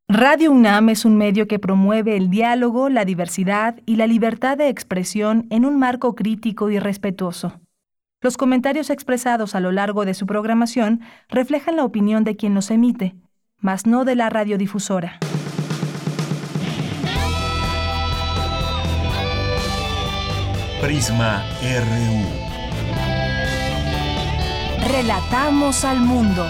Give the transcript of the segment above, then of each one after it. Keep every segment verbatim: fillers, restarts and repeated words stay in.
Radio UNAM es un medio que promueve el diálogo, la diversidad y la libertad de expresión en un marco crítico y respetuoso. Los comentarios expresados a lo largo de su programación reflejan la opinión de quien los emite, mas no de la radiodifusora. Prisma R U. Relatamos al mundo.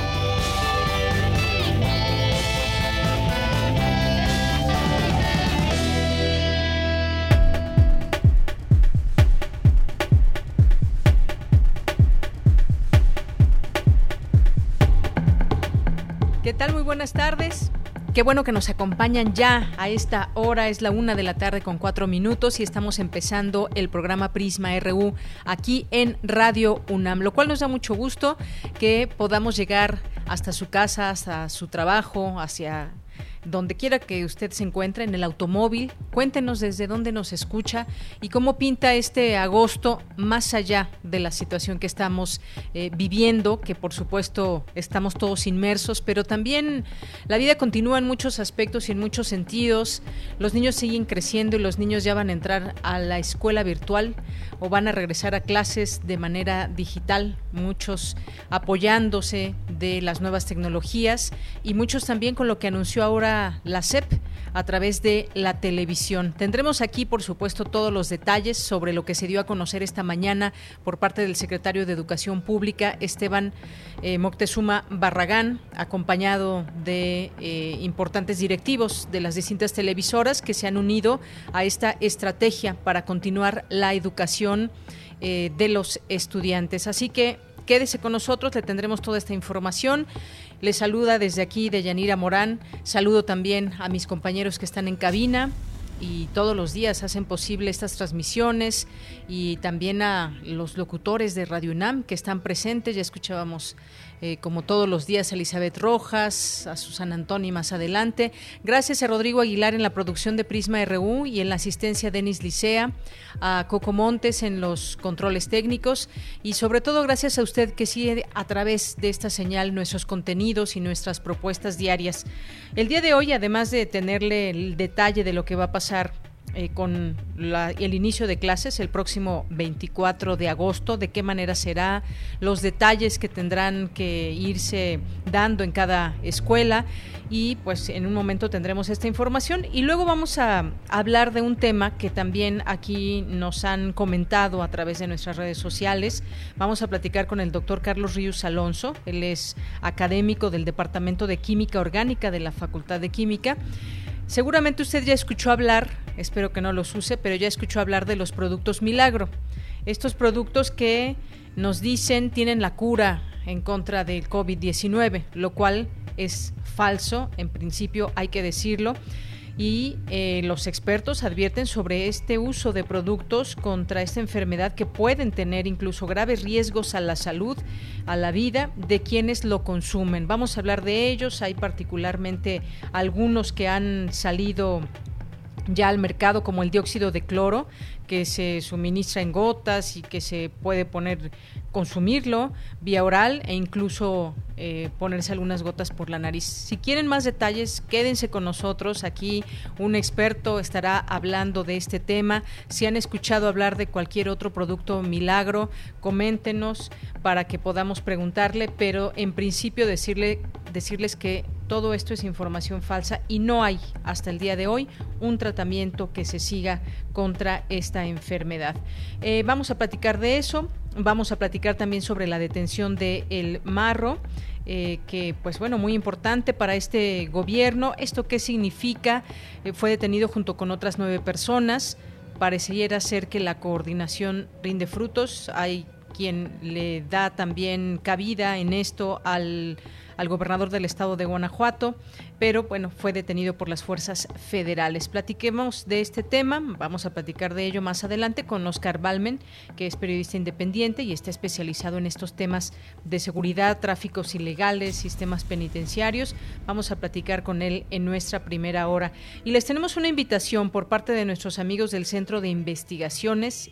¿Qué tal? Muy buenas tardes. Qué bueno que nos acompañan ya a esta hora, es la una de la tarde con cuatro minutos y estamos empezando el programa Prisma R U aquí en Radio UNAM, lo cual nos da mucho gusto que podamos llegar hasta su casa, hasta su trabajo, hacia donde quiera que usted se encuentre, en el automóvil. Cuéntenos desde dónde nos escucha y cómo pinta este agosto, más allá de la situación que estamos eh, viviendo, que por supuesto estamos todos inmersos, pero también la vida continúa en muchos aspectos y en muchos sentidos. Los niños siguen creciendo y los niños ya van a entrar a la escuela virtual o van a regresar a clases de manera digital, muchos apoyándose de las nuevas tecnologías y muchos también con lo que anunció ahora la S E P a través de la televisión. Tendremos aquí, por supuesto, todos los detalles sobre lo que se dio a conocer esta mañana por parte del secretario de Educación Pública, Esteban eh, Moctezuma Barragán, acompañado de eh, importantes directivos de las distintas televisoras que se han unido a esta estrategia para continuar la educación eh, de los estudiantes. Así que quédese con nosotros, le tendremos toda esta información. Les saluda desde aquí Deyanira Morán. Saludo también a mis compañeros que están en cabina y todos los días hacen posible estas transmisiones, y también a los locutores de Radio UNAM que están presentes. Ya escuchábamos eh, como todos los días a Elizabeth Rojas, a Susana Antoni más adelante. Gracias a Rodrigo Aguilar en la producción de Prisma R U y en la asistencia Denis Licea, a Coco Montes en los controles técnicos, y sobre todo gracias a usted que sigue a través de esta señal nuestros contenidos y nuestras propuestas diarias. El día de hoy, además de tenerle el detalle de lo que va a pasar Eh, con la, el inicio de clases el próximo veinticuatro de agosto, de qué manera será, los detalles que tendrán que irse dando en cada escuela, y pues en un momento tendremos esta información y luego vamos a hablar de un tema que también aquí nos han comentado a través de nuestras redes sociales. Vamos a platicar con el doctor Carlos Ríos Alonso. Él es académico del Departamento de Química Orgánica de la Facultad de Química. Seguramente usted ya escuchó hablar, espero que no los use, pero ya escuchó hablar de los productos Milagro. Estos productos que nos dicen tienen la cura en contra del covid diecinueve, lo cual es falso, en principio hay que decirlo. Y eh, los expertos advierten sobre este uso de productos contra esta enfermedad que pueden tener incluso graves riesgos a la salud, a la vida de quienes lo consumen. Vamos a hablar de ellos. Hay particularmente algunos que han salido ya al mercado, como el dióxido de cloro, que se suministra en gotas y que se puede poner, consumirlo vía oral e incluso eh, ponerse algunas gotas por la nariz. Si quieren más detalles, quédense con nosotros. Aquí un experto estará hablando de este tema. Si han escuchado hablar de cualquier otro producto Milagro, coméntenos para que podamos preguntarle, pero en principio decirle, decirles que todo esto es información falsa y no hay hasta el día de hoy un tratamiento que se siga contra esta enfermedad. Eh, vamos a platicar de eso, vamos a platicar también sobre la detención de El Marro, eh, que pues bueno, muy importante para este gobierno. ¿Esto qué significa? Eh, fue detenido junto con otras nueve personas. Pareciera ser que la coordinación rinde frutos. Hay quien le da también cabida en esto al al gobernador del estado de Guanajuato, pero bueno, fue detenido por las fuerzas federales. Platiquemos de este tema, vamos a platicar de ello más adelante con Oscar Balmen, que es periodista independiente y está especializado en estos temas de seguridad, tráficos ilegales, sistemas penitenciarios. Vamos a platicar con él en nuestra primera hora. Y les tenemos una invitación por parte de nuestros amigos del Centro de Investigaciones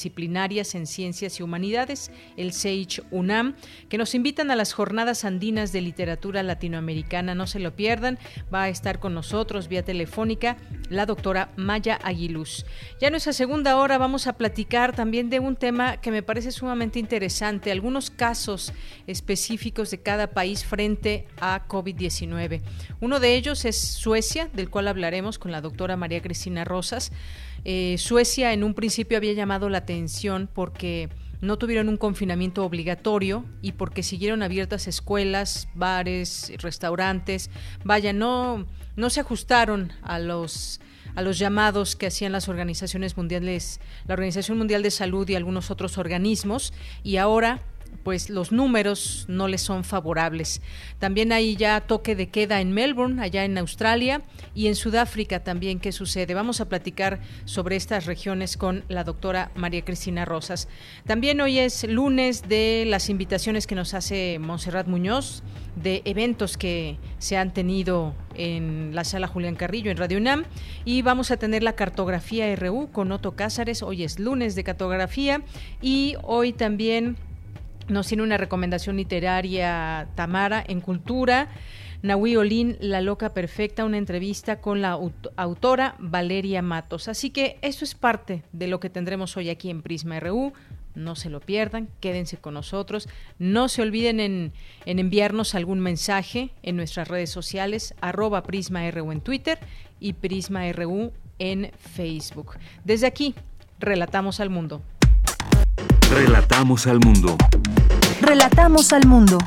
Interdisciplinarias en Ciencias y Humanidades, el C E I C H UNAM, que nos invitan a las Jornadas Andinas de de literatura latinoamericana. No se lo pierdan, va a estar con nosotros vía telefónica la doctora Maya Aguiluz. Ya en nuestra segunda hora vamos a platicar también de un tema que me parece sumamente interesante, algunos casos específicos de cada país frente a COVID diecinueve. Uno de ellos es Suecia, del cual hablaremos con la doctora María Cristina Rosas. Eh, Suecia en un principio había llamado la atención porque no tuvieron un confinamiento obligatorio y porque siguieron abiertas escuelas, bares, restaurantes. Vaya, no, no se ajustaron a los a los llamados que hacían las organizaciones mundiales, la Organización Mundial de Salud y algunos otros organismos, y ahora pues los números no les son favorables. También hay ya toque de queda en Melbourne, allá en Australia, y en Sudáfrica también. ¿Qué sucede? Vamos a platicar sobre estas regiones con la doctora María Cristina Rosas. También hoy es lunes de las invitaciones que nos hace Montserrat Muñoz, de eventos que se han tenido en la Sala Julián Carrillo en Radio UNAM, y vamos a tener la cartografía R U con Otto Cázares. Hoy es lunes de cartografía, y hoy también nos tiene una recomendación literaria Tamara en Cultura. Nahui Olin, La Loca Perfecta, una entrevista con la aut- autora Valeria Matos. Así que esto es parte de lo que tendremos hoy aquí en Prisma R U. No se lo pierdan, quédense con nosotros. No se olviden en, en enviarnos algún mensaje en nuestras redes sociales, arroba Prisma R U en Twitter y Prisma R U en Facebook. Desde aquí, relatamos al mundo. Relatamos al mundo. Relatamos al mundo.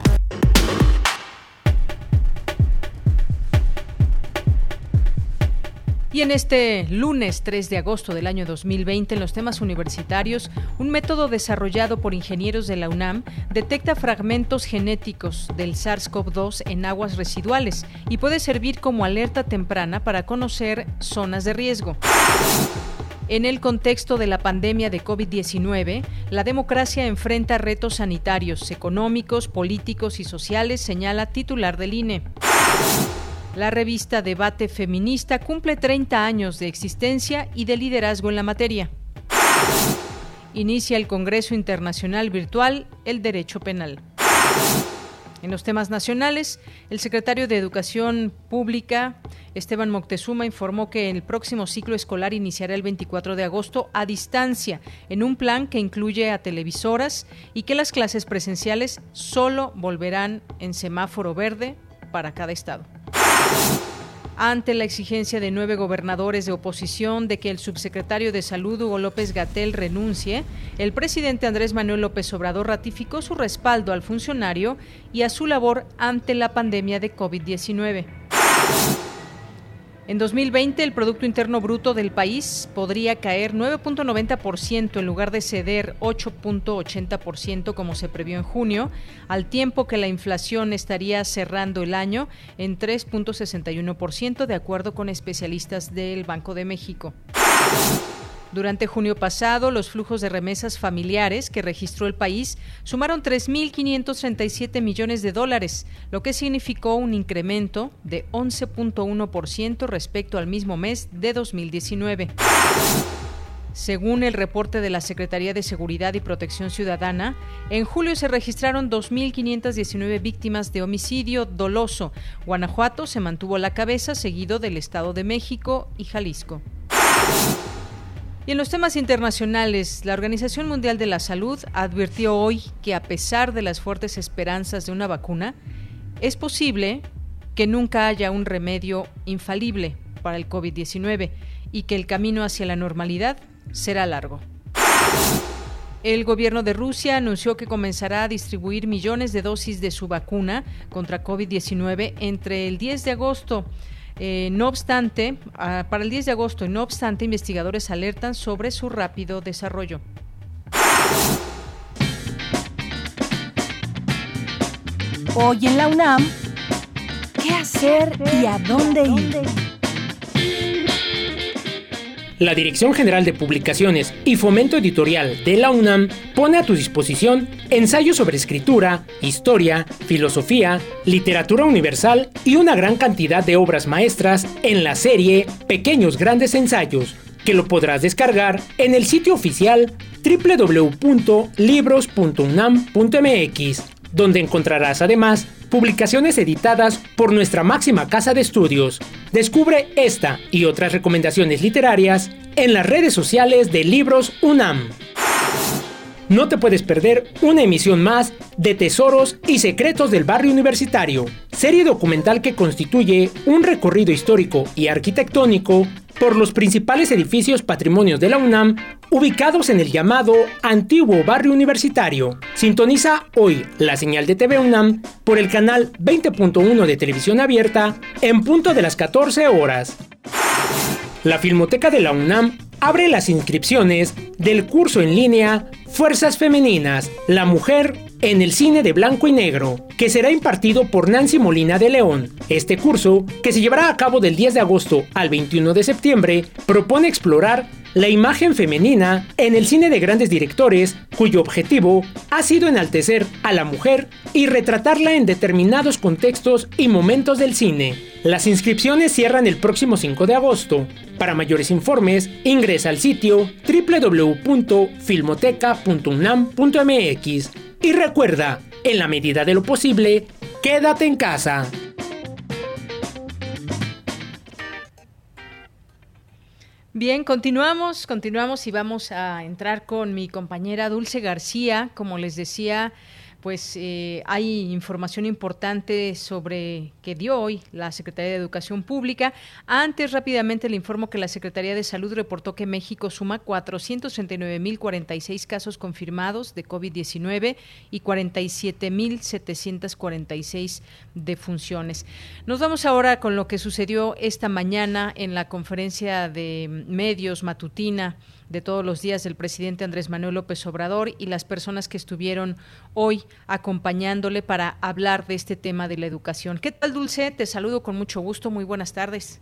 Y en este lunes tres de agosto del año dos mil veinte, en los temas universitarios, un método desarrollado por ingenieros de la UNAM detecta fragmentos genéticos del SARS-CoV dos en aguas residuales y puede servir como alerta temprana para conocer zonas de riesgo. En el contexto de la pandemia de COVID diecinueve, la democracia enfrenta retos sanitarios, económicos, políticos y sociales, señala titular del I N E. La revista Debate Feminista cumple treinta años de existencia y de liderazgo en la materia. Inicia el Congreso Internacional Virtual El Derecho Penal. En los temas nacionales, el secretario de Educación Pública, Esteban Moctezuma, informó que el próximo ciclo escolar iniciará el veinticuatro de agosto a distancia, en un plan que incluye a televisoras, y que las clases presenciales solo volverán en semáforo verde para cada estado. Ante la exigencia de nueve gobernadores de oposición de que el subsecretario de Salud, Hugo López-Gatell, renuncie, el presidente Andrés Manuel López Obrador ratificó su respaldo al funcionario y a su labor ante la pandemia de COVID diecinueve. En dos mil veinte, el Producto Interno Bruto del país podría caer nueve punto noventa por ciento en lugar de ceder ocho punto ochenta por ciento como se previó en junio, al tiempo que la inflación estaría cerrando el año en tres punto sesenta y uno por ciento, de acuerdo con especialistas del Banco de México. Durante junio pasado, los flujos de remesas familiares que registró el país sumaron tres mil quinientos treinta y siete millones de dólares, lo que significó un incremento de once punto uno por ciento respecto al mismo mes de dos mil diecinueve. Según el reporte de la Secretaría de Seguridad y Protección Ciudadana, en julio se registraron dos mil quinientas diecinueve víctimas de homicidio doloso. Guanajuato se mantuvo a la cabeza, seguido del Estado de México y Jalisco. Y en los temas internacionales, la Organización Mundial de la Salud advirtió hoy que, a pesar de las fuertes esperanzas de una vacuna, es posible que nunca haya un remedio infalible para el COVID diecinueve y que el camino hacia la normalidad será largo. El gobierno de Rusia anunció que comenzará a distribuir millones de dosis de su vacuna contra COVID diecinueve entre el diez de agosto. Eh, no obstante, uh, para el diez de agosto, no obstante, investigadores alertan sobre su rápido desarrollo. Hoy en la UNAM, ¿qué hacer y a dónde ir? La Dirección General de Publicaciones y Fomento Editorial de la UNAM pone a tu disposición ensayos sobre escritura, historia, filosofía, literatura universal y una gran cantidad de obras maestras en la serie Pequeños Grandes Ensayos, que lo podrás descargar en el sitio oficial doble u doble u doble u punto libros punto unam punto m x, donde encontrarás además publicaciones editadas por nuestra máxima casa de estudios. Descubre esta y otras recomendaciones literarias en las redes sociales de Libros UNAM. No te puedes perder una emisión más de Tesoros y Secretos del Barrio Universitario, serie documental que constituye un recorrido histórico y arquitectónico por los principales edificios patrimonios de la UNAM ubicados en el llamado Antiguo Barrio Universitario. Sintoniza hoy la señal de T V UNAM por el canal veinte punto uno de televisión abierta en punto de las catorce horas. La Filmoteca de la UNAM abre las inscripciones del curso en línea Fuerzas Femeninas, la mujer en el cine de blanco y negro, que será impartido por Nancy Molina de León. Este curso, que se llevará a cabo del diez de agosto al veintiuno de septiembre, propone explorar la imagen femenina en el cine de grandes directores, cuyo objetivo ha sido enaltecer a la mujer y retratarla en determinados contextos y momentos del cine. Las inscripciones cierran el próximo cinco de agosto. Para mayores informes, ingresa al sitio doble u doble u doble u punto filmoteca punto unam punto m x. Y recuerda, en la medida de lo posible, quédate en casa. Bien, continuamos, continuamos y vamos a entrar con mi compañera Dulce García. Como les decía, pues eh, hay información importante sobre que dio hoy la Secretaría de Educación Pública. Antes, rápidamente le informo que la Secretaría de Salud reportó que México suma cuatrocientos treinta y nueve mil cuarenta y seis casos confirmados de COVID diecinueve y cuarenta y siete mil setecientas cuarenta y seis defunciones. Nos vamos ahora con lo que sucedió esta mañana en la conferencia de medios matutina de todos los días del presidente Andrés Manuel López Obrador y las personas que estuvieron hoy acompañándole para hablar de este tema de la educación. ¿Qué tal, Dulce? Te saludo con mucho gusto. Muy buenas tardes.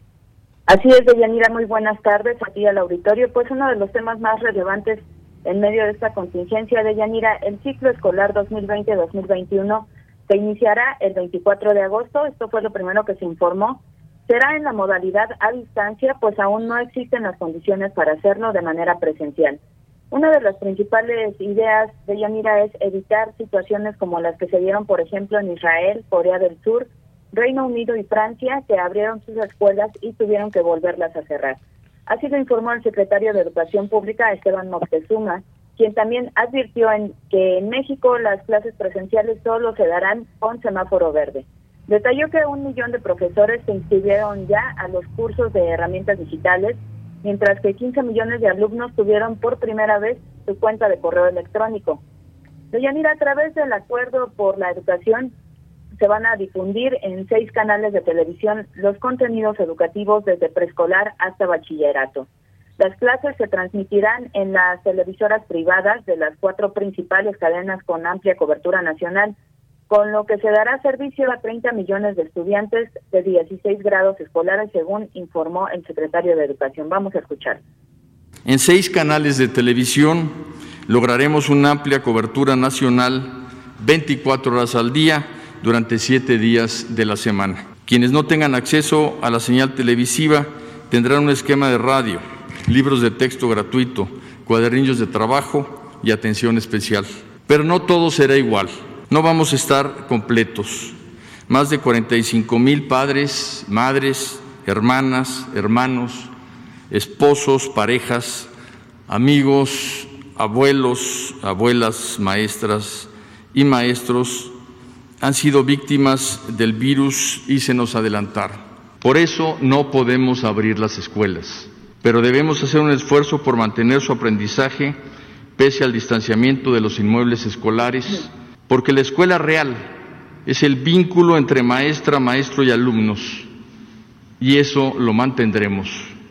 Así es, Deyanira, muy buenas tardes a ti al auditorio. Pues uno de los temas más relevantes en medio de esta contingencia, Deyanira, el ciclo escolar dos mil veinte dos mil veintiuno se iniciará el veinticuatro de agosto. Esto fue lo primero que se informó. Será en la modalidad a distancia, pues aún no existen las condiciones para hacerlo de manera presencial. Una de las principales ideas de Yanira es evitar situaciones como las que se dieron, por ejemplo, en Israel, Corea del Sur, Reino Unido y Francia, que abrieron sus escuelas y tuvieron que volverlas a cerrar. Así lo informó el secretario de Educación Pública, Esteban Moctezuma, quien también advirtió en que en México las clases presenciales solo se darán con semáforo verde. Detalló que un millón de profesores se inscribieron ya a los cursos de herramientas digitales, mientras que quince millones de alumnos tuvieron por primera vez su cuenta de correo electrónico. Deyanira, a través del Acuerdo por la Educación, se van a difundir en seis canales de televisión los contenidos educativos desde preescolar hasta bachillerato. Las clases se transmitirán en las televisoras privadas de las cuatro principales cadenas con amplia cobertura nacional, con lo que se dará servicio a treinta millones de estudiantes de dieciséis grados escolares, según informó el secretario de Educación. Vamos a escuchar. En seis canales de televisión lograremos una amplia cobertura nacional veinticuatro horas al día durante siete días de la semana. Quienes no tengan acceso a la señal televisiva tendrán un esquema de radio, libros de texto gratuito, cuadernillos de trabajo y atención especial. Pero no todo será igual. No vamos a estar completos. Más de cuarenta y cinco mil padres, madres, hermanas, hermanos, esposos, parejas, amigos, abuelos, abuelas, maestras y maestros han sido víctimas del virus y se nos adelantaron. Por eso no podemos abrir las escuelas, pero debemos hacer un esfuerzo por mantener su aprendizaje pese al distanciamiento de los inmuebles escolares, porque la escuela real es el vínculo entre maestra, maestro y alumnos, y eso lo mantendremos.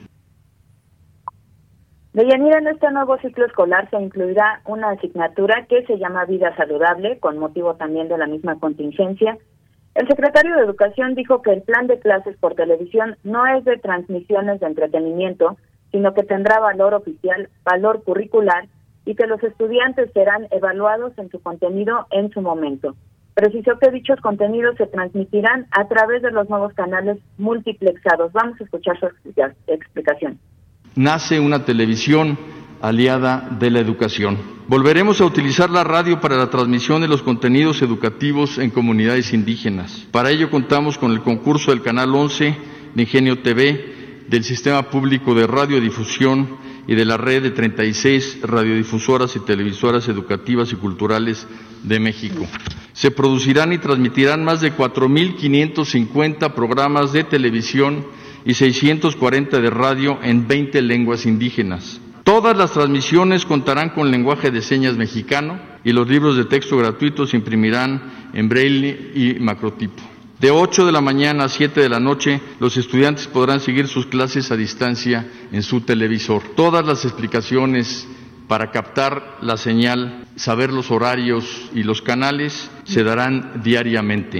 Deyanira, en este nuevo ciclo escolar se incluirá una asignatura que se llama Vida Saludable, con motivo también de la misma contingencia. El secretario de Educación dijo que el plan de clases por televisión no es de transmisiones de entretenimiento, sino que tendrá valor oficial, valor curricular, y que los estudiantes serán evaluados en su contenido en su momento. Precisó que dichos contenidos se transmitirán a través de los nuevos canales multiplexados. Vamos a escuchar su explicación. Nace una televisión aliada de la educación. Volveremos a utilizar la radio para la transmisión de los contenidos educativos en comunidades indígenas. Para ello contamos con el concurso del Canal once de Ingenio T V, del Sistema Público de Radiodifusión y de la red de treinta y seis radiodifusoras y televisoras educativas y culturales de México. Se producirán y transmitirán más de cuatro mil quinientos cincuenta programas de televisión y seiscientos cuarenta de radio en veinte lenguas indígenas. Todas las transmisiones contarán con lenguaje de señas mexicano y los libros de texto gratuitos se imprimirán en braille y macrotipo. De ocho de la mañana a siete de la noche, los estudiantes podrán seguir sus clases a distancia en su televisor. Todas las explicaciones para captar la señal, saber los horarios y los canales, se darán diariamente.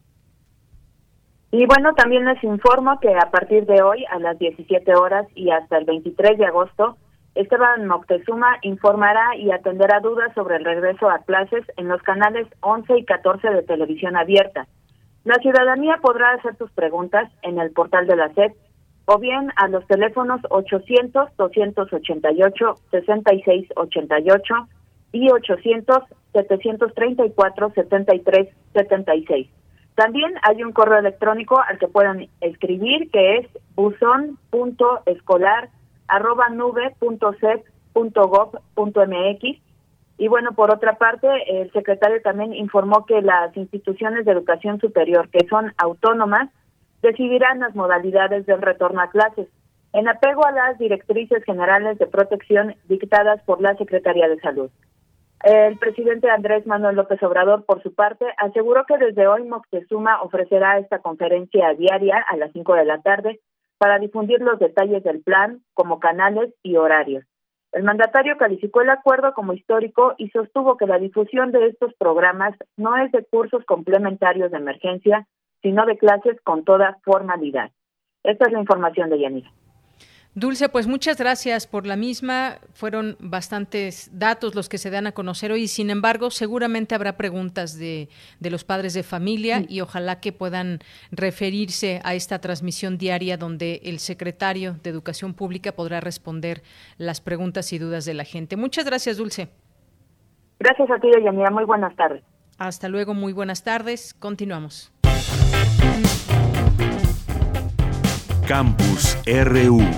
Y bueno, también les informo que a partir de hoy, a las diecisiete horas y hasta el veintitrés de agosto, Esteban Moctezuma informará y atenderá dudas sobre el regreso a clases en los canales once y catorce de televisión abierta. La ciudadanía podrá hacer sus preguntas en el portal de la S E P o bien a los teléfonos ochocientos, doscientos ochenta y ocho, sesenta y seis ochenta y ocho y ochocientos, setecientos treinta y cuatro, setenta y tres setenta y seis. También hay un correo electrónico al que puedan escribir, que es buzón punto escolar arroba nube punto sep punto gob punto mx. Y bueno, por otra parte, el secretario también informó que las instituciones de educación superior que son autónomas decidirán las modalidades del retorno a clases, en apego a las directrices generales de protección dictadas por la Secretaría de Salud. El presidente Andrés Manuel López Obrador, por su parte, aseguró que desde hoy Moctezuma ofrecerá esta conferencia diaria a las cinco de la tarde para difundir los detalles del plan, como canales y horarios. El mandatario calificó el acuerdo como histórico y sostuvo que la difusión de estos programas no es de cursos complementarios de emergencia, sino de clases con toda formalidad. Esta es la información de Yanira. Dulce, pues muchas gracias por la misma. Fueron bastantes datos los que se dan a conocer hoy, sin embargo, seguramente habrá preguntas de, de los padres de familia, sí, y ojalá que puedan referirse a esta transmisión diaria donde el secretario de Educación Pública podrá responder las preguntas y dudas de la gente. Muchas gracias, Dulce. Gracias a ti, Yanira. Muy buenas tardes. Hasta luego, muy buenas tardes. Continuamos. Campus R U.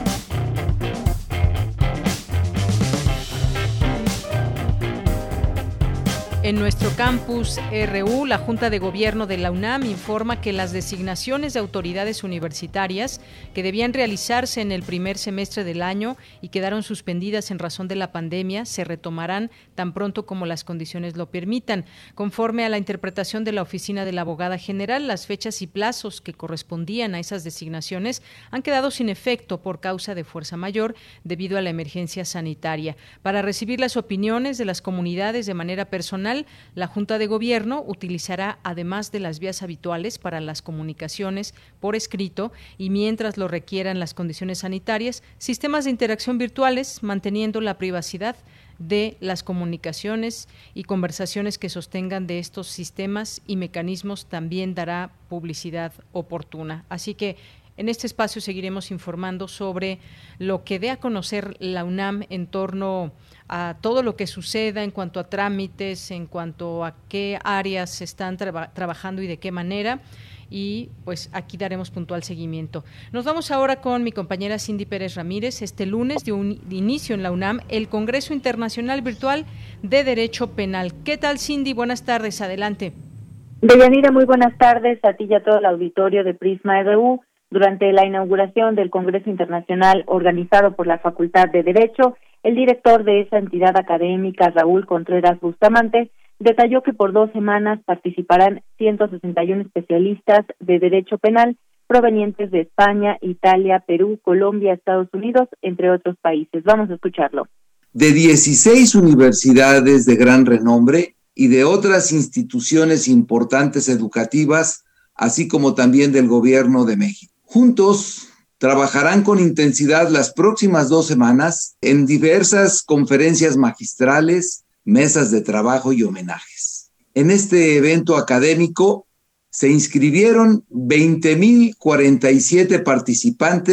En nuestro campus R U, la Junta de Gobierno de la UNAM informa que las designaciones de autoridades universitarias que debían realizarse en el primer semestre del año y quedaron suspendidas en razón de la pandemia se retomarán tan pronto como las condiciones lo permitan. Conforme a la interpretación de la Oficina de la Abogada General, las fechas y plazos que correspondían a esas designaciones han quedado sin efecto por causa de fuerza mayor debido a la emergencia sanitaria. Para recibir las opiniones de las comunidades de manera personal, la Junta de Gobierno utilizará, además de las vías habituales para las comunicaciones por escrito y mientras lo requieran las condiciones sanitarias, sistemas de interacción virtuales, manteniendo la privacidad de las comunicaciones y conversaciones que sostengan de estos sistemas y mecanismos. También dará publicidad oportuna. Así que en este espacio seguiremos informando sobre lo que dé a conocer la UNAM en torno a todo lo que suceda en cuanto a trámites, en cuanto a qué áreas se están traba- trabajando y de qué manera. Y pues aquí daremos puntual seguimiento. Nos vamos ahora con mi compañera Cindy Pérez Ramírez. Este lunes dio un inicio en la UNAM el Congreso Internacional Virtual de Derecho Penal. ¿Qué tal, Cindy? Buenas tardes, adelante. Deyanira, muy buenas tardes a ti y a todo el auditorio de Prisma R U. Durante la inauguración del Congreso Internacional organizado por la Facultad de Derecho, el director de esa entidad académica, Raúl Contreras Bustamante, detalló que por dos semanas participarán ciento sesenta y uno especialistas de derecho penal provenientes de España, Italia, Perú, Colombia, Estados Unidos, entre otros países. Vamos a escucharlo. De dieciséis universidades de gran renombre y de otras instituciones importantes educativas, así como también del Gobierno de México. Juntos trabajarán con intensidad las próximas dos semanas en diversas conferencias magistrales, mesas de trabajo y homenajes. En este evento académico se inscribieron veinte mil cuarenta y siete participantes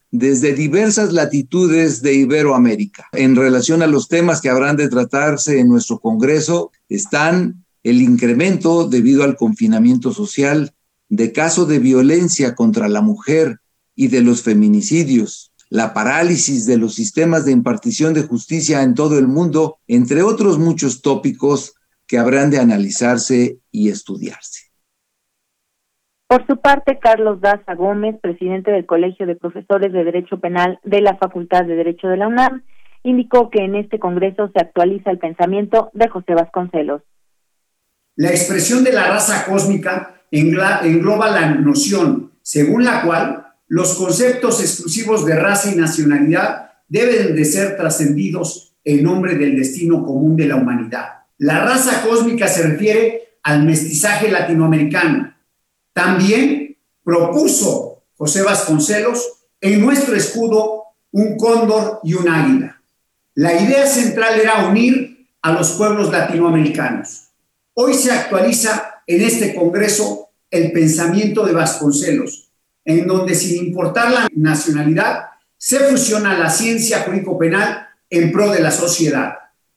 desde diversas latitudes de Iberoamérica. En relación a los temas que habrán de tratarse en nuestro Congreso, están el incremento debido al confinamiento social de casos de violencia contra la mujer y de los feminicidios, la parálisis de los sistemas de impartición de justicia en todo el mundo, entre otros muchos tópicos que habrán de analizarse y estudiarse. Por su parte, Carlos Daza Gómez, presidente del Colegio de Profesores de Derecho Penal de la Facultad de Derecho de la UNAM, indicó que en este Congreso se actualiza el pensamiento de José Vasconcelos. La expresión de la raza cósmica engloba la noción según la cual los conceptos exclusivos de raza y nacionalidad deben de ser trascendidos en nombre del destino común de la humanidad. La raza cósmica se refiere al mestizaje latinoamericano. También propuso José Vasconcelos en nuestro escudo un cóndor y un águila. La idea central era unir a los pueblos latinoamericanos. Hoy se actualiza en este Congreso el pensamiento de Vasconcelos, en donde sin importar la nacionalidad, se fusiona la ciencia jurídico-penal en pro de la sociedad.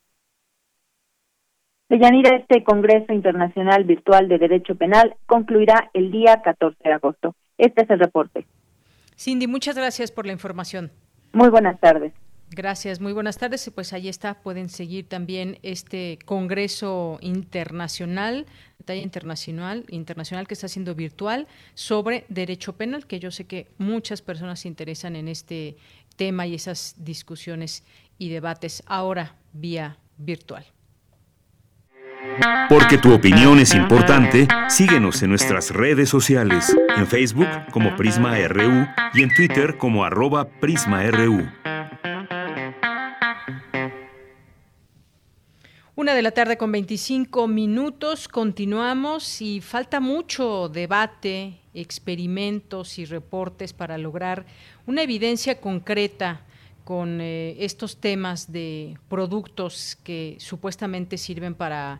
Deyanira, este Congreso Internacional Virtual de Derecho Penal concluirá el día catorce de agosto. Este es el reporte. Cindy, muchas gracias por la información. Muy buenas tardes. Gracias, muy buenas tardes. Pues ahí está, pueden seguir también este Congreso Internacional, talla internacional, internacional que está siendo virtual sobre derecho penal, que yo sé que muchas personas se interesan en este tema y esas discusiones y debates ahora vía virtual. Porque tu opinión es importante, síguenos en nuestras redes sociales, en Facebook como Prisma R U y en Twitter como arroba Prisma R U. Una de la tarde con veinticinco minutos, continuamos y falta mucho debate, experimentos y reportes para lograr una evidencia concreta con eh, estos temas de productos que supuestamente sirven para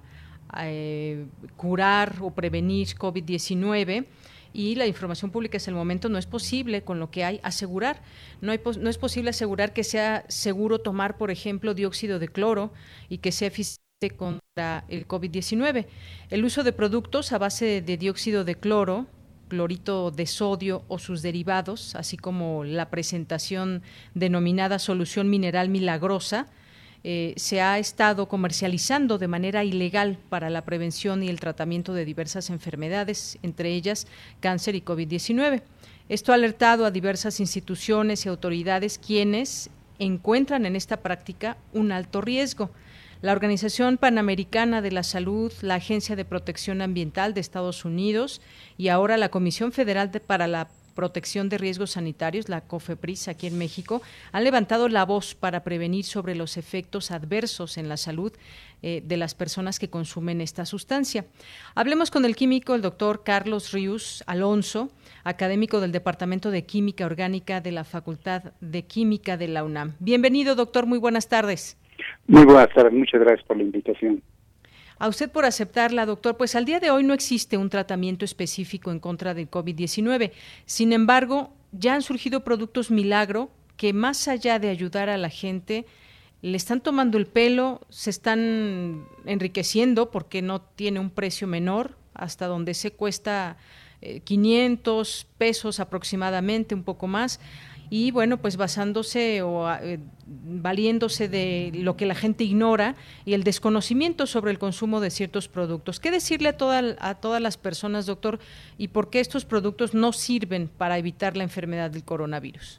eh, curar o prevenir COVID diecinueve. Y la información pública hasta el momento no es posible con lo que hay asegurar. No, hay, no es posible asegurar que sea seguro tomar, por ejemplo, dióxido de cloro y que sea eficiente contra el COVID diecinueve. El uso de productos a base de dióxido de cloro, clorito de sodio o sus derivados, así como la presentación denominada solución mineral milagrosa, Eh, se ha estado comercializando de manera ilegal para la prevención y el tratamiento de diversas enfermedades, entre ellas cáncer y COVID diecinueve. Esto ha alertado a diversas instituciones y autoridades quienes encuentran en esta práctica un alto riesgo. La Organización Panamericana de la Salud, la Agencia de Protección Ambiental de Estados Unidos y ahora la Comisión Federal de, para la Protección de Riesgos Sanitarios, la COFEPRIS, aquí en México, han levantado la voz para prevenir sobre los efectos adversos en la salud eh, de las personas que consumen esta sustancia. Hablemos con el químico, el doctor Carlos Ríos Alonso, académico del Departamento de Química Orgánica de la Facultad de Química de la UNAM. Bienvenido, doctor, muy buenas tardes. Muy buenas tardes, muchas gracias por la invitación. A usted por aceptarla, doctor. Pues al día de hoy no existe un tratamiento específico en contra del COVID diecinueve. Sin embargo, ya han surgido productos milagro que más allá de ayudar a la gente, le están tomando el pelo, se están enriqueciendo porque no tiene un precio menor, hasta donde se cuesta eh, quinientos pesos aproximadamente, un poco más. Y bueno, pues basándose o eh, valiéndose de lo que la gente ignora y el desconocimiento sobre el consumo de ciertos productos. ¿Qué decirle a, toda, a todas las personas, doctor, y por qué estos productos no sirven para evitar la enfermedad del coronavirus?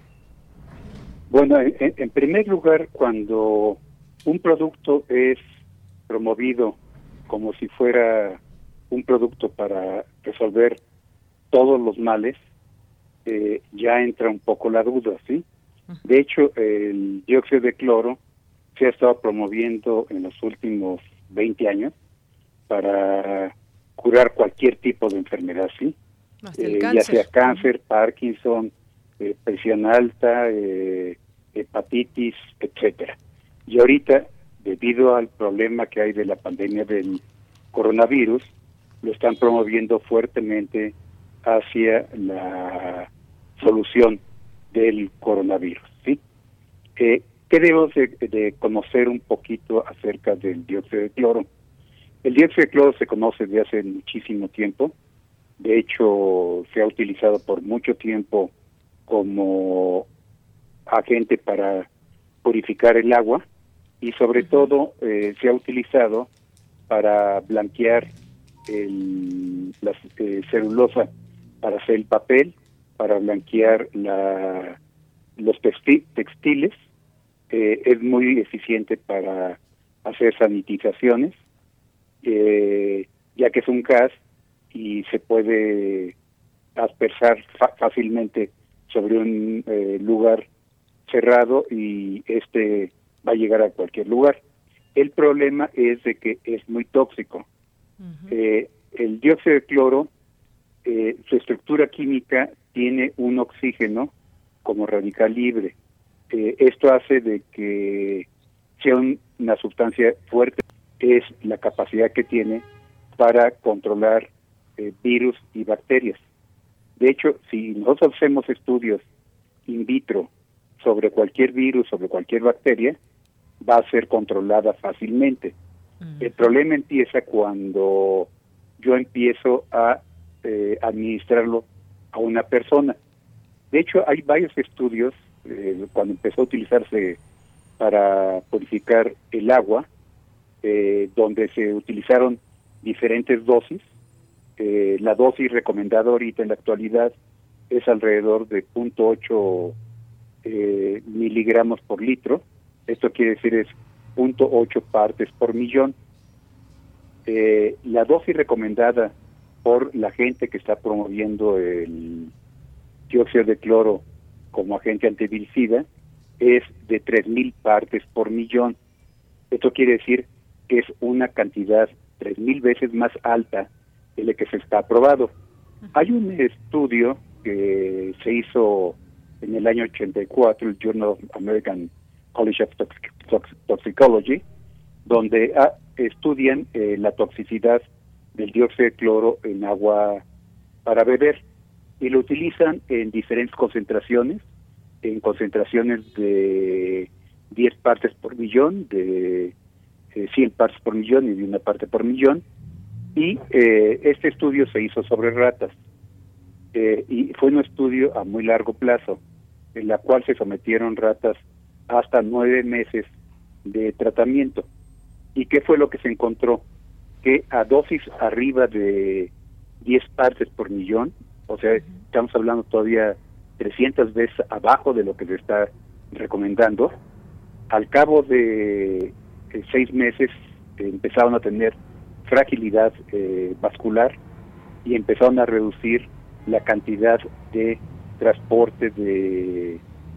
Bueno, en, en primer lugar, cuando un producto es promovido como si fuera un producto para resolver todos los males, Eh, ya entra un poco la duda, ¿sí? De hecho, el dióxido de cloro se ha estado promoviendo en los últimos veinte años para curar cualquier tipo de enfermedad, ¿sí? Eh, ya sea cáncer, Parkinson, eh, presión alta, eh, hepatitis, etcétera. Y ahorita, debido al problema que hay de la pandemia del coronavirus, lo están promoviendo fuertemente hacia la solución del coronavirus, ¿sí? Eh, ¿Qué debemos de, de conocer un poquito acerca del dióxido de cloro? El dióxido de cloro se conoce desde hace muchísimo tiempo. De hecho, se ha utilizado por mucho tiempo como agente para purificar el agua y sobre todo eh, se ha utilizado para blanquear el, la eh, celulosa, para hacer el papel, para blanquear la, los texti- textiles. Eh, es muy eficiente para hacer sanitizaciones, eh, ya que es un gas y se puede aspersar fa- fácilmente sobre un eh, lugar cerrado y este va a llegar a cualquier lugar. El problema es de que es muy tóxico. Uh-huh. Eh, el dióxido de cloro, eh, su estructura química tiene un oxígeno como radical libre. Eh, esto hace de que sea un, una sustancia fuerte, es la capacidad que tiene para controlar eh, virus y bacterias. De hecho, si nosotros hacemos estudios in vitro sobre cualquier virus, sobre cualquier bacteria, va a ser controlada fácilmente. Uh-huh. El problema empieza cuando yo empiezo a eh, administrarlo a una persona. De hecho, hay varios estudios, eh, cuando empezó a utilizarse para purificar el agua, eh, donde se utilizaron diferentes dosis. Eh, la dosis recomendada ahorita en la actualidad es alrededor de cero punto ocho eh, miligramos por litro. Esto quiere decir es cero punto ocho partes por millón. Eh, la dosis recomendada por la gente que está promoviendo el dióxido de cloro como agente antiviricida es de tres mil partes por millón. Esto quiere decir que es una cantidad tres mil veces más alta de la que se está aprobado. Hay un estudio que se hizo en el año ochenta y cuatro, el Journal of American College of Toxic- Tox- Toxicology, donde ah, estudian eh, la toxicidad del dióxido de cloro en agua para beber y lo utilizan en diferentes concentraciones, en concentraciones de diez partes por millón, de eh, cien partes por millón y de una parte por millón. Y eh, este estudio se hizo sobre ratas eh, y fue un estudio a muy largo plazo, en la cual se sometieron ratas hasta nueve meses de tratamiento. ¿Y qué fue lo que se encontró? Que a dosis arriba de diez partes por millón, o sea, estamos hablando todavía trescientas veces abajo de lo que se está recomendando, al cabo de eh, seis meses eh, empezaron a tener fragilidad eh, vascular y empezaron a reducir la cantidad de transporte de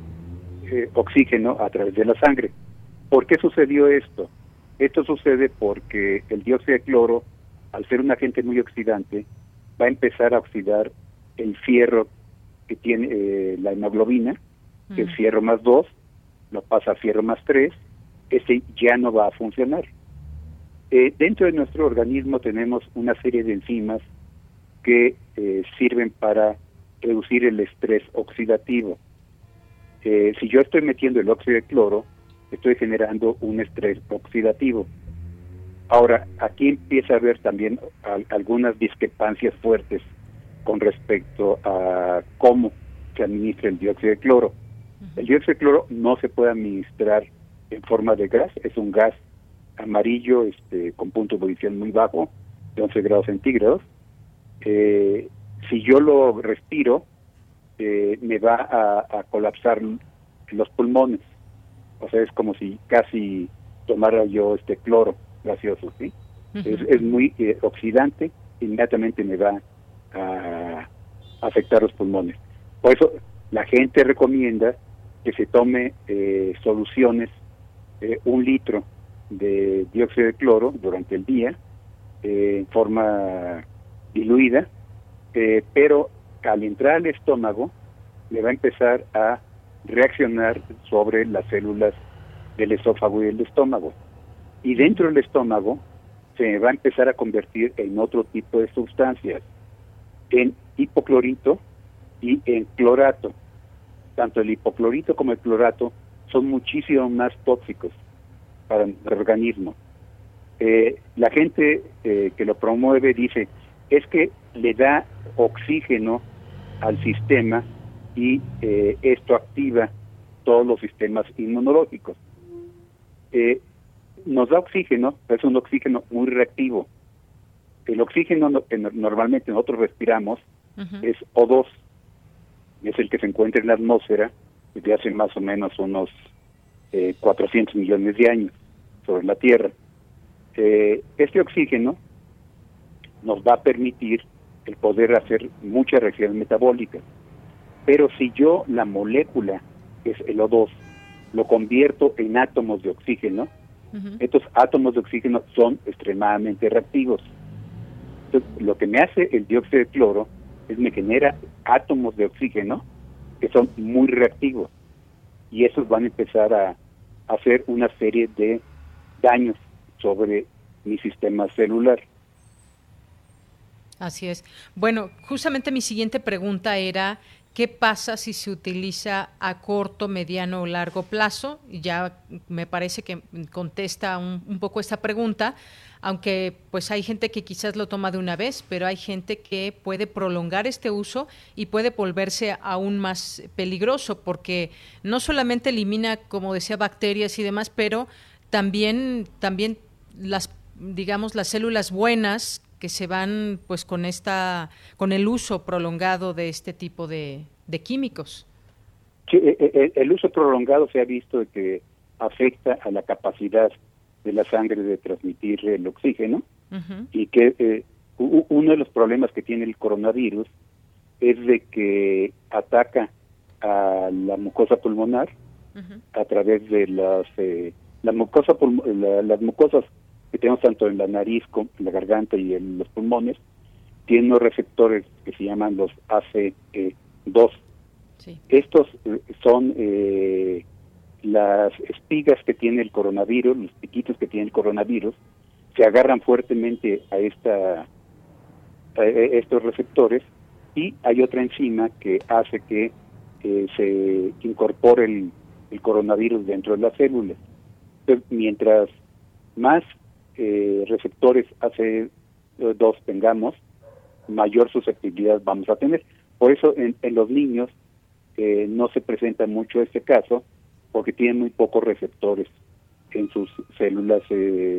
eh, oxígeno a través de la sangre. ¿Por qué sucedió esto? Esto sucede porque el dióxido de cloro, al ser un agente muy oxidante, va a empezar a oxidar el fierro que tiene eh, la hemoglobina, que es fierro más dos, lo pasa a fierro más tres, este ya no va a funcionar. Eh, dentro de nuestro organismo tenemos una serie de enzimas que eh, sirven para reducir el estrés oxidativo. Eh, si yo estoy metiendo el óxido de cloro, estoy generando un estrés oxidativo. Ahora, aquí empieza a haber también al, algunas discrepancias fuertes con respecto a cómo se administra el dióxido de cloro. Uh-huh. El dióxido de cloro no se puede administrar en forma de gas, es un gas amarillo este, con punto de ebullición muy bajo, de once grados centígrados. Eh, si yo lo respiro, eh, me va a, a colapsar los pulmones. O sea, es como si casi tomara yo este cloro gaseoso, ¿sí? Uh-huh. Es, es muy eh, oxidante, inmediatamente me va a afectar los pulmones. Por eso la gente recomienda que se tome eh, soluciones, eh, un litro de dióxido de cloro durante el día, eh, en forma diluida, eh, pero al entrar al estómago le va a empezar a reaccionar sobre las células del esófago y del estómago. Y dentro del estómago se va a empezar a convertir en otro tipo de sustancias, en hipoclorito y en clorato. tanto el hipoclorito como el clorato son muchísimo más tóxicos para el organismo. Eh, la gente eh, que lo promueve dice, es que le da oxígeno al sistema y eh, esto activa todos los sistemas inmunológicos. Eh, nos da oxígeno, pero es un oxígeno muy reactivo. El oxígeno no, que no, normalmente nosotros respiramos uh-huh. es O dos, es el que se encuentra en la atmósfera desde hace más o menos unos eh, cuatrocientos millones de años sobre la Tierra. Eh, este oxígeno nos va a permitir el poder hacer muchas reacciones metabólicas, pero si yo la molécula, que es el O dos, lo convierto en átomos de oxígeno, uh-huh. estos átomos de oxígeno son extremadamente reactivos. Entonces, lo que me hace el dióxido de cloro es me genera átomos de oxígeno que son muy reactivos, y esos van a empezar a, a hacer una serie de daños sobre mi sistema celular. Así es. Bueno, justamente mi siguiente pregunta era, ¿qué pasa si se utiliza a corto, mediano o largo plazo? Y ya me parece que contesta un, un poco esta pregunta, aunque pues hay gente que quizás lo toma de una vez, pero hay gente que puede prolongar este uso y puede volverse aún más peligroso, porque no solamente elimina, como decía, bacterias y demás, pero también, también las, digamos, las células buenas que se van pues con esta con el uso prolongado de este tipo de, de químicos. Sí, el, el uso prolongado se ha visto que afecta a la capacidad de la sangre de transmitir el oxígeno, uh-huh. y que eh, uno de los problemas que tiene el coronavirus es de que ataca a la mucosa pulmonar uh-huh. a través de las eh, la mucosa pulmo- la, las mucosas que tenemos tanto en la nariz, como en la garganta y en los pulmones, tienen unos receptores que se llaman los A C E dos. Sí. Estos eh, son eh, las espigas que tiene el coronavirus, los piquitos que tiene el coronavirus, se agarran fuertemente a esta a estos receptores, y hay otra enzima que hace que eh, se incorpore el, el coronavirus dentro de las células. Entonces, mientras más Eh, receptores A C E dos tengamos, mayor susceptibilidad vamos a tener. Por eso en, en los niños eh, no se presenta mucho este caso, porque tienen muy pocos receptores en sus células eh,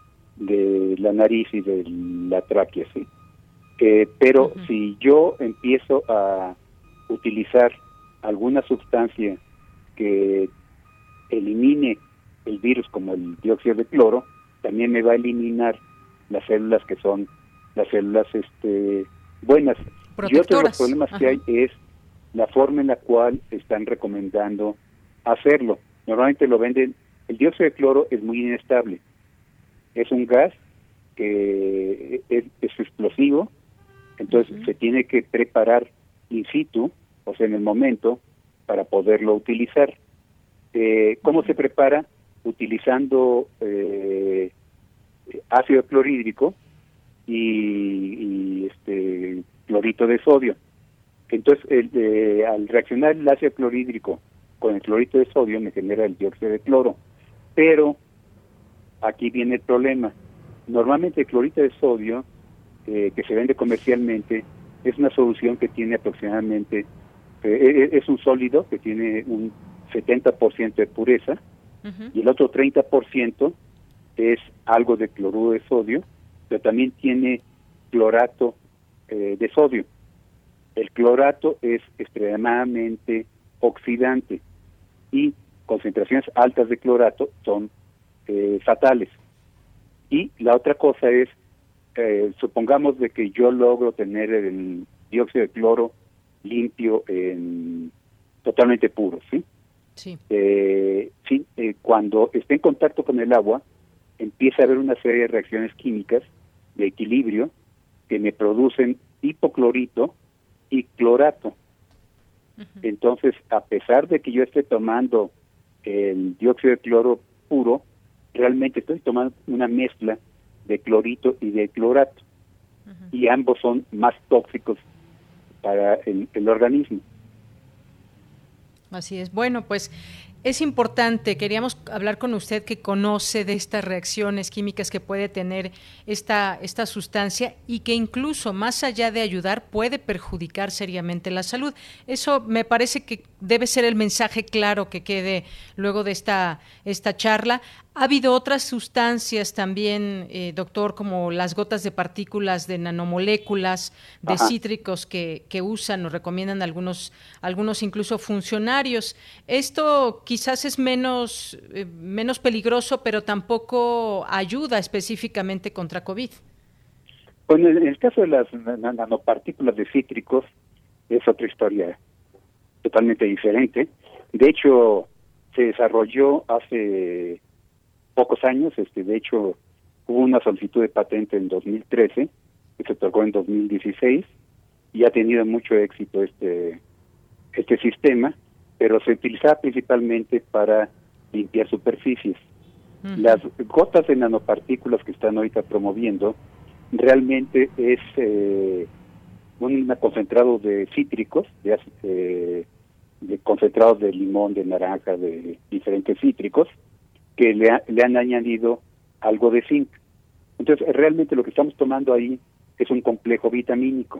de la nariz y de la tráquea, ¿sí? Eh, pero uh-huh. si yo empiezo a utilizar alguna sustancia que elimine el virus, como el dióxido de cloro, también me va a eliminar las células que son las células este buenas. Y otro de los problemas Ajá. que hay es la forma en la cual están recomendando hacerlo. Normalmente lo venden, el dióxido de cloro es muy inestable. Es un gas que es, es explosivo, entonces uh-huh. se tiene que preparar in situ, o sea, en el momento, para poderlo utilizar. Eh, ¿Cómo se prepara? Utilizando eh, ácido clorhídrico y, y este clorito de sodio. Entonces, el, eh, al reaccionar el ácido clorhídrico con el clorito de sodio me genera el dióxido de cloro. Pero aquí viene el problema. Normalmente el clorito de sodio eh, que se vende comercialmente es una solución que tiene aproximadamente, eh, es un sólido que tiene un setenta por ciento de pureza, uh-huh. y el otro treinta por ciento es algo de cloruro de sodio, pero también tiene clorato eh, de sodio. El clorato es extremadamente oxidante y concentraciones altas de clorato son eh, fatales. Y la otra cosa es, eh, supongamos de que yo logro tener el dióxido de cloro limpio, en, totalmente puro, ¿sí? Sí. Eh, sí eh, cuando esté en contacto con el agua, empieza a haber una serie de reacciones químicas de equilibrio que me producen hipoclorito y clorato. Uh-huh. Entonces, a pesar de que yo esté tomando el dióxido de cloro puro, realmente estoy tomando una mezcla de clorito y de clorato. Uh-huh. Y ambos son más tóxicos para el, el organismo. Así es. Bueno, pues es importante, queríamos hablar con usted que conoce de estas reacciones químicas que puede tener esta, esta sustancia y que incluso más allá de ayudar puede perjudicar seriamente la salud. Eso me parece que debe ser el mensaje claro que quede luego de esta, esta charla. Ha habido otras sustancias también, eh, doctor, como las gotas de partículas de nanomoléculas, de Ajá. cítricos que, que usan o recomiendan algunos, algunos incluso funcionarios. Esto quizás es menos, eh, menos peligroso, pero tampoco ayuda específicamente contra COVID. Bueno, en el caso de las nanopartículas de cítricos es otra historia totalmente diferente. De hecho, se desarrolló hace pocos años, este, de hecho, hubo una solicitud de patente en dos mil trece, que se otorgó en dos mil dieciséis, y ha tenido mucho éxito este, este sistema, pero se utilizaba principalmente para limpiar superficies. Uh-huh. Las gotas de nanopartículas que están ahorita promoviendo realmente es eh, un concentrado de cítricos, de, eh, de concentrados de limón, de naranja, de diferentes cítricos, que le, ha, le han añadido algo de zinc. Entonces, realmente lo que estamos tomando ahí es un complejo vitamínico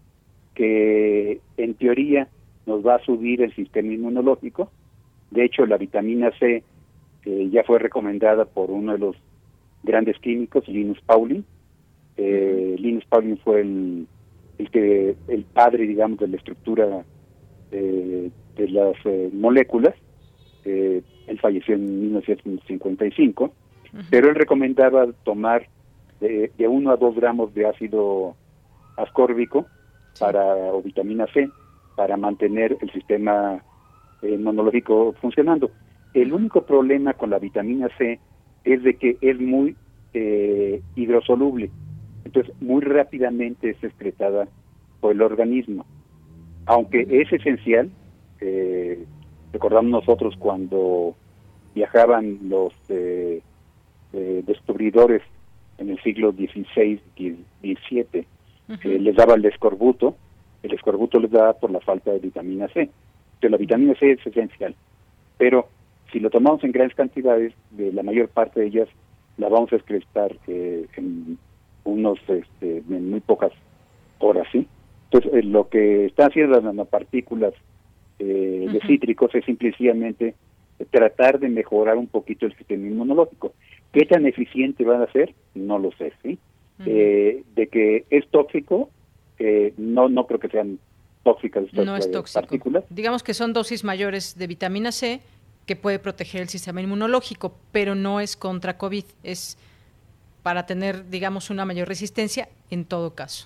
que, en teoría, nos va a subir el sistema inmunológico. De hecho, la vitamina C eh, ya fue recomendada por uno de los grandes químicos, Linus Pauling. Eh, Linus Pauling fue el, el que el padre, digamos, de la estructura eh, de las eh, moléculas. Eh, él falleció en mil novecientos cincuenta y cinco, uh-huh. pero él recomendaba tomar de, de uno a dos gramos de ácido ascórbico sí. para o vitamina C para mantener el sistema eh, inmunológico funcionando. El único problema con la vitamina C es de que es muy eh, hidrosoluble, entonces muy rápidamente es excretada por el organismo, aunque uh-huh. es esencial. eh, Recordamos nosotros cuando viajaban los eh, eh, descubridores en el siglo dieciséis y diecisiete, uh-huh. eh, les daba el escorbuto, el escorbuto les daba por la falta de vitamina C. Entonces la vitamina C es esencial, pero si lo tomamos en grandes cantidades, de la mayor parte de ellas la vamos a excretar eh, en unos, este, en muy pocas horas, ¿sí? Entonces eh, lo que están haciendo las nanopartículas Eh, de uh-huh. cítricos es simplemente tratar de mejorar un poquito el sistema inmunológico. ¿Qué tan eficiente van a ser? No lo sé, ¿sí? Uh-huh. Eh, de que es tóxico, eh, no no creo que sean tóxicas estas no es tóxico. partículas. Digamos que son dosis mayores de vitamina C que puede proteger el sistema inmunológico, pero no es contra COVID, es para tener, digamos, una mayor resistencia en todo caso.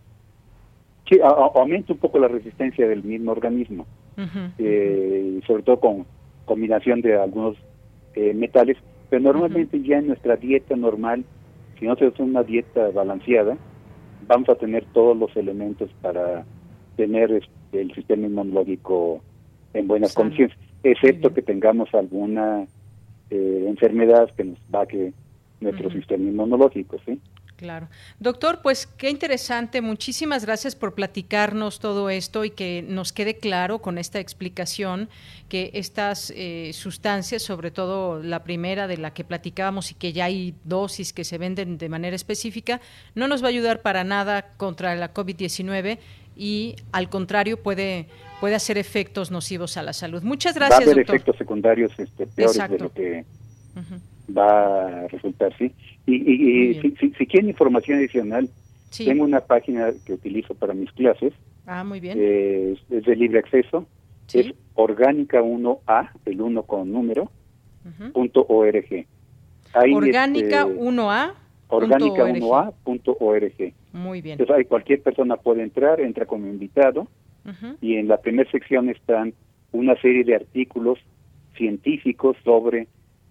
Sí, a, a, aumenta un poco la resistencia del mismo organismo. Uh-huh. Eh, sobre todo con combinación de algunos eh, metales, pero normalmente uh-huh. ya en nuestra dieta normal, si no hacemos una dieta balanceada, vamos a tener todos los elementos para tener este, el sistema inmunológico en buenas sí. condiciones, excepto que tengamos alguna eh, enfermedad que nos baje nuestro uh-huh. sistema inmunológico, ¿sí? Claro. Doctor, pues qué interesante. Muchísimas gracias por platicarnos todo esto y que nos quede claro con esta explicación que estas eh, sustancias, sobre todo la primera de la que platicábamos y que ya hay dosis que se venden de manera específica, no nos va a ayudar para nada contra la COVID diecinueve y al contrario puede puede hacer efectos nocivos a la salud. Muchas gracias, doctor. Va a haber doctor. efectos secundarios este, peores Exacto. de lo que uh-huh. va a resultar, sí. Y, y, y si, si, si quieren información adicional, sí. tengo una página que utilizo para mis clases. Ah, muy bien. Eh, es de libre acceso. ¿Sí? Es orgánica uno A, el uno con número, uh-huh. punto org. Ahí orgánica este, uno A. orgánica uno A punto org. Muy bien. Entonces ahí cualquier persona puede entrar, entra como invitado, uh-huh. y en la primera sección están una serie de artículos científicos sobre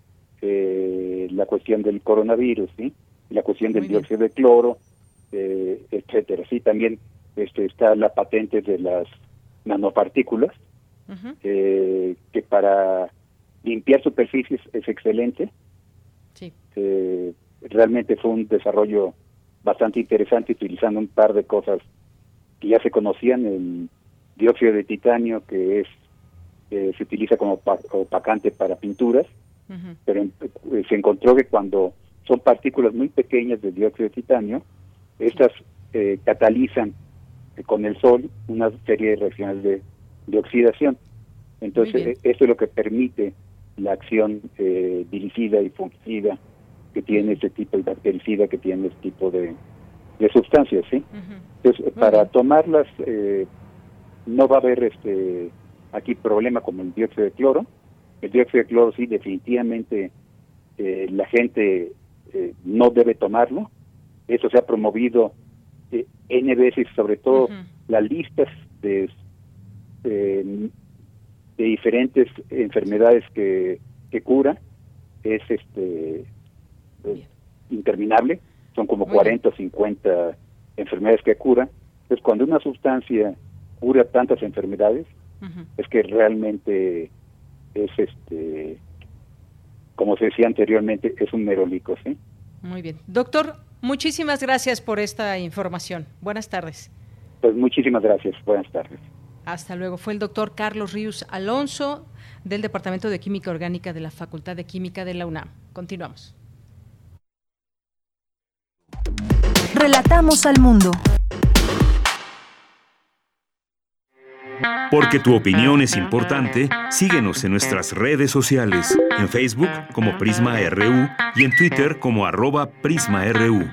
Eh, la cuestión del coronavirus, ¿sí? La cuestión del dióxido de cloro, eh, etcétera. Sí, también este, está la patente de las nanopartículas, uh-huh. eh, que para limpiar superficies es excelente. Sí. Eh, realmente fue un desarrollo bastante interesante utilizando un par de cosas que ya se conocían, el dióxido de titanio, que es eh, se utiliza como opacante para pinturas, uh-huh. pero eh, se encontró que cuando son partículas muy pequeñas de dióxido de titanio, estas eh, catalizan eh, con el sol una serie de reacciones de, de oxidación. Entonces, esto es lo que permite la acción eh, dirigida y fungicida que tiene este tipo, y bactericida que tiene este tipo de, de sustancias, ¿sí? Uh-huh. Entonces, para tomarlas, eh, no va a haber este aquí problema como el dióxido de cloro. El dióxido de cloro sí, definitivamente eh, la gente eh, no debe tomarlo. Eso se ha promovido eh, N veces, sobre todo uh-huh. las listas de, de, de diferentes enfermedades que, que cura es este es interminable. Son como Muy cuarenta o cincuenta enfermedades que cura. Entonces, cuando una sustancia cura tantas enfermedades, uh-huh. es que realmente es, este como se decía anteriormente, es un merolico, ¿sí? Muy bien. Doctor, muchísimas gracias por esta información. Buenas tardes. Pues muchísimas gracias. Buenas tardes. Hasta luego. Fue el doctor Carlos Ríos Alonso, del Departamento de Química Orgánica de la Facultad de Química de la UNAM. Continuamos. Relatamos al mundo. Porque tu opinión es importante, síguenos en nuestras redes sociales, en Facebook como Prisma R U y en Twitter como arroba PrismaRU.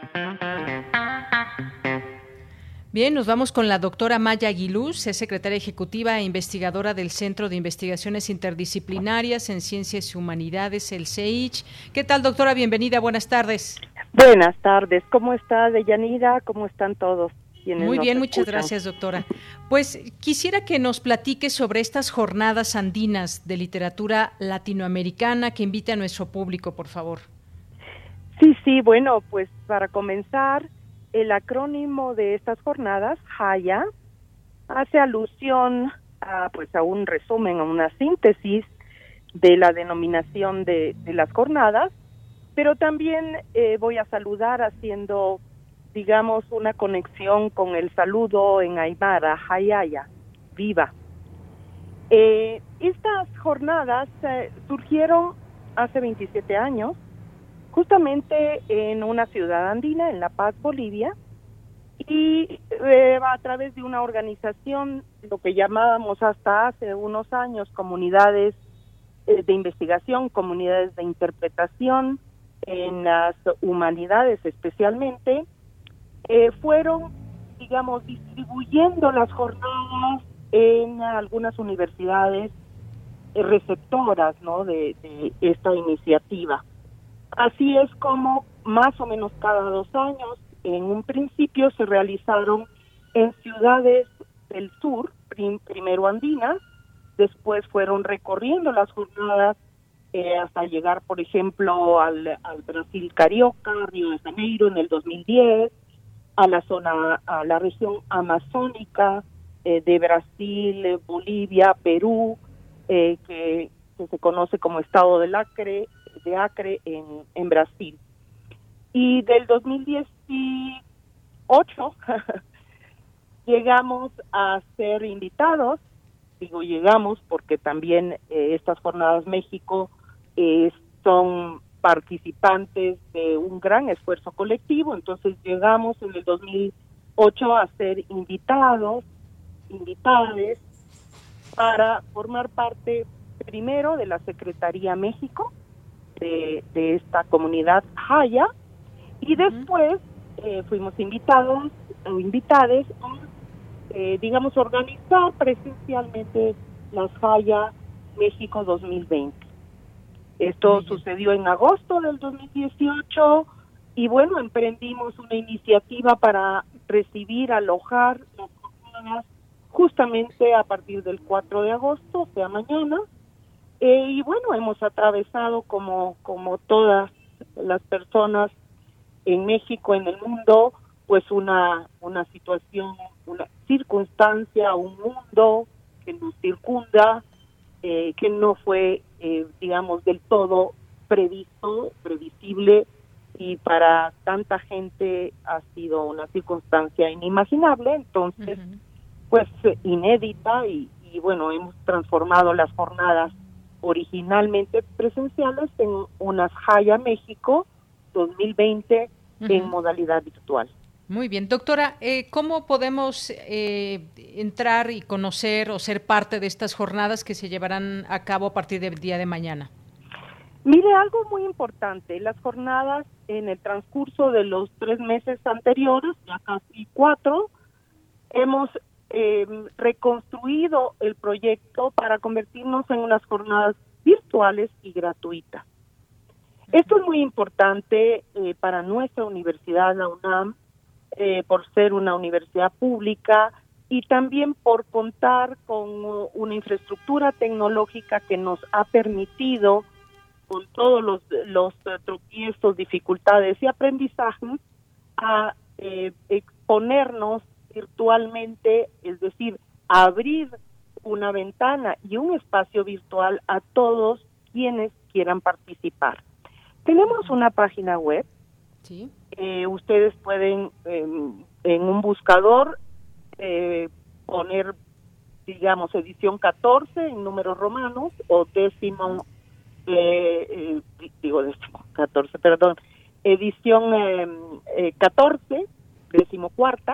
Bien, nos vamos con la doctora Maya Aguiluz, es secretaria ejecutiva e investigadora del Centro de Investigaciones Interdisciplinarias en Ciencias y Humanidades, el C I C H. ¿Qué tal, doctora? Bienvenida, buenas tardes. Buenas tardes, ¿cómo está Deyanira? ¿Cómo están todos? Muy bien, muchas gracias, doctora. Pues quisiera que nos platique sobre estas jornadas andinas de literatura latinoamericana que invite a nuestro público, por favor. Sí, sí, bueno, pues para comenzar, el acrónimo de estas jornadas, JAYA, hace alusión a, pues, a un resumen, a una síntesis de la denominación de, de las jornadas, pero también eh, voy a saludar haciendo, digamos, una conexión con el saludo en aymara, Hayaya, viva. Eh, estas jornadas eh, surgieron hace veintisiete años, justamente en una ciudad andina, en La Paz, Bolivia, y eh, a través de una organización, lo que llamábamos hasta hace unos años comunidades eh, de investigación, comunidades de interpretación en las humanidades especialmente, eh, fueron, digamos, distribuyendo las jornadas en algunas universidades eh, receptoras, ¿no?, de, de esta iniciativa. Así es como más o menos cada dos años, en un principio se realizaron en ciudades del sur, prim, primero andinas, después fueron recorriendo las jornadas eh, hasta llegar, por ejemplo, al, al Brasil Carioca, Río de Janeiro en el dos mil diez, a la zona, a la región amazónica eh, de Brasil, Bolivia, Perú, eh, que, que se conoce como Estado del Acre, de Acre en, en Brasil. Y del dos mil dieciocho llegamos a ser invitados, digo llegamos porque también eh, estas jornadas México eh, son participantes de un gran esfuerzo colectivo, entonces llegamos en el dos mil ocho a ser invitados, invitades para formar parte primero de la Secretaría México, De, de esta comunidad Jaya, y después eh, fuimos invitados o invitades a, eh, digamos, organizar presencialmente las Jaya México dos mil veinte. Esto sucedió en agosto del dos mil dieciocho y bueno, emprendimos una iniciativa para recibir, alojar las jornadas justamente a partir del cuatro de agosto, o sea, mañana. Eh, y bueno, hemos atravesado como, como todas las personas en México, en el mundo, pues una, una situación, una circunstancia, un mundo que nos circunda, eh, que no fue, eh, digamos, del todo previsto, previsible, y para tanta gente ha sido una circunstancia inimaginable, entonces, uh-huh. pues inédita y, y y bueno, hemos transformado las jornadas originalmente presenciales en unas Jaya México dos mil veinte uh-huh. en modalidad virtual. Muy bien, doctora, eh, ¿cómo podemos eh, entrar y conocer o ser parte de estas jornadas que se llevarán a cabo a partir del día de mañana? Mire, algo muy importante, las jornadas en el transcurso de los tres meses anteriores, ya casi cuatro, hemos eh, reconstruido el proyecto para convertirnos en unas jornadas virtuales y gratuitas. Esto es muy importante eh, para nuestra universidad, la UNAM, eh, por ser una universidad pública y también por contar con una infraestructura tecnológica que nos ha permitido, con todos los, los tropiezos, dificultades y aprendizajes, a eh, exponernos virtualmente, es decir, a abrir una ventana y un espacio virtual a todos quienes quieran participar. Tenemos una página web. Sí. Eh, ustedes pueden eh, en un buscador eh, poner, digamos, edición catorce en números romanos o décimo, eh, eh, digo décimo catorce, perdón, edición eh, eh, catorce, décimo cuarta,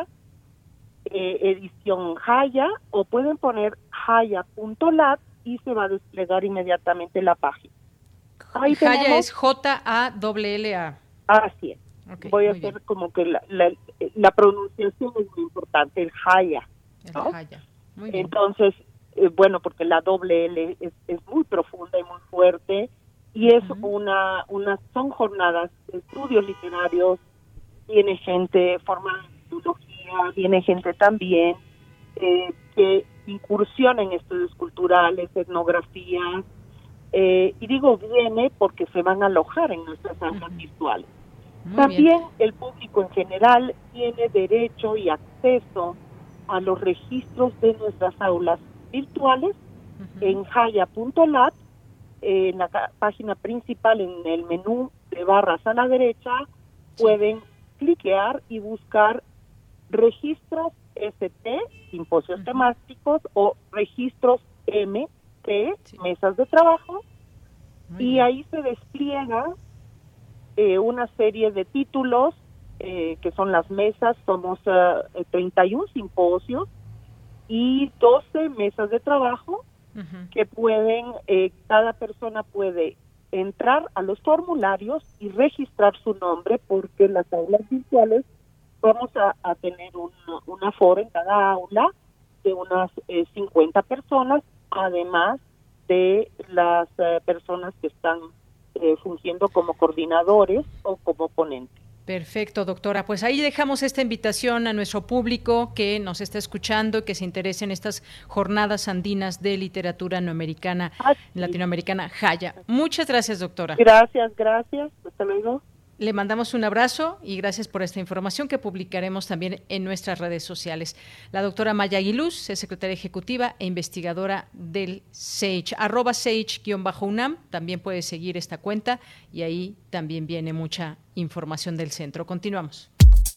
eh, edición Jaya, o pueden poner jaya punto lat y se va a desplegar inmediatamente la página. Ahí Jaya tenemos, es J A L L A. Así es. Okay, voy a hacer bien. Como que la, la, la pronunciación es muy importante, el Jaya. ¿no? El Jaya. Muy bien. Entonces, eh, bueno, porque la doble L es, es muy profunda y muy fuerte, y es uh-huh. una, una, son jornadas de estudios literarios, viene gente formada en filología, viene gente también eh, que incursiona en estudios culturales, etnografías, eh, y digo viene porque se van a alojar en nuestras aulas uh-huh. virtuales. Muy También bien. El público en general tiene derecho y acceso a los registros de nuestras aulas virtuales uh-huh. en jaya punto lat, eh, en la ca- página principal, en el menú de barras a la derecha, sí. pueden cliquear y buscar registros S T, simposios uh-huh. temáticos, o registros M T, sí. mesas de trabajo, Muy y bien. Ahí se despliega Eh, una serie de títulos eh, que son las mesas. Somos uh, treinta y uno simposios y doce mesas de trabajo uh-huh. que pueden, eh, cada persona puede entrar a los formularios y registrar su nombre, porque en las aulas virtuales vamos a, a tener un, un aforo en cada aula de unas eh, cincuenta personas, además de las eh, personas que están Eh, fungiendo como coordinadores o como ponentes. Perfecto, doctora. Pues ahí dejamos esta invitación a nuestro público que nos está escuchando, que se interese en estas jornadas andinas de literatura neoamericana, ah, sí. latinoamericana, Jaya. Muchas gracias, doctora. Gracias, gracias. Hasta luego. Le mandamos un abrazo y gracias por esta información que publicaremos también en nuestras redes sociales. La doctora Maya Aguiluz es secretaria ejecutiva e investigadora del S A G E, arroba S A G E-UNAM. También puede seguir esta cuenta y ahí también viene mucha información del centro. Continuamos.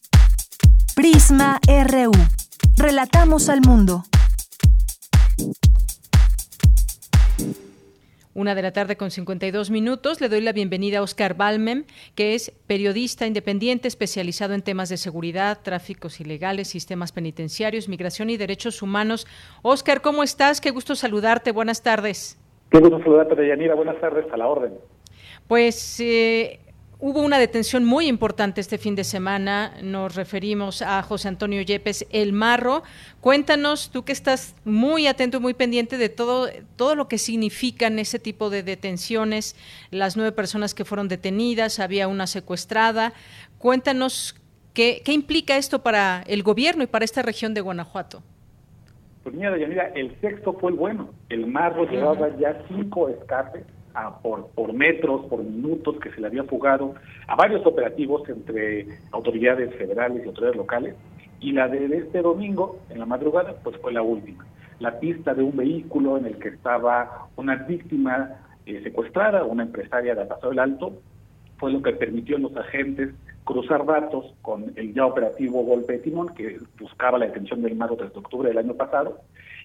Prisma R U. Relatamos al mundo. Una de la tarde con cincuenta y dos minutos. Le doy la bienvenida a Oscar Balmem, que es periodista independiente especializado en temas de seguridad, tráficos ilegales, sistemas penitenciarios, migración y derechos humanos. Oscar, ¿cómo estás? Qué gusto saludarte. Buenas tardes. Qué gusto saludarte, Deyanira. Buenas tardes, a la orden. Pues eh, hubo una detención muy importante este fin de semana. Nos referimos a José Antonio Yepes El Marro. Cuéntanos, tú que estás muy atento y muy pendiente de todo, todo lo que significan ese tipo de detenciones, las nueve personas que fueron detenidas, había una secuestrada. Cuéntanos qué, qué implica esto para el gobierno y para esta región de Guanajuato. Pues mira, Deyanira, el sexto fue el bueno. El Marro uh-huh. llevaba ya cinco escapes a, por, por metros, por minutos, que se le había fugado a varios operativos entre autoridades federales y autoridades locales, y la de este domingo, en la madrugada, pues fue la última. La pista de un vehículo en el que estaba una víctima eh, secuestrada, una empresaria de Paso del Alto, fue lo que permitió a los agentes cruzar datos con el ya operativo Golpe de Timón, que buscaba la detención del Marro desde octubre del año pasado,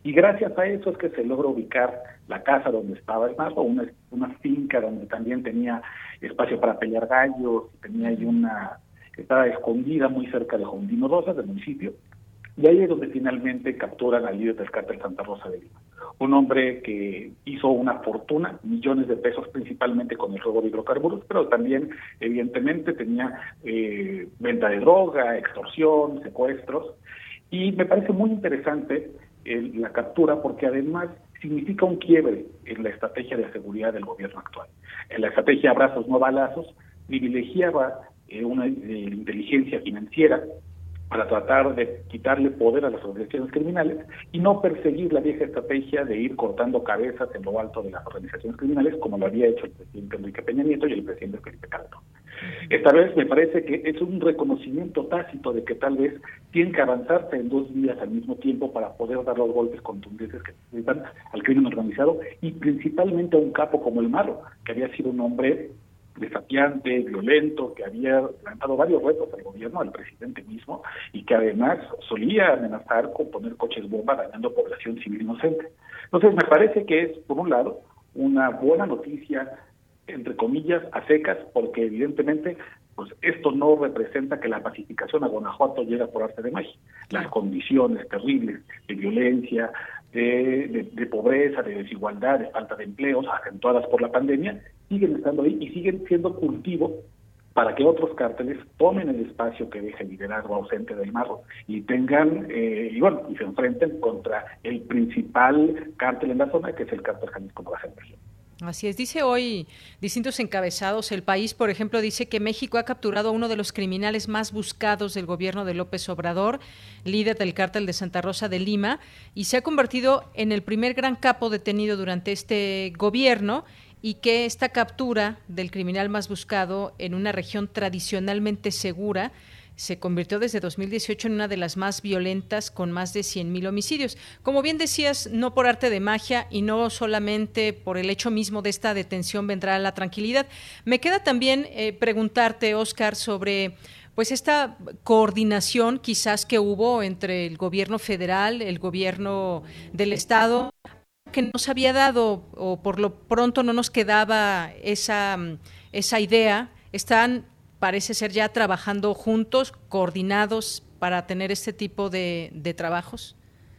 Y gracias a eso es que se logra ubicar la casa donde estaba el marro, una, una finca donde también tenía espacio para pelear gallos, tenía ahí una, estaba escondida muy cerca de Jondino Rosas, del municipio, y ahí es donde finalmente capturan al líder del cártel Santa Rosa de Lima. Un hombre que hizo una fortuna, millones de pesos principalmente con el robo de hidrocarburos, pero también evidentemente tenía eh, venta de droga, extorsión, secuestros, y me parece muy interesante el, la captura porque además significa un quiebre en la estrategia de seguridad del gobierno actual. En la estrategia abrazos no balazos privilegiaba eh, una eh, inteligencia financiera para tratar de quitarle poder a las organizaciones criminales y no perseguir la vieja estrategia de ir cortando cabezas en lo alto de las organizaciones criminales, como lo había hecho el presidente Enrique Peña Nieto y el presidente Felipe Calderón. Esta vez me parece que es un reconocimiento tácito de que tal vez tienen que avanzarse en dos vías al mismo tiempo para poder dar los golpes contundentes que necesitan al crimen organizado y principalmente a un capo como el Marro, que había sido un hombre desafiante, violento, que había levantado varios retos al gobierno, al presidente mismo, y que además solía amenazar con poner coches bomba dañando población civil inocente. Entonces me parece que es, por un lado, una buena noticia, entre comillas, a secas, porque evidentemente pues esto no representa que la pacificación a Guanajuato llegue por arte de magia. Las condiciones terribles de violencia, de, de, de pobreza, de desigualdad, de falta de empleos, acentuadas por la pandemia, siguen estando ahí y siguen siendo cultivo para que otros cárteles tomen el espacio que deja el liderazgo ausente del Marro y tengan, eh, y bueno, y se enfrenten contra el principal cártel en la zona, que es el cártel Jalisco Nueva Generación. Así es, dice hoy distintos encabezados. El País, por ejemplo, dice que México ha capturado a uno de los criminales más buscados del gobierno de López Obrador, líder del cártel de Santa Rosa de Lima, y se ha convertido en el primer gran capo detenido durante este gobierno, y que esta captura del criminal más buscado en una región tradicionalmente segura se convirtió desde dos mil dieciocho en una de las más violentas, con más de cien mil homicidios. Como bien decías, no por arte de magia y no solamente por el hecho mismo de esta detención vendrá la tranquilidad. Me queda también eh, preguntarte, Óscar, sobre pues esta coordinación quizás que hubo entre el gobierno federal, el gobierno del estado, que no se había dado, o por lo pronto no nos quedaba esa, esa idea. Están, parece ser, ya trabajando juntos, coordinados para tener este tipo de, de trabajos.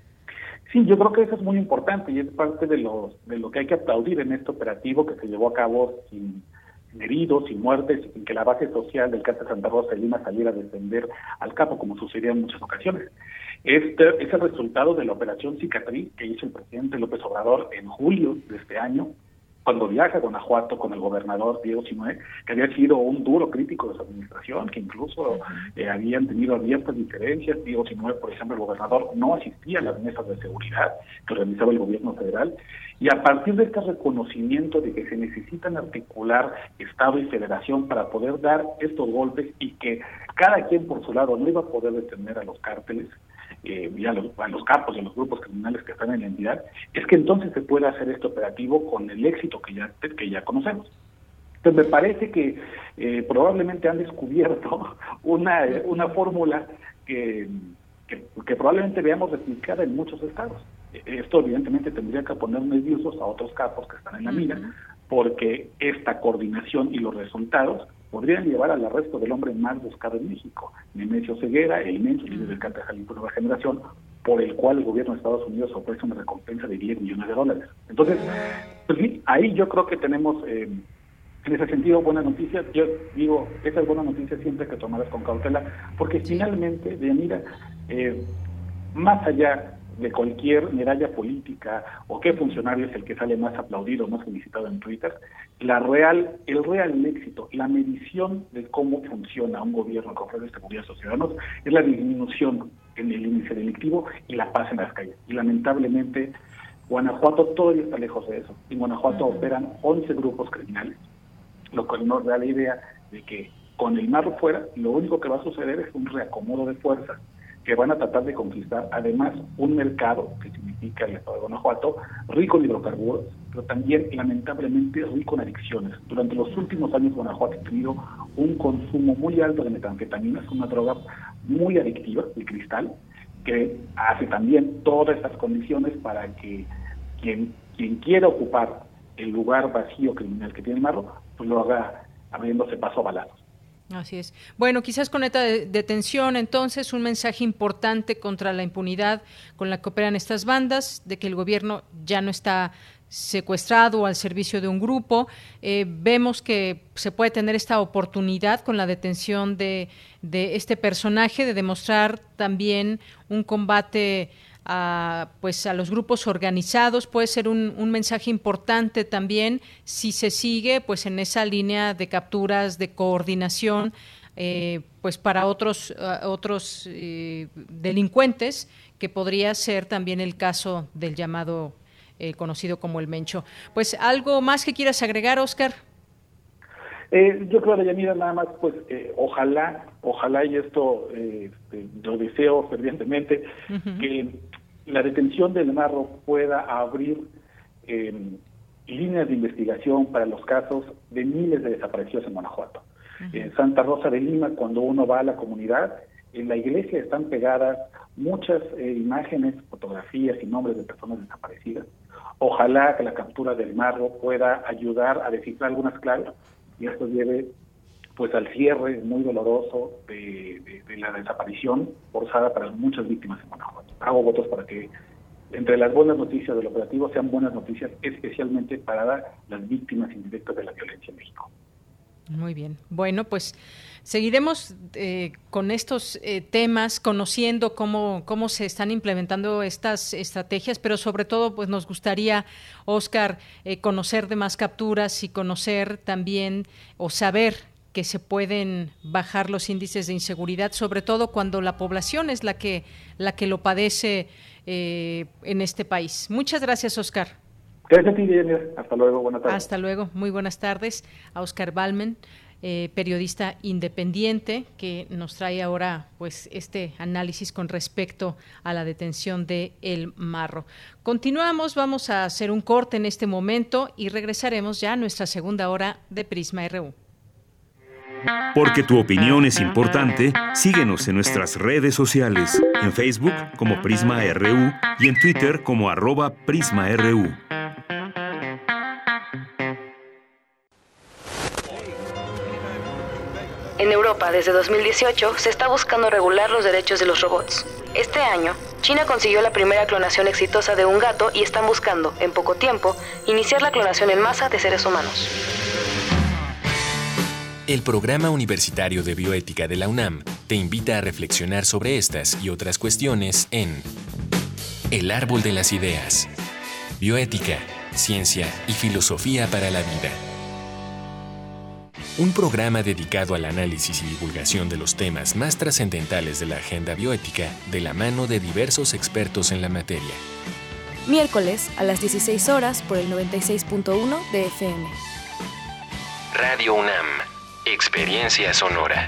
Sí, yo creo que eso es muy importante y es parte de lo, de lo que hay que aplaudir en este operativo que se llevó a cabo sin, sin heridos, sin muertes, sin que la base social del cártel Santa Rosa de Lima saliera a defender al capo, como sucedía en muchas ocasiones. Este es el resultado de la operación Cicatriz que hizo el presidente López Obrador en julio de este año, cuando viaja a Guanajuato con el gobernador Diego Sinue, que había sido un duro crítico de su administración, que incluso eh, habían tenido abiertas diferencias. Diego Sinue, por ejemplo, el gobernador, no asistía a las mesas de seguridad que organizaba el gobierno federal, y a partir de este reconocimiento de que se necesitan articular Estado y Federación para poder dar estos golpes y que cada quien por su lado no iba a poder detener a los cárteles, Eh, y a los, a los capos y a los grupos criminales que están en la entidad, es que entonces se puede hacer este operativo con el éxito que ya que ya conocemos. Entonces me parece que eh, probablemente han descubierto una, una fórmula que, que, que probablemente veamos replicada en muchos estados. Esto evidentemente tendría que poner nerviosos a otros capos que están en la mira, porque esta coordinación y los resultados podrían llevar al arresto del hombre más buscado en México, Nemesio Ceguera, el inmenso líder del cártel Jalisco Nueva Generación, por el cual el gobierno de Estados Unidos ofrece una recompensa de diez millones de dólares. Entonces, pues sí, ahí yo creo que tenemos, eh, en ese sentido, buenas noticias. Yo digo, esas buenas noticias siempre hay que tomarlas con cautela, porque finalmente, Deyanira, eh, más allá de cualquier medalla política o qué funcionario es el que sale más aplaudido, más felicitado en Twitter, la real, el real éxito, la medición de cómo funciona un gobierno que ofrece seguridad a sus ciudadanos es la disminución en el índice delictivo y la paz en las calles. Y lamentablemente Guanajuato todavía está lejos de eso. En Guanajuato uh-huh. operan once grupos criminales, lo cual nos da la idea de que con el Marro fuera, lo único que va a suceder es un reacomodo de fuerzas que van a tratar de conquistar además un mercado, que significa el estado de Guanajuato, rico en hidrocarburos, pero también lamentablemente rico en adicciones. Durante los últimos años Guanajuato ha tenido un consumo muy alto de metanfetaminas, una droga muy adictiva, el cristal, que hace también todas estas condiciones para que quien, quien quiera ocupar el lugar vacío criminal que tiene el Marro, pues lo haga abriéndose paso a balazos. Así es. Bueno, quizás con esta detención, entonces, un mensaje importante contra la impunidad con la que operan estas bandas, de que el gobierno ya no está secuestrado o al servicio de un grupo. Eh, vemos que se puede tener esta oportunidad con la detención de, de este personaje, de demostrar también un combate a, pues, a los grupos organizados. Puede ser un, un mensaje importante también si se sigue pues en esa línea de capturas, de coordinación, eh, pues para otros, uh, otros eh, delincuentes, que podría ser también el caso del llamado eh, conocido como el Mencho. Pues, ¿algo más que quieras agregar, Óscar? Eh, yo creo, Deyanira, nada más, pues, eh, ojalá, ojalá, y esto eh, este, lo deseo fervientemente, uh-huh. que la detención del Marro pueda abrir eh, líneas de investigación para los casos de miles de desaparecidos en Guanajuato. Uh-huh. En Santa Rosa de Lima, cuando uno va a la comunidad, en la iglesia están pegadas muchas eh, imágenes, fotografías y nombres de personas desaparecidas. Ojalá que la captura del Marro pueda ayudar a descifrar algunas claves y esto lleve pues al cierre muy doloroso de, de, de la desaparición forzada para muchas víctimas en Guanajuato. Hago votos para que entre las buenas noticias del operativo sean buenas noticias, especialmente para las víctimas indirectas de la violencia en México. Muy bien. Bueno, pues seguiremos eh, con estos eh, temas, conociendo cómo, cómo se están implementando estas estrategias, pero sobre todo pues nos gustaría, Óscar, eh, conocer de más capturas y conocer también o saber que se pueden bajar los índices de inseguridad, sobre todo cuando la población es la que, la que lo padece eh, en este país. Muchas gracias, Óscar. Gracias a ti, Diana. Hasta luego, buenas tardes. Hasta luego, muy buenas tardes. A Óscar Balmen, eh, periodista independiente, que nos trae ahora pues este análisis con respecto a la detención de El Marro. Continuamos, vamos a hacer un corte en este momento y regresaremos ya a nuestra segunda hora de Prisma R U. Porque tu opinión es importante, síguenos en nuestras redes sociales, en Facebook como Prisma R U y en Twitter como arroba Prisma R U. En Europa, desde dos mil dieciocho, se está buscando regular los derechos de los robots. Este año, China consiguió la primera clonación exitosa de un gato y están buscando, en poco tiempo, iniciar la clonación en masa de seres humanos. El Programa Universitario de Bioética de la UNAM te invita a reflexionar sobre estas y otras cuestiones en El Árbol de las Ideas. Bioética, ciencia y filosofía para la vida. Un programa dedicado al análisis y divulgación de los temas más trascendentales de la agenda bioética de la mano de diversos expertos en la materia. Miércoles a las dieciséis horas por el noventa y seis punto uno de F M. Radio UNAM. Experiencia sonora.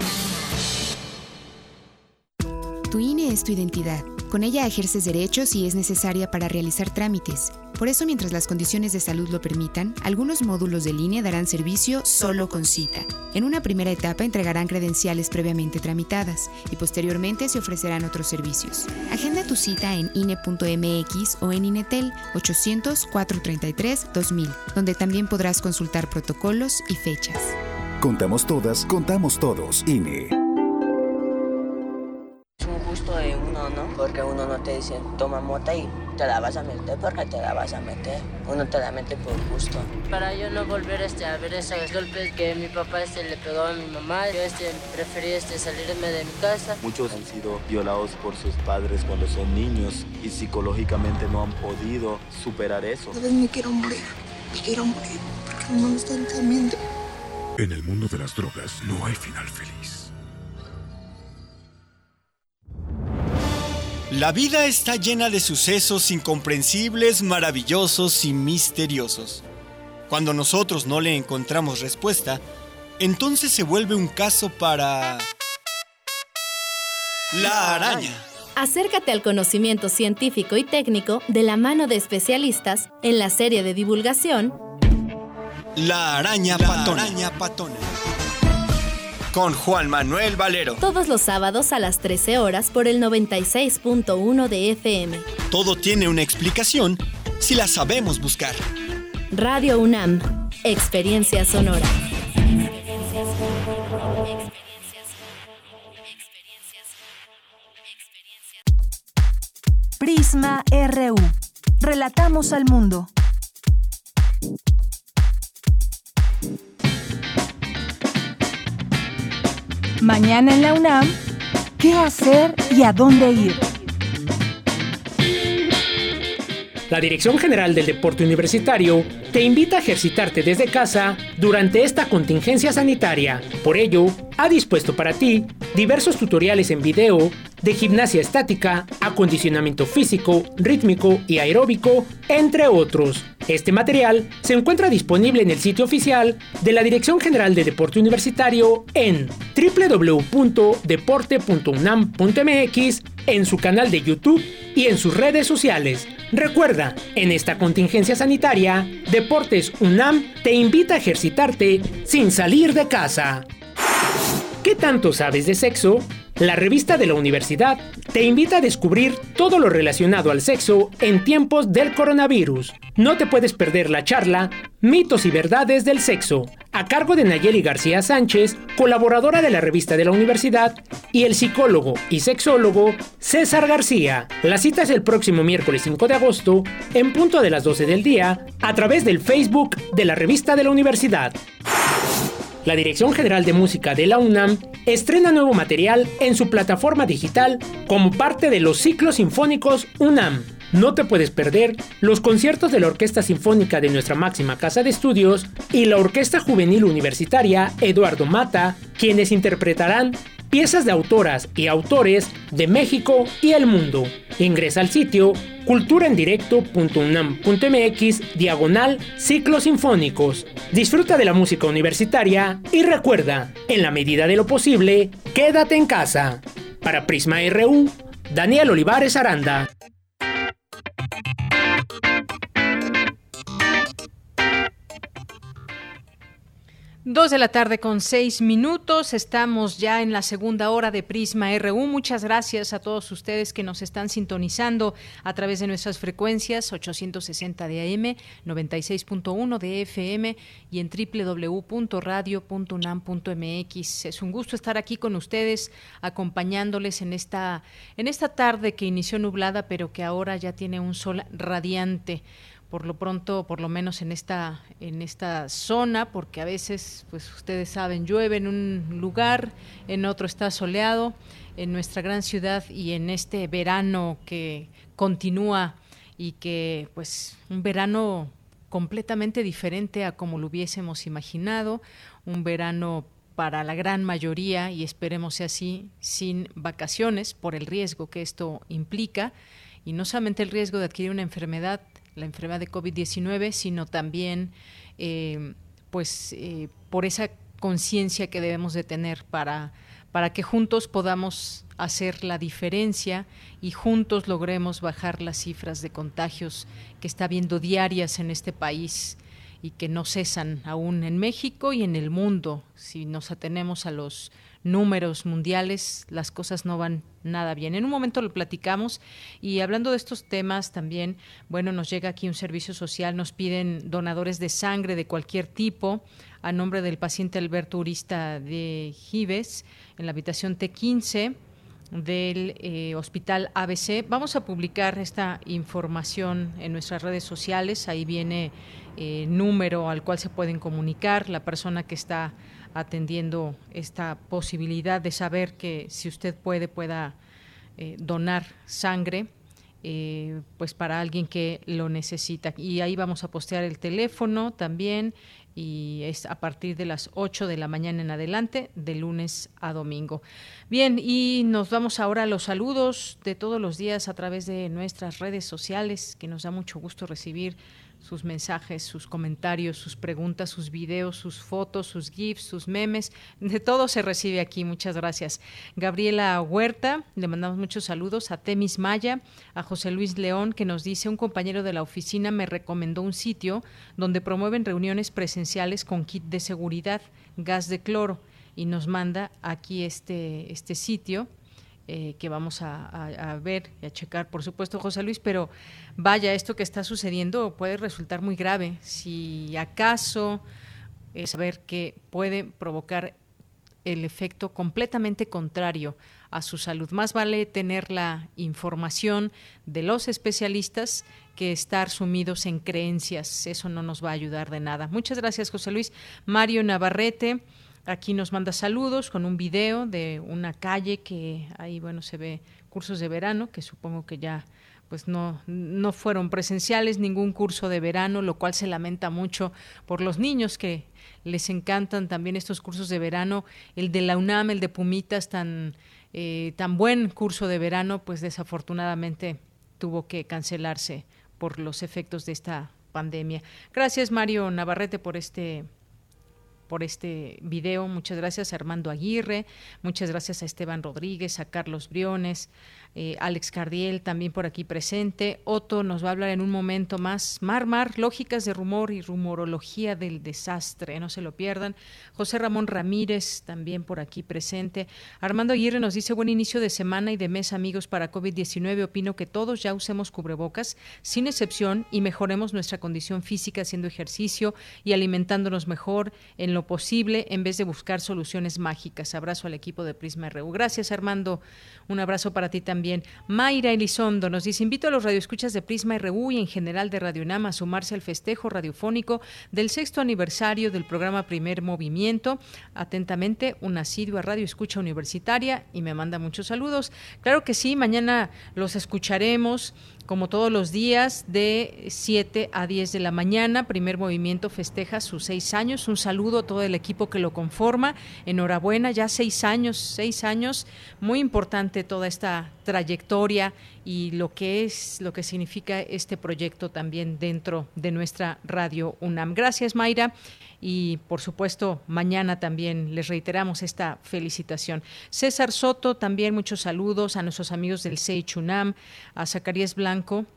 Tu I N E es tu identidad. Con ella ejerces derechos y es necesaria para realizar trámites. Por eso, mientras las condiciones de salud lo permitan, algunos módulos de línea darán servicio solo con cita. En una primera etapa entregarán credenciales previamente tramitadas y posteriormente se ofrecerán otros servicios. Agenda tu cita en I N E punto M X o en INETEL ochocientos, cuatrocientos treinta y tres, dos mil, donde también podrás consultar protocolos y fechas. Contamos todas, contamos todos. I N E. Es un gusto de uno, ¿no? Porque uno no te dice, toma mota y te la vas a meter porque te la vas a meter. Uno te la mete por gusto. Para yo no volver este, a ver esos golpes que mi papá este, le pegó a mi mamá, yo este, preferí este, salirme de mi casa. Muchos han sido violados por sus padres cuando son niños y psicológicamente no han podido superar eso. A veces me quiero morir, me quiero morir porque no me están entendiendo. En el mundo de las drogas no hay final feliz. La vida está llena de sucesos incomprensibles, maravillosos y misteriosos. Cuando nosotros no le encontramos respuesta, entonces se vuelve un caso para... La araña. Acércate al conocimiento científico y técnico de la mano de especialistas en la serie de divulgación La araña, La patona. araña patona. con Juan Manuel Valero. Todos los sábados a las trece horas por el noventa y seis punto uno de F M. Todo tiene una explicación si la sabemos buscar. Radio UNAM, experiencia sonora. Prisma R U. Relatamos al mundo. Mañana en la UNAM, ¿qué hacer y a dónde ir? La Dirección General del Deporte Universitario te invita a ejercitarte desde casa durante esta contingencia sanitaria. Por ello, ha dispuesto para ti diversos tutoriales en video de gimnasia estática, acondicionamiento físico, rítmico y aeróbico, entre otros. Este material se encuentra disponible en el sitio oficial de la Dirección General de Deporte Universitario en doble u doble u doble u punto deporte punto unam punto m x, en su canal de YouTube y en sus redes sociales. Recuerda, en esta contingencia sanitaria, Deportes UNAM te invita a ejercitarte sin salir de casa. ¿Qué tanto sabes de sexo? La revista de la universidad te invita a descubrir todo lo relacionado al sexo en tiempos del coronavirus. No te puedes perder la charla Mitos y Verdades del Sexo, a cargo de Nayeli García Sánchez, colaboradora de la revista de la universidad, y el psicólogo y sexólogo César García. La cita es el próximo miércoles cinco de agosto, en punto de las doce del día, a través del Facebook de la revista de la universidad. La Dirección General de Música de la UNAM estrena nuevo material en su plataforma digital como parte de los ciclos sinfónicos UNAM. No te puedes perder los conciertos de la Orquesta Sinfónica de nuestra máxima casa de estudios y la Orquesta Juvenil Universitaria Eduardo Mata, quienes interpretarán piezas de autoras y autores de México y el mundo. Ingresa al sitio culturaendirecto punto unam punto m x diagonal ciclos sinfónicos. Disfruta de la música universitaria y recuerda, en la medida de lo posible, quédate en casa. Para Prisma R U, Daniel Olivares Aranda. Dos de la tarde con seis minutos, estamos ya en la segunda hora de Prisma R U. Muchas gracias a todos ustedes que nos están sintonizando a través de nuestras frecuencias ochocientos sesenta de A M, noventa y seis punto uno de F M y en doble u doble u doble u punto radio punto unam punto m x. Es un gusto estar aquí con ustedes, acompañándoles en esta, en esta tarde que inició nublada, pero que ahora ya tiene un sol radiante. Por lo pronto, por lo menos en esta en esta zona, porque a veces, pues ustedes saben, llueve en un lugar, en otro está soleado, en nuestra gran ciudad, y en este verano que continúa y que, pues, un verano completamente diferente a como lo hubiésemos imaginado, un verano para la gran mayoría, y esperemos sea así, sin vacaciones, por el riesgo que esto implica, y no solamente el riesgo de adquirir una enfermedad, la enfermedad de COVID diecinueve, sino también eh, pues eh, por esa conciencia que debemos de tener para, para que juntos podamos hacer la diferencia y juntos logremos bajar las cifras de contagios que está habiendo diarias en este país y que no cesan aún en México y en el mundo. Si nos atenemos a los números mundiales, las cosas no van nada bien. En un momento lo platicamos, y hablando de estos temas también, bueno, nos llega aquí un servicio social, nos piden donadores de sangre de cualquier tipo a nombre del paciente Alberto Urista de Gives en la habitación T quince del eh, Hospital A B C. Vamos a publicar esta información en nuestras redes sociales, ahí viene eh, número al cual se pueden comunicar, la persona que está atendiendo esta posibilidad de saber que si usted puede, pueda eh, donar sangre, eh, pues para alguien que lo necesita. Y ahí vamos a postear el teléfono también, y es a partir de las ocho de la mañana en adelante, de lunes a domingo. Bien, y nos vamos ahora a los saludos de todos los días a través de nuestras redes sociales, que nos da mucho gusto recibir sus mensajes, sus comentarios, sus preguntas, sus videos, sus fotos, sus GIFs, sus memes, de todo se recibe aquí. Muchas gracias. Gabriela Huerta, le mandamos muchos saludos, a Temis Maya, a José Luis León, que nos dice: un compañero de la oficina me recomendó un sitio donde promueven reuniones presenciales con kit de seguridad, gas de cloro. y nos manda aquí este, este sitio. Eh, que vamos a, a, a ver y a checar, por supuesto, José Luis, pero vaya, esto que está sucediendo puede resultar muy grave. Si acaso es saber que puede provocar el efecto completamente contrario a su salud. Más vale tener la información de los especialistas que estar sumidos en creencias. Eso no nos va a ayudar de nada. Muchas gracias, José Luis. Mario Navarrete aquí nos manda saludos con un video de una calle que ahí, bueno, se ve cursos de verano, que supongo que ya pues no, no fueron presenciales ningún curso de verano, lo cual se lamenta mucho por los niños que les encantan también estos cursos de verano. El de la UNAM, el de Pumitas, tan, eh, tan buen curso de verano, pues desafortunadamente tuvo que cancelarse por los efectos de esta pandemia. Gracias, Mario Navarrete, por este por este video. Muchas gracias a Armando Aguirre, muchas gracias a Esteban Rodríguez, a Carlos Briones, eh, Alex Cardiel también por aquí presente. Otto nos va a hablar en un momento más. Mar Mar, lógicas de rumor y rumorología del desastre, no se lo pierdan. José Ramón Ramírez también por aquí presente. Armando Aguirre nos dice: buen inicio de semana y de mes, amigos, para COVID diecinueve. Opino que todos ya usemos cubrebocas sin excepción y mejoremos nuestra condición física haciendo ejercicio y alimentándonos mejor en lo posible en vez de buscar soluciones mágicas. Abrazo al equipo de Prisma R U. Gracias, Armando. Un abrazo para ti también. Mayra Elizondo nos dice: invito a los radioescuchas de Prisma R U y en general de Radio UNAM a sumarse al festejo radiofónico del sexto aniversario del programa Primer Movimiento. Atentamente, una asidua radioescucha universitaria, y me manda muchos saludos. Claro que sí, mañana los escucharemos como todos los días de siete a diez de la mañana. Primer Movimiento festeja sus seis años. Un saludo a todo el equipo que lo conforma. Enhorabuena, ya seis años, seis años. Muy importante toda esta trayectoria y lo que es, lo que significa este proyecto también dentro de nuestra Radio UNAM. Gracias, Mayra. Y, por supuesto, mañana también les reiteramos esta felicitación. César Soto, también muchos saludos a nuestros amigos del C E I C H UNAM, a Zacarías Blanco,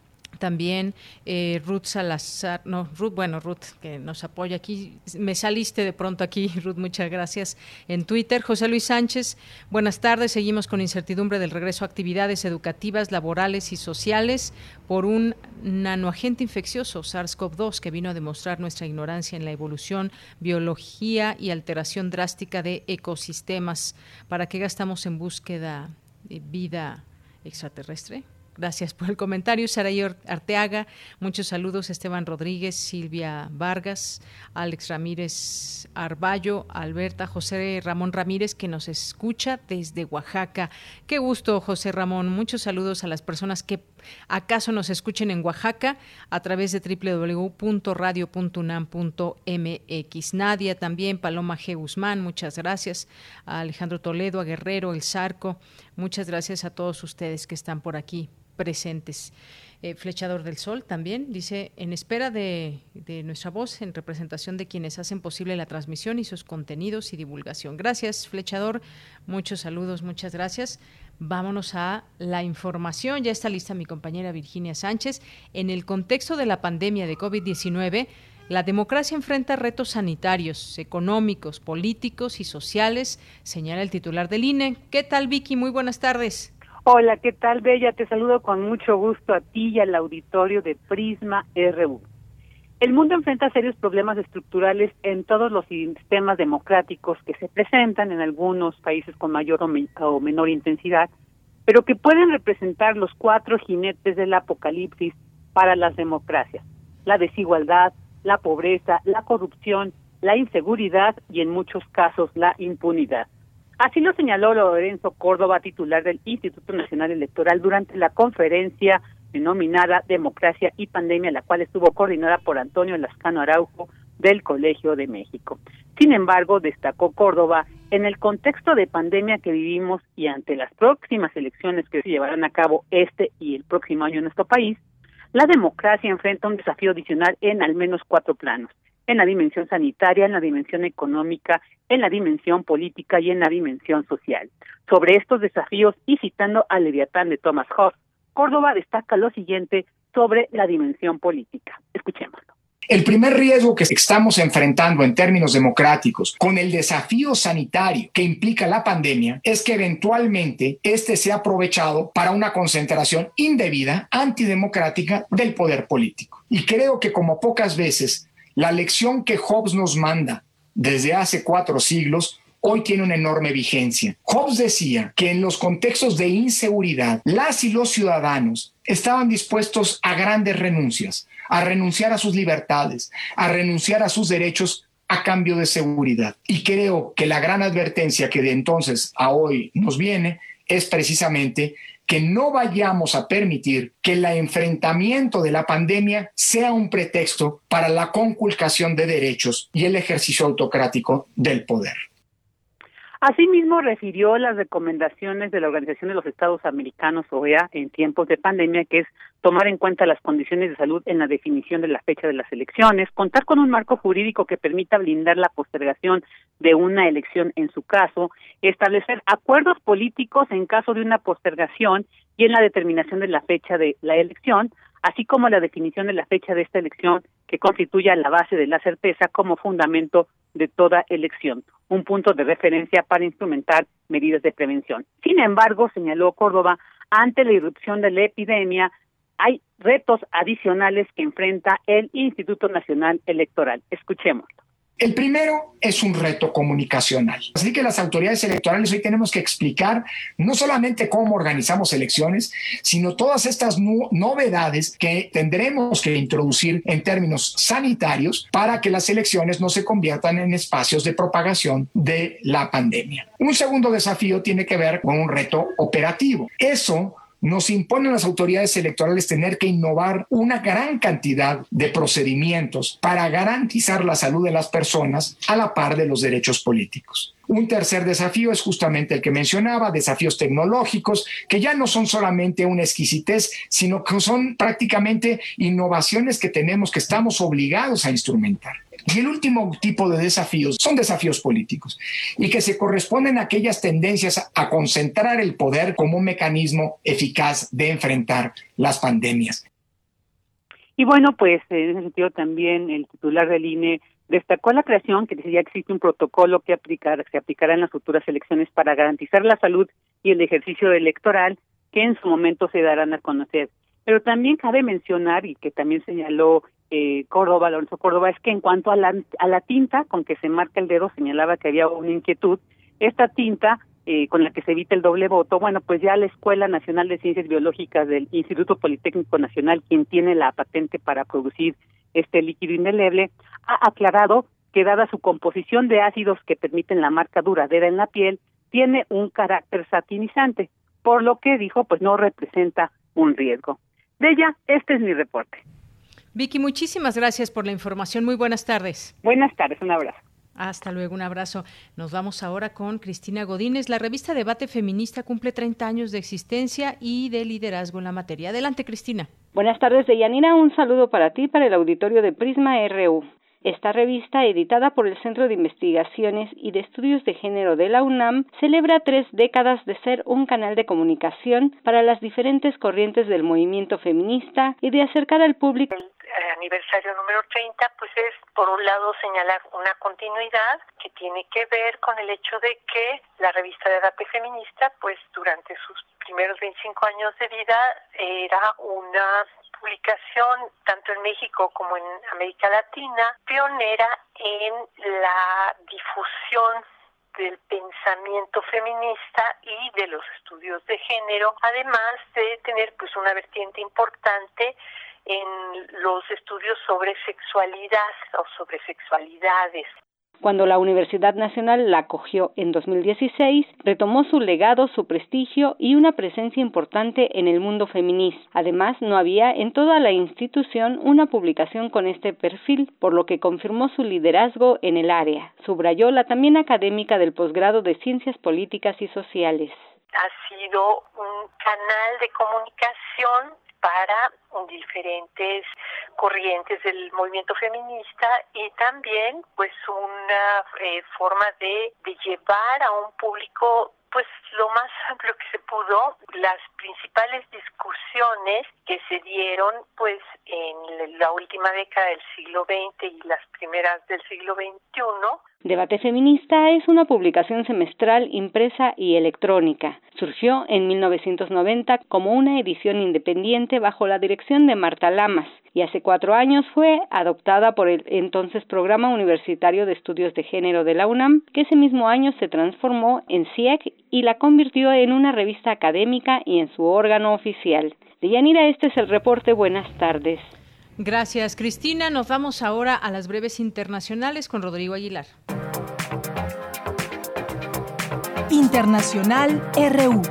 también eh, Ruth Salazar, no, Ruth, bueno, Ruth, que nos apoya aquí, me saliste de pronto aquí, Ruth, muchas gracias, en Twitter. José Luis Sánchez, buenas tardes, seguimos con incertidumbre del regreso a actividades educativas, laborales y sociales por un nanoagente infeccioso, SARS-CoV dos, que vino a demostrar nuestra ignorancia en la evolución, biología y alteración drástica de ecosistemas. ¿Para qué gastamos en búsqueda de vida extraterrestre? Gracias por el comentario. Saray Arteaga, muchos saludos. Esteban Rodríguez, Silvia Vargas, Alex Ramírez Arballo, Alberta, José Ramón Ramírez, que nos escucha desde Oaxaca. Qué gusto, José Ramón. Muchos saludos a las personas que acaso nos escuchen en Oaxaca a través de doble u doble u doble u punto radio punto unam punto m x. Nadia también, Paloma G. Guzmán, muchas gracias. A Alejandro Toledo, a Guerrero, El Zarco, muchas gracias a todos ustedes que están por aquí presentes. Eh, Flechador del Sol también dice: en espera de, de nuestra voz en representación de quienes hacen posible la transmisión y sus contenidos y divulgación. Gracias, Flechador, muchos saludos, muchas gracias. Vámonos a la información. Ya está lista mi compañera Virginia Sánchez. En el contexto de la pandemia de COVID diecinueve, la democracia enfrenta retos sanitarios, económicos, políticos y sociales, señala el titular del I N E. ¿Qué tal, Vicky? Muy buenas tardes. Hola, ¿qué tal, Bella? Te saludo con mucho gusto a ti y al auditorio de Prisma R U. El mundo enfrenta serios problemas estructurales en todos los sistemas democráticos que se presentan en algunos países con mayor o, me- o menor intensidad, pero que pueden representar los cuatro jinetes del apocalipsis para las democracias: la desigualdad, la pobreza, la corrupción, la inseguridad y, en muchos casos, la impunidad. Así lo señaló Lorenzo Córdoba, titular del Instituto Nacional Electoral, durante la conferencia denominada Democracia y Pandemia, la cual estuvo coordinada por Antonio Lascano Araujo del Colegio de México. Sin embargo, destacó Córdoba, en el contexto de pandemia que vivimos y ante las próximas elecciones que se llevarán a cabo este y el próximo año en nuestro país, la democracia enfrenta un desafío adicional en al menos cuatro planos: en la dimensión sanitaria, en la dimensión económica, en la dimensión política y en la dimensión social. Sobre estos desafíos, y citando al Leviatán de Thomas Hobbes, Córdoba destaca lo siguiente sobre la dimensión política. Escuchémoslo. El primer riesgo que estamos enfrentando en términos democráticos con el desafío sanitario que implica la pandemia es que eventualmente este sea aprovechado para una concentración indebida, antidemocrática del poder político. Y creo que como pocas veces, la lección que Hobbes nos manda desde hace cuatro siglos hoy tiene una enorme vigencia. Hobbes decía que en los contextos de inseguridad, las y los ciudadanos estaban dispuestos a grandes renuncias, a renunciar a sus libertades, a renunciar a sus derechos a cambio de seguridad. Y creo que la gran advertencia que de entonces a hoy nos viene es precisamente que no vayamos a permitir que el enfrentamiento de la pandemia sea un pretexto para la conculcación de derechos y el ejercicio autocrático del poder. Asimismo, refirió las recomendaciones de la Organización de los Estados Americanos, O E A, en tiempos de pandemia, que es tomar en cuenta las condiciones de salud en la definición de la fecha de las elecciones, contar con un marco jurídico que permita blindar la postergación de una elección en su caso, establecer acuerdos políticos en caso de una postergación y en la determinación de la fecha de la elección, así como la definición de la fecha de esta elección que constituya la base de la certeza como fundamento de toda elección, un punto de referencia para instrumentar medidas de prevención. Sin embargo, señaló Córdoba, ante la irrupción de la epidemia, hay retos adicionales que enfrenta el Instituto Nacional Electoral. Escuchémoslo. El primero es un reto comunicacional. Así que las autoridades electorales hoy tenemos que explicar no solamente cómo organizamos elecciones, sino todas estas no- novedades que tendremos que introducir en términos sanitarios para que las elecciones no se conviertan en espacios de propagación de la pandemia. Un segundo desafío tiene que ver con un reto operativo. Eso nos imponen las autoridades electorales tener que innovar una gran cantidad de procedimientos para garantizar la salud de las personas a la par de los derechos políticos. Un tercer desafío es justamente el que mencionaba, desafíos tecnológicos, que ya no son solamente una exquisitez, sino que son prácticamente innovaciones que tenemos, que estamos obligados a instrumentar. Y el último tipo de desafíos son desafíos políticos y que se corresponden a aquellas tendencias a concentrar el poder como un mecanismo eficaz de enfrentar las pandemias. Y bueno, pues en ese sentido también el titular del I N E destacó la creación, que ya existe un protocolo que aplicar, se aplicará en las futuras elecciones para garantizar la salud y el ejercicio electoral que en su momento se darán a conocer. Pero también cabe mencionar, y que también señaló eh, Córdoba, Lorenzo Córdoba, es que en cuanto a la, a la tinta con que se marca el dedo, señalaba que había una inquietud. Esta tinta eh, con la que se evita el doble voto, bueno, pues ya la Escuela Nacional de Ciencias Biológicas del Instituto Politécnico Nacional, quien tiene la patente para producir este líquido indeleble, ha aclarado que dada su composición de ácidos que permiten la marca duradera en la piel, tiene un carácter satinizante, por lo que dijo, pues no representa un riesgo. De ella, este es mi reporte. Vicky, muchísimas gracias por la información. Muy buenas tardes. Buenas tardes, un abrazo. Hasta luego, un abrazo. Nos vamos ahora con Cristina Godínez. La revista Debate Feminista cumple treinta años de existencia y de liderazgo en la materia. Adelante, Cristina. Buenas tardes, Deyanira. Un saludo para ti, para el auditorio de Prisma R U. Esta revista, editada por el Centro de Investigaciones y de Estudios de Género de la UNAM, celebra tres décadas de ser un canal de comunicación para las diferentes corrientes del movimiento feminista y de acercar al público. El aniversario número treinta, pues es, por un lado, señalar una continuidad que tiene que ver con el hecho de que la revista Debate Feminista, pues durante sus primeros veinticinco años de vida, era una publicación, tanto en México como en América Latina, pionera en la difusión del pensamiento feminista y de los estudios de género, además de tener pues una vertiente importante en los estudios sobre sexualidad o sobre sexualidades. Cuando la Universidad Nacional la acogió en dos mil dieciséis, retomó su legado, su prestigio y una presencia importante en el mundo feminista. Además, no había en toda la institución una publicación con este perfil, por lo que confirmó su liderazgo en el área, subrayó la también académica del posgrado de Ciencias Políticas y Sociales. Ha sido un canal de comunicación para diferentes corrientes del movimiento feminista y también pues una eh, forma de, de llevar a un público pues lo más amplio que se pudo. Las principales discusiones que se dieron pues en la última década del siglo veinte y las primeras del siglo veintiuno. Debate Feminista es una publicación semestral impresa y electrónica. Surgió en mil novecientos noventa como una edición independiente bajo la dirección de Marta Lamas y hace cuatro años fue adoptada por el entonces Programa Universitario de Estudios de Género de la UNAM, que ese mismo año se transformó en C I E C y la convirtió en una revista académica y en su órgano oficial. Deyanira, este es el reporte. Buenas tardes. Gracias, Cristina. Nos vamos ahora a las breves internacionales con Rodrigo Aguilar. Internacional R U.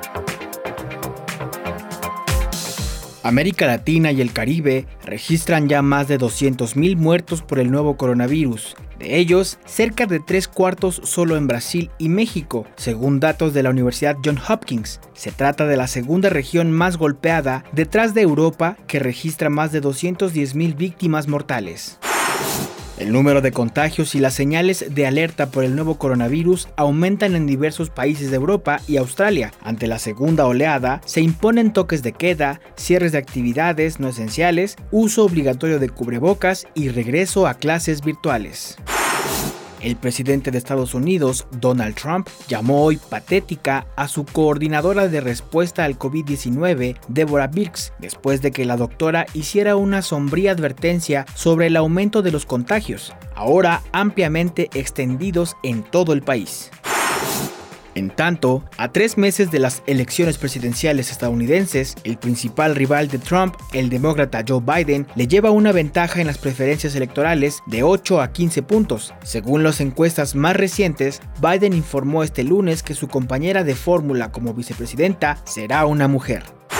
América Latina y el Caribe registran ya más de doscientos mil muertos por el nuevo coronavirus. De ellos, cerca de tres cuartos solo en Brasil y México, según datos de la Universidad Johns Hopkins. Se trata de la segunda región más golpeada, detrás de Europa, que registra más de doscientas diez mil víctimas mortales. El número de contagios y las señales de alerta por el nuevo coronavirus aumentan en diversos países de Europa y Australia. Ante la segunda oleada, se imponen toques de queda, cierres de actividades no esenciales, uso obligatorio de cubrebocas y regreso a clases virtuales. El presidente de Estados Unidos, Donald Trump, llamó hoy patética a su coordinadora de respuesta al COVID diecinueve, Deborah Birx, después de que la doctora hiciera una sombría advertencia sobre el aumento de los contagios, ahora ampliamente extendidos en todo el país. En tanto, a tres meses de las elecciones presidenciales estadounidenses, el principal rival de Trump, el demócrata Joe Biden, le lleva una ventaja en las preferencias electorales de ocho a quince puntos. Según las encuestas más recientes, Biden informó este lunes que su compañera de fórmula como vicepresidenta será una mujer.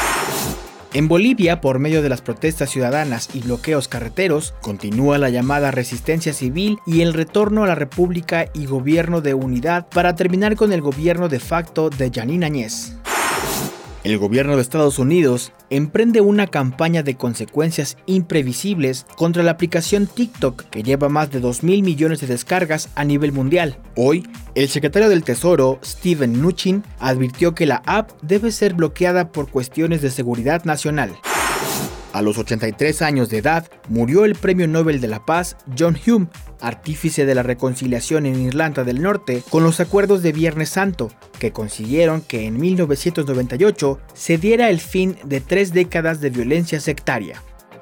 En Bolivia, por medio de las protestas ciudadanas y bloqueos carreteros, continúa la llamada resistencia civil y el retorno a la república y gobierno de unidad para terminar con el gobierno de facto de Yanine Áñez. El gobierno de Estados Unidos emprende una campaña de consecuencias imprevisibles contra la aplicación TikTok, que lleva más de dos mil millones de descargas a nivel mundial. Hoy, el secretario del Tesoro, Steven Mnuchin, advirtió que la app debe ser bloqueada por cuestiones de seguridad nacional. A los ochenta y tres años de edad, murió el Premio Nobel de la Paz John Hume, artífice de la reconciliación en Irlanda del Norte con los acuerdos de Viernes Santo, que consiguieron que en mil novecientos noventa y ocho se diera el fin de tres décadas de violencia sectaria.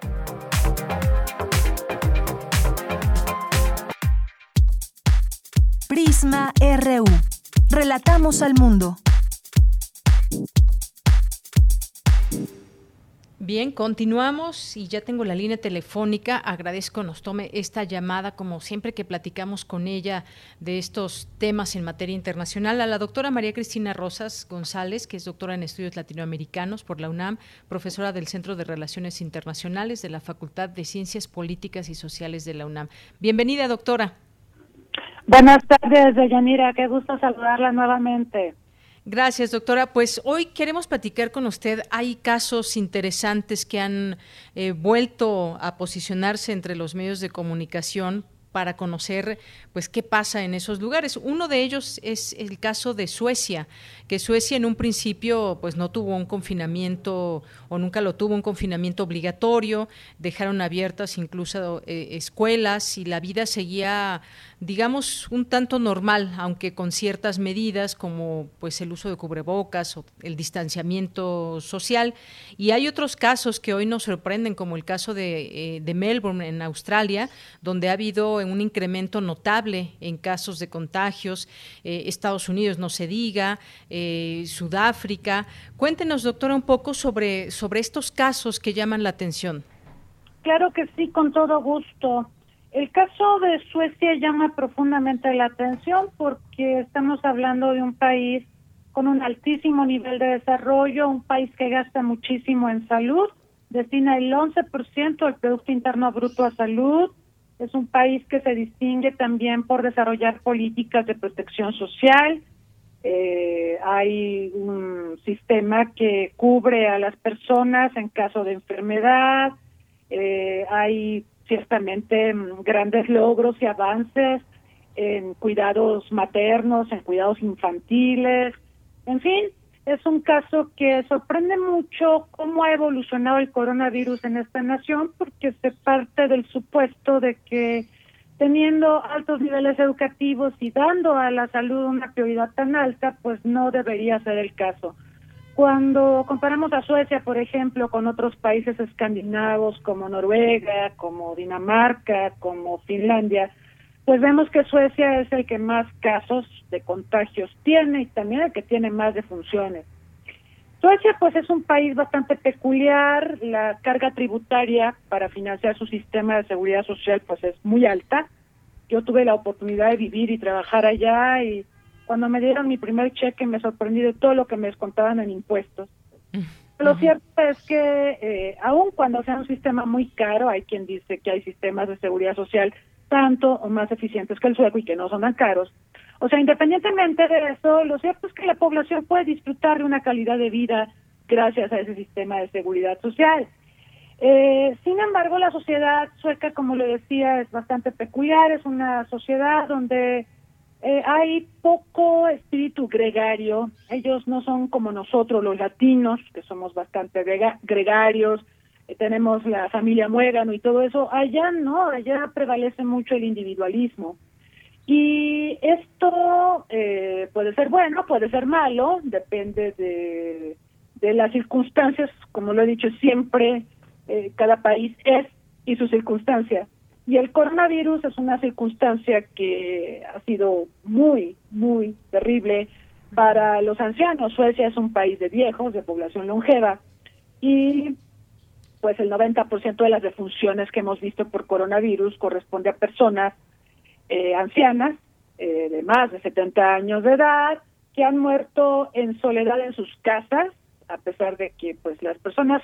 Prisma R U. Relatamos al mundo. Bien, continuamos y ya tengo la línea telefónica. Agradezco nos tome esta llamada, como siempre que platicamos con ella de estos temas en materia internacional, a la doctora María Cristina Rosas González, que es doctora en estudios latinoamericanos por la UNAM, profesora del Centro de Relaciones Internacionales de la Facultad de Ciencias Políticas y Sociales de la UNAM. Bienvenida, doctora. Buenas tardes, Deyanira, qué gusto saludarla nuevamente. Gracias, doctora. Pues hoy queremos platicar con usted. Hay casos interesantes que han eh, vuelto a posicionarse entre los medios de comunicación para conocer pues qué pasa en esos lugares. Uno de ellos es el caso de Suecia, que Suecia en un principio pues no tuvo un confinamiento o nunca lo tuvo un confinamiento obligatorio, dejaron abiertas incluso eh, escuelas y la vida seguía, digamos, un tanto normal, aunque con ciertas medidas como pues el uso de cubrebocas o el distanciamiento social. Y hay otros casos que hoy nos sorprenden, como el caso de, eh, de Melbourne en Australia, donde ha habido un incremento notable en casos de contagios, eh, Estados Unidos no se diga, eh, Sudáfrica. Cuéntenos, doctora, un poco sobre, sobre estos casos que llaman la atención. Claro que sí, con todo gusto. El caso de Suecia llama profundamente la atención porque estamos hablando de un país con un altísimo nivel de desarrollo, un país que gasta muchísimo en salud, destina el once por ciento del Producto Interno Bruto a salud. Es un país que se distingue también por desarrollar políticas de protección social. Eh, hay un sistema que cubre a las personas en caso de enfermedad. Eh, hay ciertamente grandes logros y avances en cuidados maternos, en cuidados infantiles, En fin, es un caso que sorprende mucho cómo ha evolucionado el coronavirus en esta nación, porque se parte del supuesto de que teniendo altos niveles educativos y dando a la salud una prioridad tan alta, pues no debería ser el caso. Cuando comparamos a Suecia, por ejemplo, con otros países escandinavos como Noruega, como Dinamarca, como Finlandia, pues vemos que Suecia es el que más casos de contagios tiene y también el que tiene más defunciones. Suecia pues es un país bastante peculiar, la carga tributaria para financiar su sistema de seguridad social pues es muy alta. Yo tuve la oportunidad de vivir y trabajar allá y cuando me dieron mi primer cheque me sorprendí de todo lo que me descontaban en impuestos. Lo uh-huh. cierto es que eh, aun cuando sea un sistema muy caro, hay quien dice que hay sistemas de seguridad social tanto o más eficientes que el sueco y que no son tan caros. O sea, independientemente de eso, lo cierto es que la población puede disfrutar de una calidad de vida gracias a ese sistema de seguridad social. Eh, sin embargo, la sociedad sueca, como le decía, es bastante peculiar, es una sociedad donde eh, hay poco espíritu gregario. Ellos no son como nosotros los latinos, que somos bastante grega- gregarios, eh, tenemos la familia muégano y todo eso. Allá no, allá prevalece mucho el individualismo. Y esto eh, puede ser bueno, puede ser malo, depende de, de las circunstancias, como lo he dicho siempre, eh, cada país es y sus circunstancias. Y el coronavirus es una circunstancia que ha sido muy, muy terrible para los ancianos. Suecia es un país de viejos, de población longeva, y pues el noventa por ciento de las defunciones que hemos visto por coronavirus corresponde a personas Eh, ancianas eh, de más de setenta años de edad que han muerto en soledad en sus casas, a pesar de que pues las personas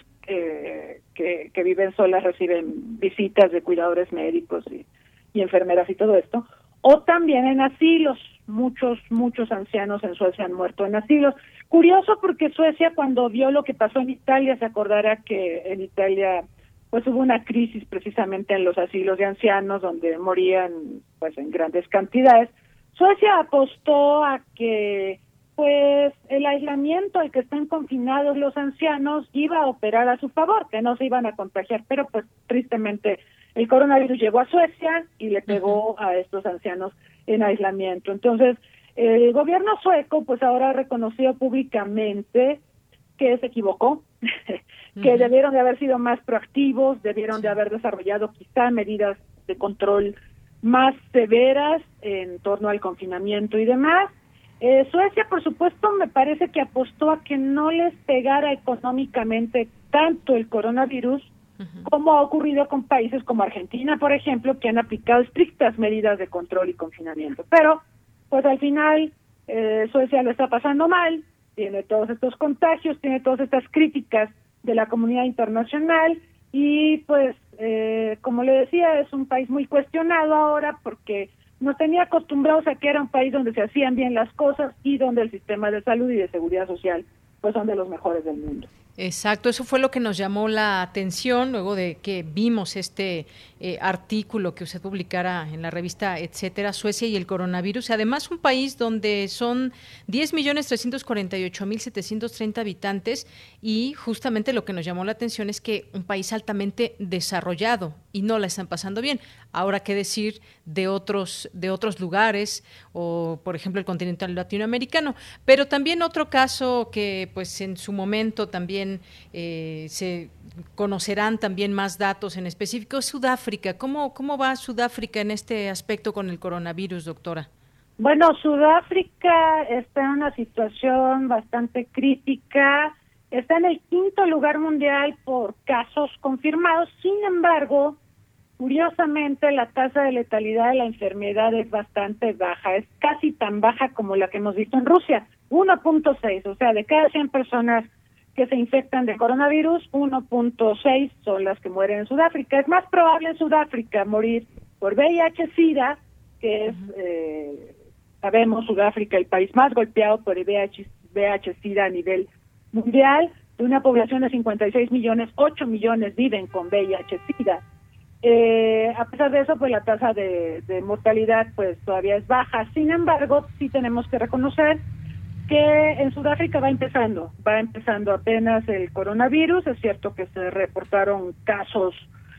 eh, que, que viven solas reciben visitas de cuidadores médicos y, y enfermeras y todo esto, o también en asilos. Muchos, muchos ancianos en Suecia han muerto en asilos. Curioso porque Suecia, cuando vio lo que pasó en Italia, se acordará que en Italia pues hubo una crisis precisamente en los asilos de ancianos donde morían pues en grandes cantidades. Suecia apostó a que pues el aislamiento al que están confinados los ancianos iba a operar a su favor, que no se iban a contagiar, pero pues tristemente el coronavirus llegó a Suecia y le pegó a estos ancianos en aislamiento. Entonces, el gobierno sueco pues ahora ha reconocido públicamente que se equivocó, que uh-huh. debieron de haber sido más proactivos, debieron sí. de haber desarrollado quizá medidas de control más severas en torno al confinamiento y demás. Eh, Suecia, por supuesto, me parece que apostó a que no les pegara económicamente tanto el coronavirus uh-huh. como ha ocurrido con países como Argentina, por ejemplo, que han aplicado estrictas medidas de control y confinamiento. Pero, pues al final, eh, Suecia lo está pasando mal, tiene todos estos contagios, tiene todas estas críticas de la comunidad internacional y pues, eh, como le decía, es un país muy cuestionado ahora porque nos tenía acostumbrados a que era un país donde se hacían bien las cosas y donde el sistema de salud y de seguridad social pues son de los mejores del mundo. Exacto, eso fue lo que nos llamó la atención luego de que vimos este eh, artículo que usted publicara en la revista Etcétera, Suecia y el coronavirus. Además, un país donde son diez millones trescientos cuarenta y ocho mil setecientos treinta habitantes y justamente lo que nos llamó la atención es que un país altamente desarrollado y no la están pasando bien. Ahora, ¿qué decir de otros de otros lugares o, por ejemplo, el continente latinoamericano? Pero también otro caso que, pues, en su momento también eh, se conocerán también más datos en específico es Sudáfrica. ¿Cómo, cómo va Sudáfrica en este aspecto con el coronavirus, doctora? Bueno, Sudáfrica está en una situación bastante crítica. Está en el quinto lugar mundial por casos confirmados. Sin embargo, curiosamente, la tasa de letalidad de la enfermedad es bastante baja. Es casi tan baja como la que hemos visto en Rusia, uno punto seis. O sea, de cada cien personas que se infectan de coronavirus, uno punto seis son las que mueren en Sudáfrica. Es más probable en Sudáfrica morir por V I H SIDA, que es, eh, sabemos, Sudáfrica el país más golpeado por el V I H SIDA a nivel mundial. De una población de cincuenta y seis millones, ocho millones viven con V I H SIDA. Eh, a pesar de eso, pues la tasa de, de mortalidad pues todavía es baja. Sin embargo, sí tenemos que reconocer que en Sudáfrica va empezando, va empezando apenas el coronavirus. Es cierto que se reportaron casos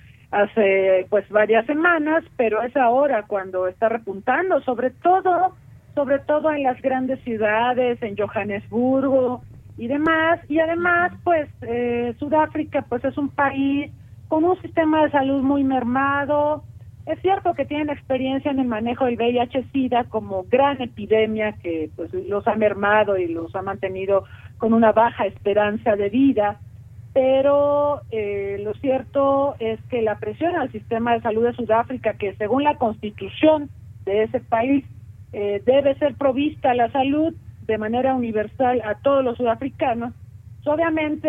hace pues varias semanas, pero es ahora cuando está repuntando, sobre todo, sobre todo en las grandes ciudades, en Johannesburgo y demás. Y además, pues eh, Sudáfrica pues es un país con un sistema de salud muy mermado. Es cierto que tienen experiencia en el manejo del V I H SIDA como gran epidemia que pues los ha mermado y los ha mantenido con una baja esperanza de vida, pero eh, lo cierto es que la presión al sistema de salud de Sudáfrica, que según la constitución de ese país eh, debe ser provista la salud de manera universal a todos los sudafricanos, pues obviamente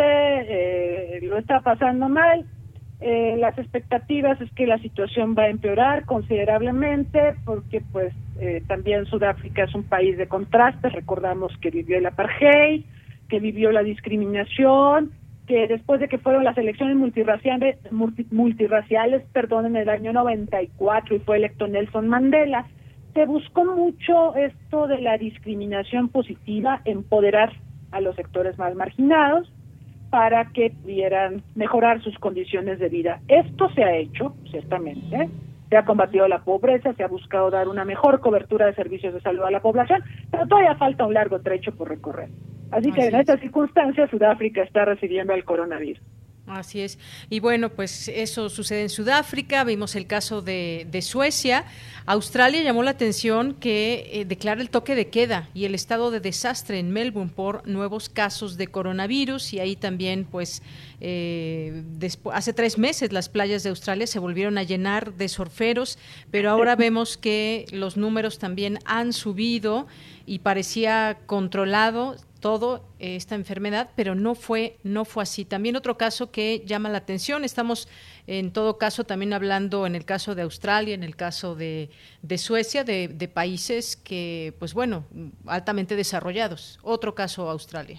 eh, lo está pasando mal. Eh, las expectativas es que la situación va a empeorar considerablemente porque pues eh, también Sudáfrica es un país de contrastes. Recordamos que vivió el apartheid, que vivió la discriminación, que después de que fueron las elecciones multirraciales, multi, multirraciales perdón, en el año noventa y cuatro y fue electo Nelson Mandela, se buscó mucho esto de la discriminación positiva, empoderar a los sectores más marginados para que pudieran mejorar sus condiciones de vida. Esto se ha hecho, ciertamente, se ha combatido la pobreza, se ha buscado dar una mejor cobertura de servicios de salud a la población, pero todavía falta un largo trecho por recorrer. Así, Así que en es. estas circunstancias Sudáfrica está recibiendo el coronavirus. Así es. Y bueno, pues eso sucede en Sudáfrica. Vimos el caso de, de Suecia. Australia llamó la atención que eh, declara el toque de queda y el estado de desastre en Melbourne por nuevos casos de coronavirus. Y ahí también, pues, eh, después, hace tres meses las playas de Australia se volvieron a llenar de surferos, pero ahora vemos que los números también han subido y parecía controlado todo esta enfermedad, pero no fue no fue así. También otro caso que llama la atención, estamos en todo caso también hablando en el caso de Australia, en el caso de, de Suecia, de, de países que, pues bueno, altamente desarrollados. Otro caso, Australia.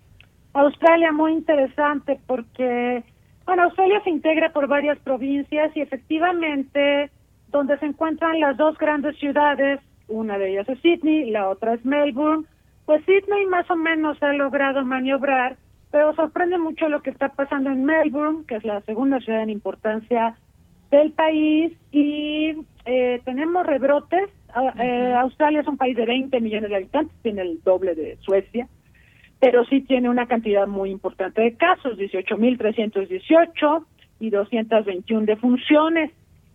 Australia muy interesante porque, bueno, Australia se integra por varias provincias y efectivamente donde se encuentran las dos grandes ciudades, una de ellas es Sydney, la otra es Melbourne. Pues Sydney más o menos ha logrado maniobrar, pero sorprende mucho lo que está pasando en Melbourne, que es la segunda ciudad en importancia del país, y eh, tenemos rebrotes. Eh, Australia es un país de veinte millones de habitantes, tiene el doble de Suecia, pero sí tiene una cantidad muy importante de casos, dieciocho mil trescientos dieciocho y doscientas veintiuna defunciones,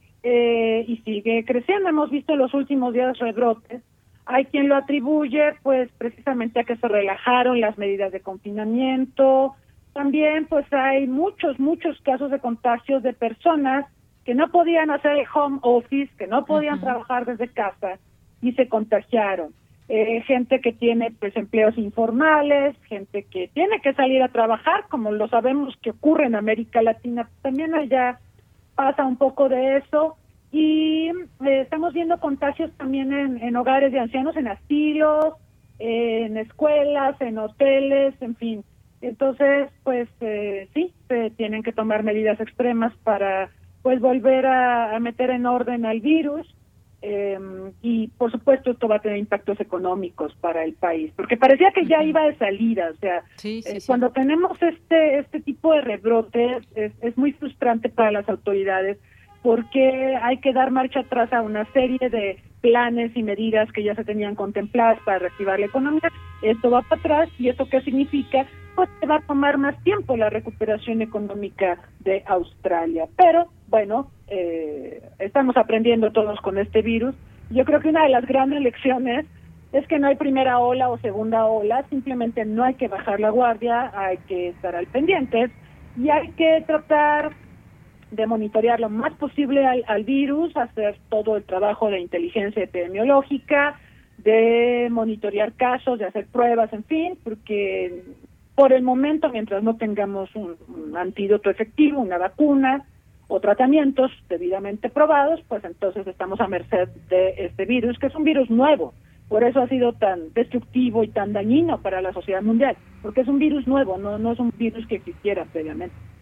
eh, y sigue creciendo. Hemos visto en los últimos días rebrotes. Hay quien lo atribuye, pues, precisamente a que se relajaron las medidas de confinamiento. También, pues, hay muchos, muchos casos de contagios de personas que no podían hacer el home office, que no podían uh-huh. trabajar desde casa y se contagiaron. Eh, gente que tiene, pues, empleos informales, gente que tiene que salir a trabajar, como lo sabemos que ocurre en América Latina. También allá pasa un poco de eso. Y eh, estamos viendo contagios también en, en hogares de ancianos, en asilos, eh, en escuelas, en hoteles, en fin. Entonces, pues eh, sí, se tienen que tomar medidas extremas para pues volver a, a meter en orden al virus. Eh, y por supuesto esto va a tener impactos económicos para el país, porque parecía que ya iba de salida. O sea, sí, sí, eh, sí. cuando tenemos este, este tipo de rebrotes es, es muy frustrante para las autoridades, porque hay que dar marcha atrás a una serie de planes y medidas que ya se tenían contempladas para reactivar la economía. Esto va para atrás, y ¿esto qué significa? Pues que va a tomar más tiempo la recuperación económica de Australia. Pero, bueno, eh, estamos aprendiendo todos con este virus. Yo creo que una de las grandes lecciones es que no hay primera ola o segunda ola, simplemente no hay que bajar la guardia, hay que estar al pendiente y hay que tratar de monitorear lo más posible al, al virus, hacer todo el trabajo de inteligencia epidemiológica, de monitorear casos, de hacer pruebas, en fin, porque por el momento, mientras no tengamos un, un antídoto efectivo, una vacuna o tratamientos debidamente probados, pues entonces estamos a merced de este virus, que es un virus nuevo. Por eso ha sido tan destructivo y tan dañino para la sociedad mundial, porque es un virus nuevo, no, no es un virus que existiera previamente.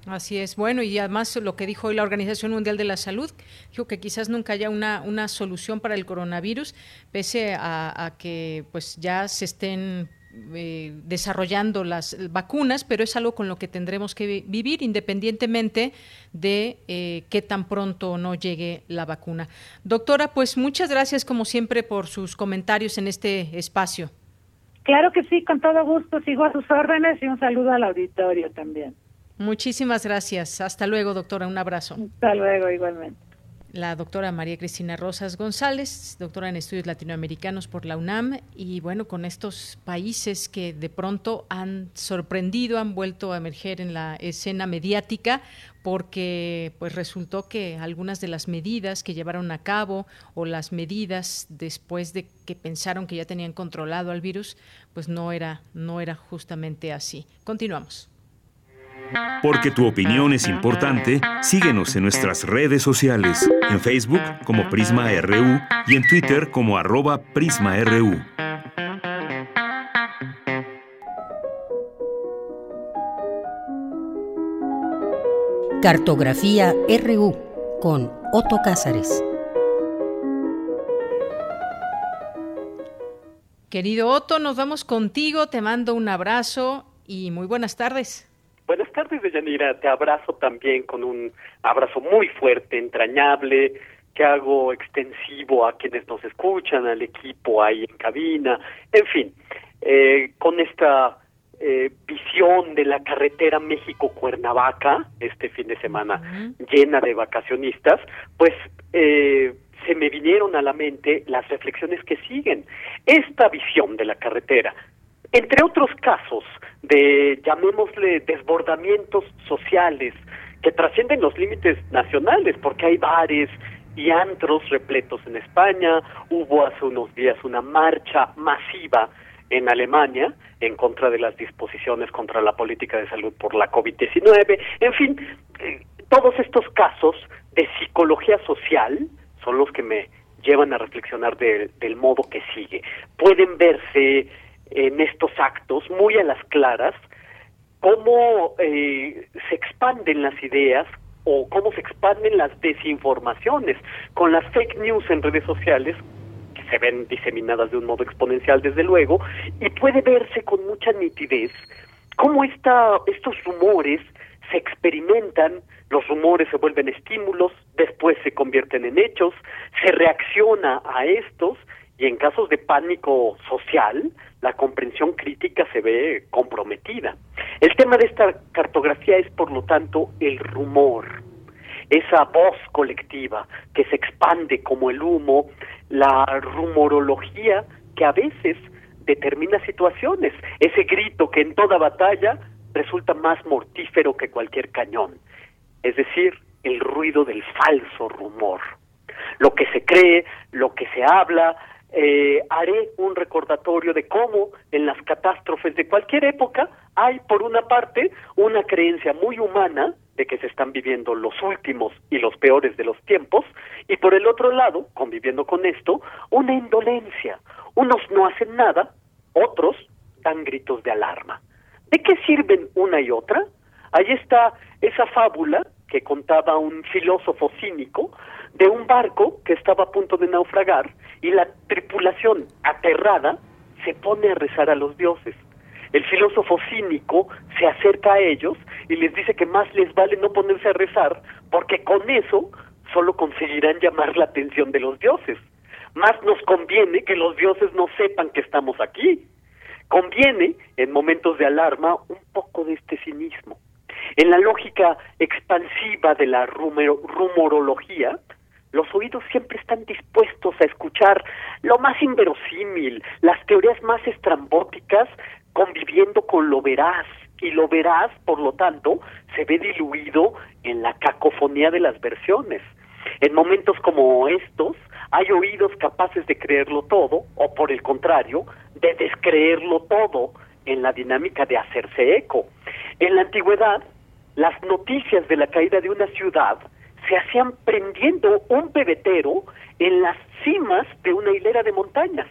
Así es. Bueno, y además lo que dijo hoy la Organización Mundial de la Salud, dijo que quizás nunca haya una, una solución para el coronavirus, pese a, a que pues ya se estén eh, desarrollando las vacunas, pero es algo con lo que tendremos que vi- vivir independientemente de eh, qué tan pronto o no llegue la vacuna. Doctora, pues muchas gracias como siempre por sus comentarios en este espacio. Claro que sí, con todo gusto, sigo a sus órdenes y un saludo al auditorio también. Muchísimas gracias. Hasta luego, doctora. Un abrazo. Hasta luego, igualmente. La doctora María Cristina Rosas González, doctora en estudios latinoamericanos por la UNAM, y bueno, con estos países que de pronto han sorprendido, han vuelto a emerger en la escena mediática, porque pues resultó que algunas de las medidas que llevaron a cabo o las medidas después de que pensaron que ya tenían controlado al virus, pues no era, no era justamente así. Continuamos. Porque tu opinión es importante, síguenos en nuestras redes sociales, en Facebook como Prisma R U y en Twitter como arroba PrismaRU. Cartografía R U con Otto Cázares. Querido Otto, nos vamos contigo, te mando un abrazo y muy buenas tardes. Buenas tardes, Deyanira. Te abrazo también con un abrazo muy fuerte, entrañable, que hago extensivo a quienes nos escuchan, al equipo ahí en cabina, en fin, eh, con esta eh, visión de la carretera México-Cuernavaca, este fin de semana uh-huh. llena de vacacionistas, pues eh, se me vinieron a la mente las reflexiones que siguen. Esta visión de la carretera, entre otros casos de, llamémosle, desbordamientos sociales que trascienden los límites nacionales, porque hay bares y antros repletos en España, hubo hace unos días una marcha masiva en Alemania en contra de las disposiciones contra la política de salud por la COVID diecinueve, en fin, eh, todos estos casos de psicología social son los que me llevan a reflexionar de, del modo que sigue. Pueden verse en estos actos muy a las claras cómo eh, se expanden las ideas o cómo se expanden las desinformaciones con las fake news en redes sociales, que se ven diseminadas de un modo exponencial desde luego, y puede verse con mucha nitidez cómo esta, estos rumores se experimentan, los rumores se vuelven estímulos, después se convierten en hechos, se reacciona a estos, y en casos de pánico social, la comprensión crítica se ve comprometida. El tema de esta cartografía es, por lo tanto, el rumor, esa voz colectiva que se expande como el humo, la rumorología que a veces determina situaciones, ese grito que en toda batalla resulta más mortífero que cualquier cañón, es decir, el ruido del falso rumor. Lo que se cree, lo que se habla. Eh, haré un recordatorio de cómo en las catástrofes de cualquier época hay, por una parte, una creencia muy humana de que se están viviendo los últimos y los peores de los tiempos, y por el otro lado, conviviendo con esto, una indolencia. Unos no hacen nada, otros dan gritos de alarma. ¿De qué sirven una y otra? Ahí está esa fábula que contaba un filósofo cínico de un barco que estaba a punto de naufragar y la tripulación, aterrada, se pone a rezar a los dioses. El filósofo cínico se acerca a ellos y les dice que más les vale no ponerse a rezar, porque con eso solo conseguirán llamar la atención de los dioses. Más nos conviene que los dioses no sepan que estamos aquí. Conviene, en momentos de alarma, un poco de este cinismo. En la lógica expansiva de la rumor- rumorología, los oídos siempre están dispuestos a escuchar lo más inverosímil, las teorías más estrambóticas, conviviendo con lo veraz, y lo veraz, por lo tanto, se ve diluido en la cacofonía de las versiones. En momentos como estos, hay oídos capaces de creerlo todo, o por el contrario, de descreerlo todo, en la dinámica de hacerse eco. En la antigüedad, las noticias de la caída de una ciudad se hacían prendiendo un pebetero en las cimas de una hilera de montañas.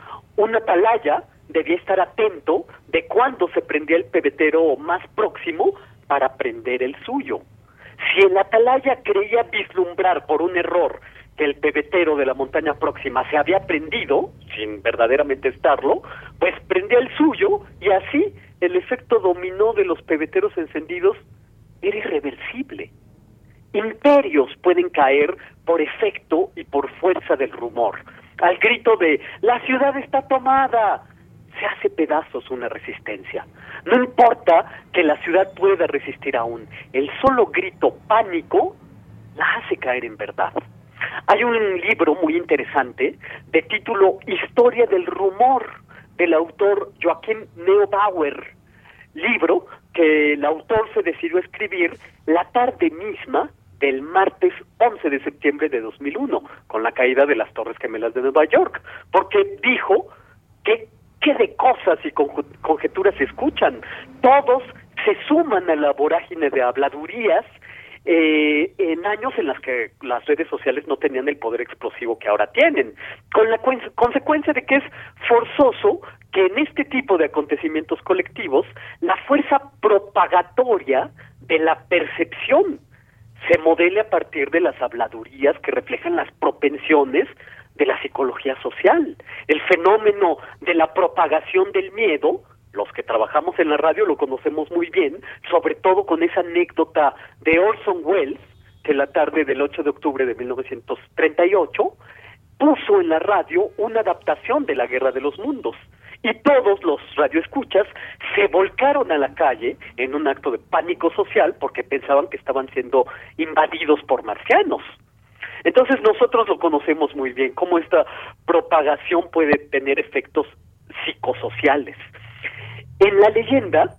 Un atalaya debía estar atento de cuándo se prendía el pebetero más próximo para prender el suyo. Si el atalaya creía vislumbrar por un error que el pebetero de la montaña próxima se había prendido, sin verdaderamente estarlo, pues prendía el suyo y así el efecto dominó de los pebeteros encendidos era irreversible. Imperios pueden caer por efecto y por fuerza del rumor. Al grito de "la ciudad está tomada", se hace pedazos una resistencia. No importa que la ciudad pueda resistir aún, el solo grito pánico la hace caer en verdad. Hay un libro muy interesante de título Historia del Rumor, del autor Joachim Neubauer, libro que el autor se decidió escribir la tarde misma del martes once de septiembre de dos mil uno, con la caída de las Torres Gemelas de Nueva York, porque dijo que qué de cosas y conjeturas se escuchan, todos se suman a la vorágine de habladurías eh, en años en las que las redes sociales no tenían el poder explosivo que ahora tienen, con la consecuencia de que es forzoso que en este tipo de acontecimientos colectivos la fuerza propagatoria de la percepción se modele a partir de las habladurías que reflejan las propensiones de la psicología social. El fenómeno de la propagación del miedo, los que trabajamos en la radio lo conocemos muy bien, sobre todo con esa anécdota de Orson Welles, que la tarde del ocho de octubre de mil novecientos treinta y ocho puso en la radio una adaptación de La Guerra de los Mundos. Y todos los radioescuchas se volcaron a la calle en un acto de pánico social porque pensaban que estaban siendo invadidos por marcianos. Entonces nosotros lo conocemos muy bien, cómo esta propagación puede tener efectos psicosociales. En la leyenda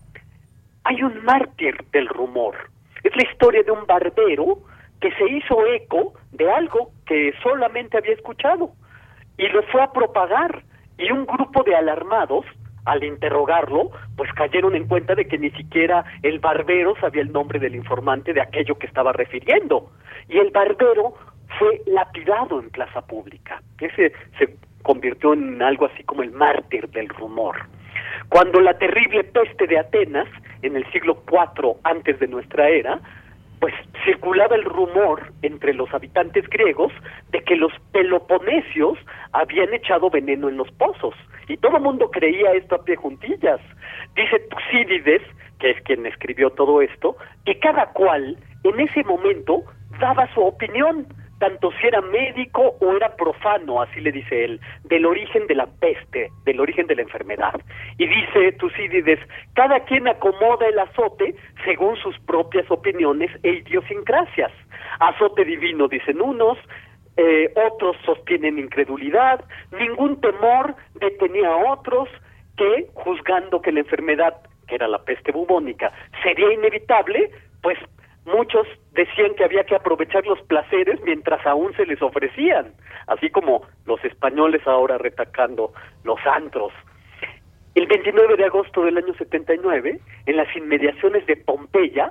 hay un mártir del rumor. Es la historia de un barbero que se hizo eco de algo que solamente había escuchado y lo fue a propagar. Y un grupo de alarmados, al interrogarlo, pues cayeron en cuenta de que ni siquiera el barbero sabía el nombre del informante de aquello que estaba refiriendo. Y el barbero fue lapidado en plaza pública. Ese se convirtió en algo así como el mártir del rumor. Cuando la terrible peste de Atenas, en el siglo cuatro antes de nuestra era, pues circulaba el rumor entre los habitantes griegos de que los peloponesios habían echado veneno en los pozos, y todo el mundo creía esto a pie juntillas. Dice Tucídides, que es quien escribió todo esto, que cada cual en ese momento daba su opinión, tanto si era médico o era profano, así le dice él, del origen de la peste, del origen de la enfermedad. Y dice Tucídides, cada quien acomoda el azote según sus propias opiniones e idiosincrasias. Azote divino, dicen unos, eh, otros sostienen incredulidad, ningún temor detenía a otros que, juzgando que la enfermedad, que era la peste bubónica, sería inevitable, pues muchos decían que había que aprovechar los placeres mientras aún se les ofrecían, así como los españoles ahora retacando los antros. El veintinueve de agosto del año setenta y nueve, en las inmediaciones de Pompeya,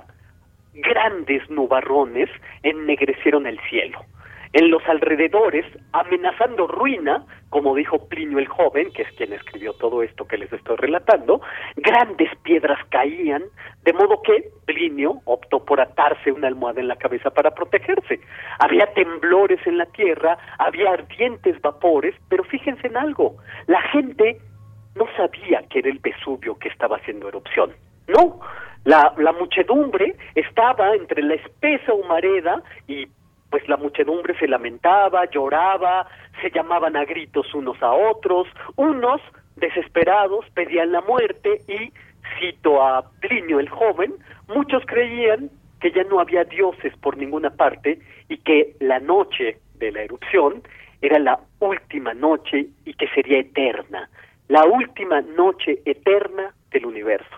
grandes nubarrones ennegrecieron el cielo. En los alrededores, amenazando ruina, como dijo Plinio el Joven, que es quien escribió todo esto que les estoy relatando, grandes piedras caían, de modo que Plinio optó por atarse una almohada en la cabeza para protegerse. Había temblores en la tierra, había ardientes vapores, pero fíjense en algo, la gente no sabía que era el Vesubio que estaba haciendo erupción. No, la, la muchedumbre estaba entre la espesa humareda y pues la muchedumbre se lamentaba, lloraba, se llamaban a gritos unos a otros, unos, desesperados, pedían la muerte y, cito a Plinio el Joven, muchos creían que ya no había dioses por ninguna parte y que la noche de la erupción era la última noche y que sería eterna, la última noche eterna del universo.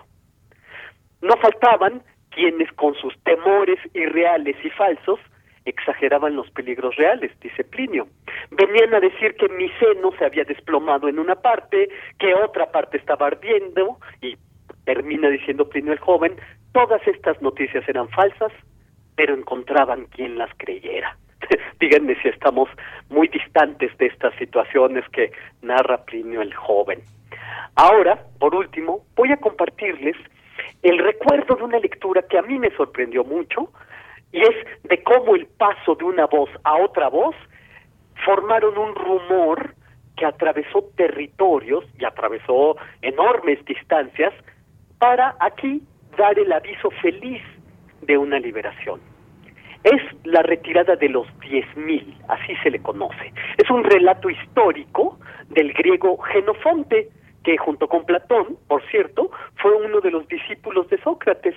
No faltaban quienes con sus temores irreales y falsos exageraban los peligros reales, dice Plinio. Venían a decir que Miceno se había desplomado en una parte, que otra parte estaba ardiendo, y termina diciendo Plinio el Joven, todas estas noticias eran falsas, pero encontraban quien las creyera. Díganme si estamos muy distantes de estas situaciones que narra Plinio el Joven. Ahora, por último, voy a compartirles el recuerdo de una lectura que a mí me sorprendió mucho, y es de cómo el paso de una voz a otra voz formaron un rumor que atravesó territorios y atravesó enormes distancias para aquí dar el aviso feliz de una liberación. Es la retirada de los diez mil, así se le conoce. Es un relato histórico del griego Jenofonte, que junto con Platón, por cierto, fue uno de los discípulos de Sócrates.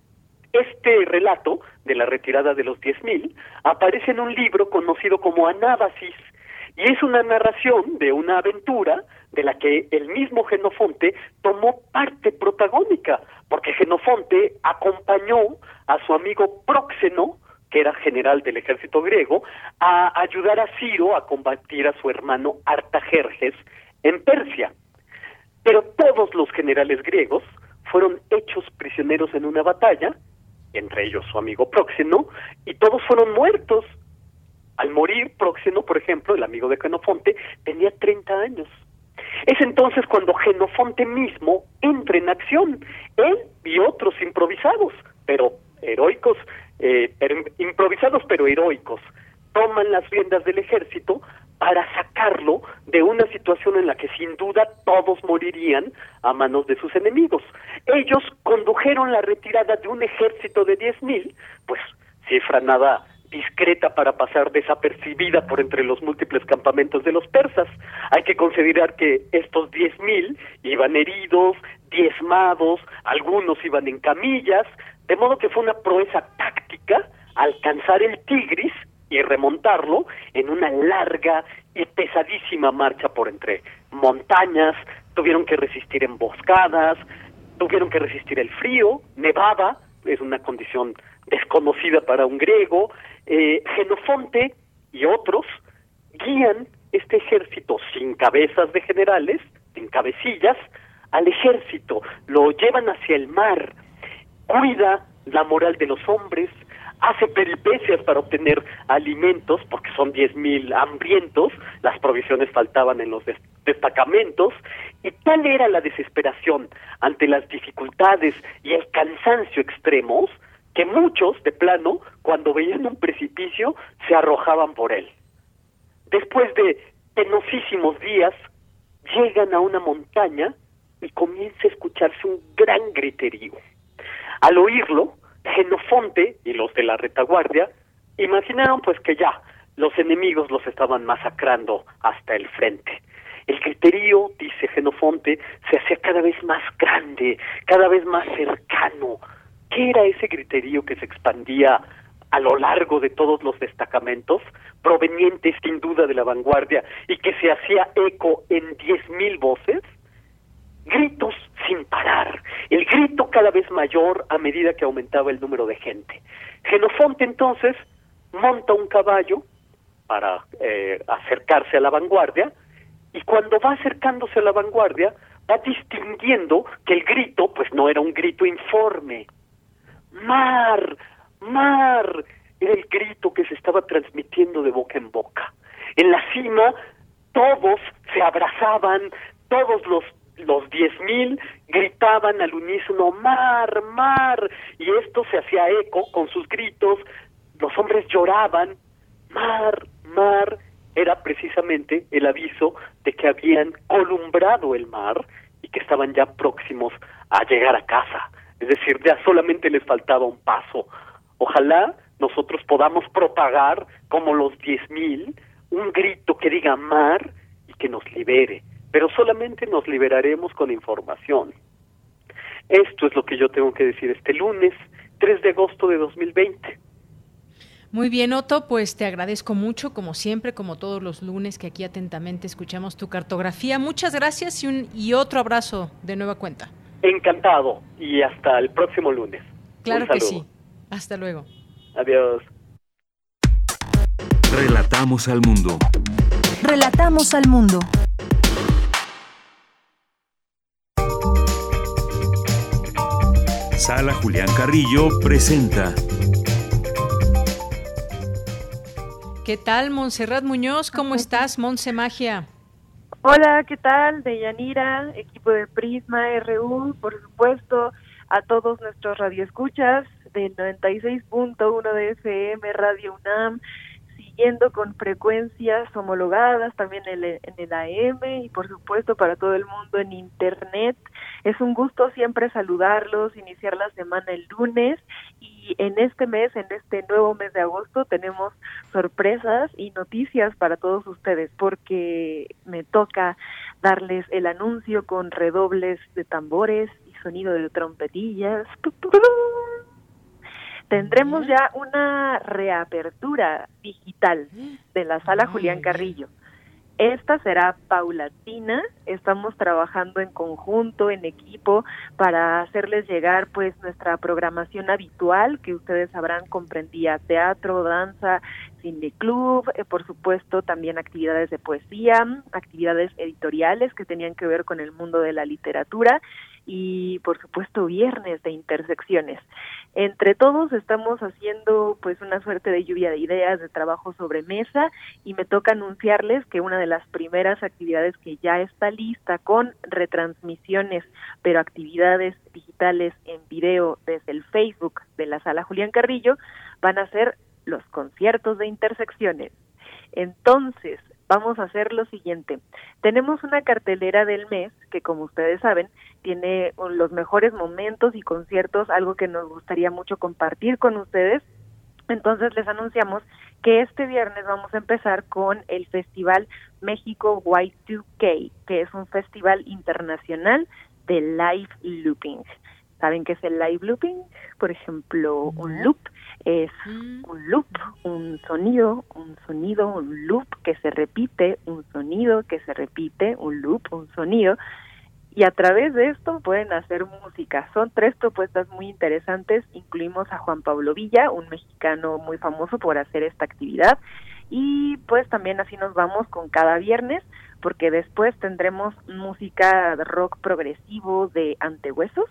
Este relato de la retirada de los diez mil aparece en un libro conocido como Anábasis, y es una narración de una aventura de la que el mismo Jenofonte tomó parte protagónica, porque Jenofonte acompañó a su amigo Próxeno, que era general del ejército griego, a ayudar a Ciro a combatir a su hermano Artajerjes en Persia. Pero todos los generales griegos fueron hechos prisioneros en una batalla, entre ellos su amigo Próxeno, y todos fueron muertos. Al morir Próxeno, por ejemplo, el amigo de Jenofonte, tenía treinta años. Es entonces cuando Jenofonte mismo entra en acción, él y otros improvisados, pero heroicos, eh, pero improvisados pero heroicos, toman las riendas del ejército para sacarlo de una situación en la que sin duda todos morirían a manos de sus enemigos. Ellos condujeron la retirada de un ejército de diez mil, pues cifra nada discreta para pasar desapercibida por entre los múltiples campamentos de los persas. Hay que considerar que estos diez mil iban heridos, diezmados, algunos iban en camillas, de modo que fue una proeza táctica alcanzar el Tigris y remontarlo en una larga y pesadísima marcha por entre montañas. Tuvieron que resistir emboscadas, tuvieron que resistir el frío, nevaba, es una condición desconocida para un griego. eh, Jenofonte y otros guían este ejército sin cabezas de generales, sin cabecillas, al ejército, lo llevan hacia el mar, cuida la moral de los hombres, hace peripecias para obtener alimentos, porque son diez mil hambrientos, las provisiones faltaban en los destacamentos, y tal era la desesperación ante las dificultades y el cansancio extremos, que muchos, de plano, cuando veían un precipicio, se arrojaban por él. Después de penosísimos días, llegan a una montaña y comienza a escucharse un gran griterío. Al oírlo, Jenofonte y los de la retaguardia imaginaron pues que ya los enemigos los estaban masacrando hasta el frente. El griterío, dice Jenofonte, se hacía cada vez más grande, cada vez más cercano. ¿Qué era ese griterío que se expandía a lo largo de todos los destacamentos, proveniente sin duda de la vanguardia, y que se hacía eco en diez mil voces? Gritos sin parar, el grito cada vez mayor a medida que aumentaba el número de gente. Jenofonte entonces monta un caballo para eh, acercarse a la vanguardia, y cuando va acercándose a la vanguardia va distinguiendo que el grito pues no era un grito informe. ¡Mar! ¡Mar! Era el grito que se estaba transmitiendo de boca en boca. En la cima todos se abrazaban, todos los los diez mil gritaban al unísono ¡Mar! ¡Mar! Y esto se hacía eco con sus gritos. Los hombres lloraban. ¡Mar! ¡Mar! Era precisamente el aviso de que habían columbrado el mar y que estaban ya próximos a llegar a casa. Es decir, ya solamente les faltaba un paso. Ojalá nosotros podamos propagar, como los diez mil, un grito que diga mar y que nos libere. Pero solamente nos liberaremos con información. Esto es lo que yo tengo que decir este lunes, tres de agosto de dos mil veinte. Muy bien, Otto, pues te agradezco mucho, como siempre, como todos los lunes, que aquí atentamente escuchamos tu cartografía. Muchas gracias y, un, y otro abrazo de nueva cuenta. Encantado, y hasta el próximo lunes. Claro que sí. Hasta luego. Adiós. Relatamos al mundo. Relatamos al mundo. Sala Julián Carrillo presenta. ¿Qué tal, Montserrat Muñoz? ¿Cómo estás, Montse Magia? Hola, ¿qué tal? Deyanira, equipo de Prisma R U, por supuesto, a todos nuestros radioescuchas del noventa y seis punto uno de F M Radio UNAM, siguiendo con frecuencias homologadas también en el, en el A M y por supuesto para todo el mundo en Internet. Es un gusto siempre saludarlos, iniciar la semana el lunes y en este mes, en este nuevo mes de agosto, tenemos sorpresas y noticias para todos ustedes porque me toca darles el anuncio con redobles de tambores y sonido de trompetillas. Tendremos ya una reapertura digital de la Sala Julián Carrillo. Esta será paulatina, estamos trabajando en conjunto, en equipo, para hacerles llegar pues nuestra programación habitual, que ustedes sabrán comprendía teatro, danza, cineclub, eh, por supuesto también actividades de poesía, actividades editoriales que tenían que ver con el mundo de la literatura y por supuesto viernes de intersecciones. Entre todos estamos haciendo pues una suerte de lluvia de ideas, de trabajo sobre mesa y me toca anunciarles que una de las primeras actividades que ya está lista con retransmisiones, pero actividades digitales en video desde el Facebook de la Sala Julián Carrillo, van a ser los conciertos de intersecciones. Entonces, vamos a hacer lo siguiente. Tenemos una cartelera del mes que, como ustedes saben, tiene los mejores momentos y conciertos, algo que nos gustaría mucho compartir con ustedes. Entonces les anunciamos que este viernes vamos a empezar con el Festival México Y dos K, que es un festival internacional de live looping. ¿Saben qué es el live looping? Por ejemplo, un loop es un loop, un sonido, un sonido, un loop que se repite, un sonido que se repite, un loop, un sonido. Y a través de esto pueden hacer música. Son tres propuestas muy interesantes. Incluimos a Juan Pablo Villa, un mexicano muy famoso por hacer esta actividad. Y pues también así nos vamos con cada viernes, porque después tendremos música de rock progresivo de Antehuesos,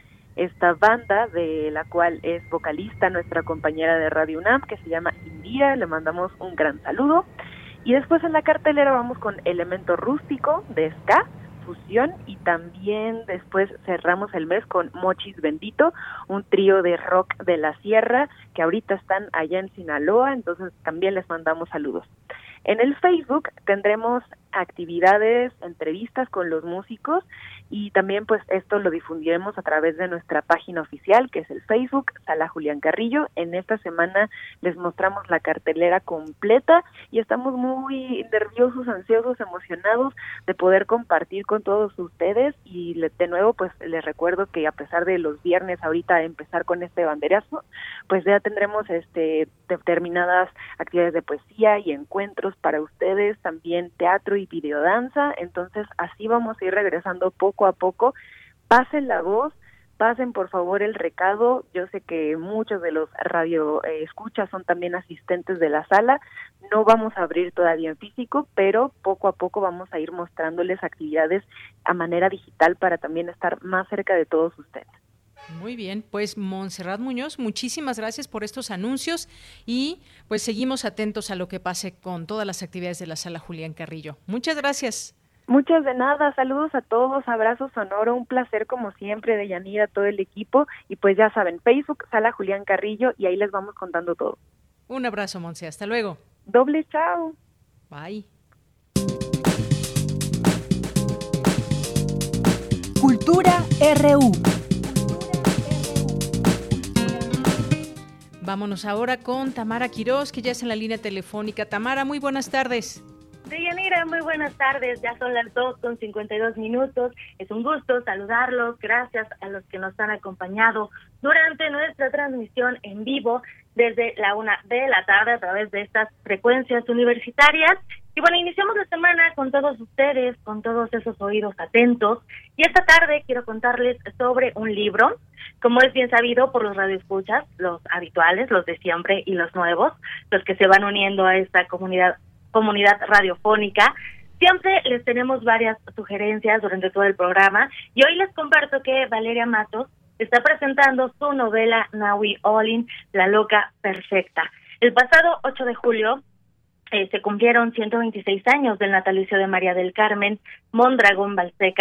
esta banda de la cual es vocalista nuestra compañera de Radio UNAM, que se llama Indira, le mandamos un gran saludo. Y después en la cartelera vamos con Elemento Rústico de ska, fusión, y también después cerramos el mes con Mochis Bendito, un trío de rock de la sierra que ahorita están allá en Sinaloa, entonces también les mandamos saludos. En el Facebook tendremos actividades, entrevistas con los músicos y también pues esto lo difundiremos a través de nuestra página oficial, que es el Facebook Sala Julián Carrillo. En esta semana les mostramos la cartelera completa y estamos muy nerviosos, ansiosos, emocionados de poder compartir con todos ustedes y de nuevo pues les recuerdo que a pesar de los viernes ahorita empezar con este banderazo, pues ya tendremos este determinadas actividades de poesía y encuentros para ustedes, también teatro y videodanza, entonces así vamos a ir regresando poco a poco. Pasen la voz, pasen por favor el recado. Yo sé que muchos de los radio eh, escuchas son también asistentes de la sala, no vamos a abrir todavía en físico, pero poco a poco vamos a ir mostrándoles actividades a manera digital para también estar más cerca de todos ustedes. Muy bien, pues Montserrat Muñoz, muchísimas gracias por estos anuncios y pues seguimos atentos a lo que pase con todas las actividades de la Sala Julián Carrillo. Muchas gracias. Muchas de nada, saludos a todos, abrazos sonoro, un placer como siempre de Yanira, todo el equipo y pues ya saben, Facebook, Sala Julián Carrillo y ahí les vamos contando todo. Un abrazo, Montse, hasta luego. Doble chao. Bye. Cultura R U. Vámonos ahora con Tamara Quirós, que ya es en la línea telefónica. Tamara, muy buenas tardes. Deyanira, muy buenas tardes. Ya son las dos con cincuenta y dos minutos. Es un gusto saludarlos. Gracias a los que nos han acompañado durante nuestra transmisión en vivo desde la una de la tarde a través de estas frecuencias universitarias. Y bueno, iniciamos la semana con todos ustedes, con todos esos oídos atentos. Y esta tarde quiero contarles sobre un libro, como es bien sabido por los radioescuchas, los habituales, los de siempre y los nuevos, los que se van uniendo a esta comunidad comunidad radiofónica. Siempre les tenemos varias sugerencias durante todo el programa y hoy les comparto que Valeria Matos está presentando su novela Nahui Olin, La Loca Perfecta. El pasado ocho de julio eh, se cumplieron ciento veintiséis años del natalicio de María del Carmen Mondragón Balseca,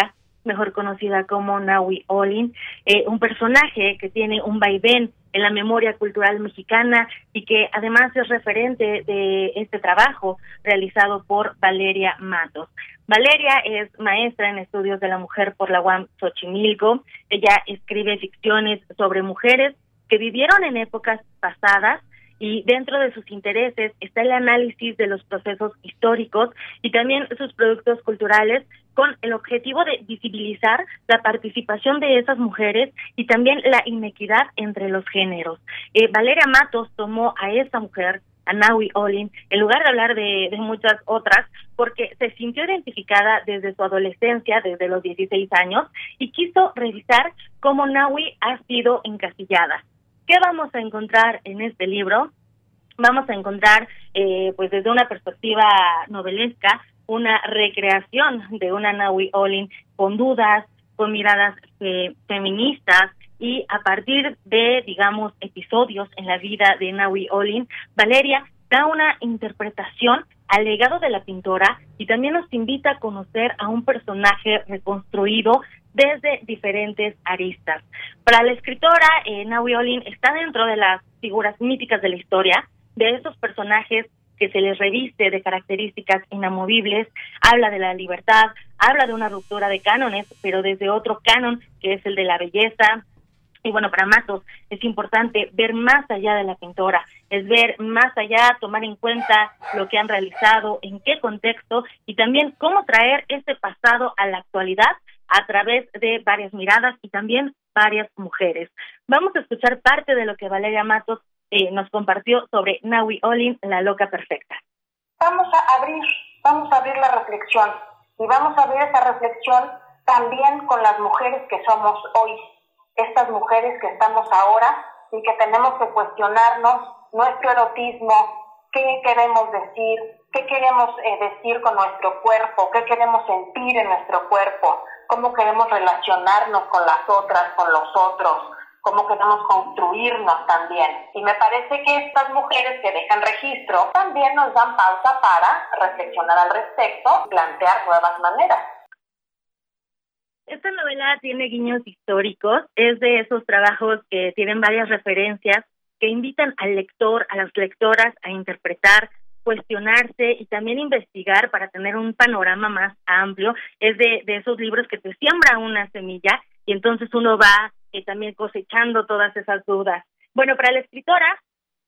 mejor conocida como Nahui Olin, eh, un personaje que tiene un vaivén en la memoria cultural mexicana y que además es referente de este trabajo realizado por Valeria Matos. Valeria es maestra en estudios de la mujer por la U A M Xochimilco. Ella escribe ficciones sobre mujeres que vivieron en épocas pasadas, y dentro de sus intereses está el análisis de los procesos históricos y también sus productos culturales, con el objetivo de visibilizar la participación de esas mujeres y también la inequidad entre los géneros. Eh, Valeria Matos tomó a esa mujer, a Nahui Olin, en lugar de hablar de, de muchas otras, porque se sintió identificada desde su adolescencia, desde los dieciséis años, y quiso revisar cómo Nahui ha sido encasillada. ¿Qué vamos a encontrar en este libro? Vamos a encontrar, eh, pues desde una perspectiva novelesca, una recreación de una Nahui Olin con dudas, con miradas eh, feministas, y a partir de, digamos, episodios en la vida de Nahui Olin, Valeria da una interpretación al legado de la pintora y también nos invita a conocer a un personaje reconstruido desde diferentes aristas. Para la escritora, eh, Nahui Olin está dentro de las figuras míticas de la historia, de esos personajes que se les reviste de características inamovibles. Habla de la libertad, habla de una ruptura de cánones, pero desde otro canon, que es el de la belleza. Y bueno, para Matos es importante ver más allá de la pintora, es ver más allá, tomar en cuenta lo que han realizado, en qué contexto, y también cómo traer este pasado a la actualidad a través de varias miradas y también varias mujeres. Vamos a escuchar parte de lo que Valeria Matos eh, nos compartió sobre Nahui Olin, la loca perfecta. Vamos a abrir, vamos a abrir la reflexión, y vamos a abrir esa reflexión también con las mujeres que somos hoy, estas mujeres que estamos ahora y que tenemos que cuestionarnos nuestro erotismo, qué queremos decir, qué queremos eh, decir con nuestro cuerpo, qué queremos sentir en nuestro cuerpo, cómo queremos relacionarnos con las otras, con los otros, cómo queremos construirnos también. Y me parece que estas mujeres que dejan registro también nos dan pauta para reflexionar al respecto, plantear nuevas maneras. Esta novela tiene guiños históricos, es de esos trabajos que tienen varias referencias que invitan al lector, a las lectoras a interpretar, cuestionarse y también investigar para tener un panorama más amplio. Es de, de esos libros que te siembra una semilla y entonces uno va eh, también cosechando todas esas dudas. Bueno, para la escritora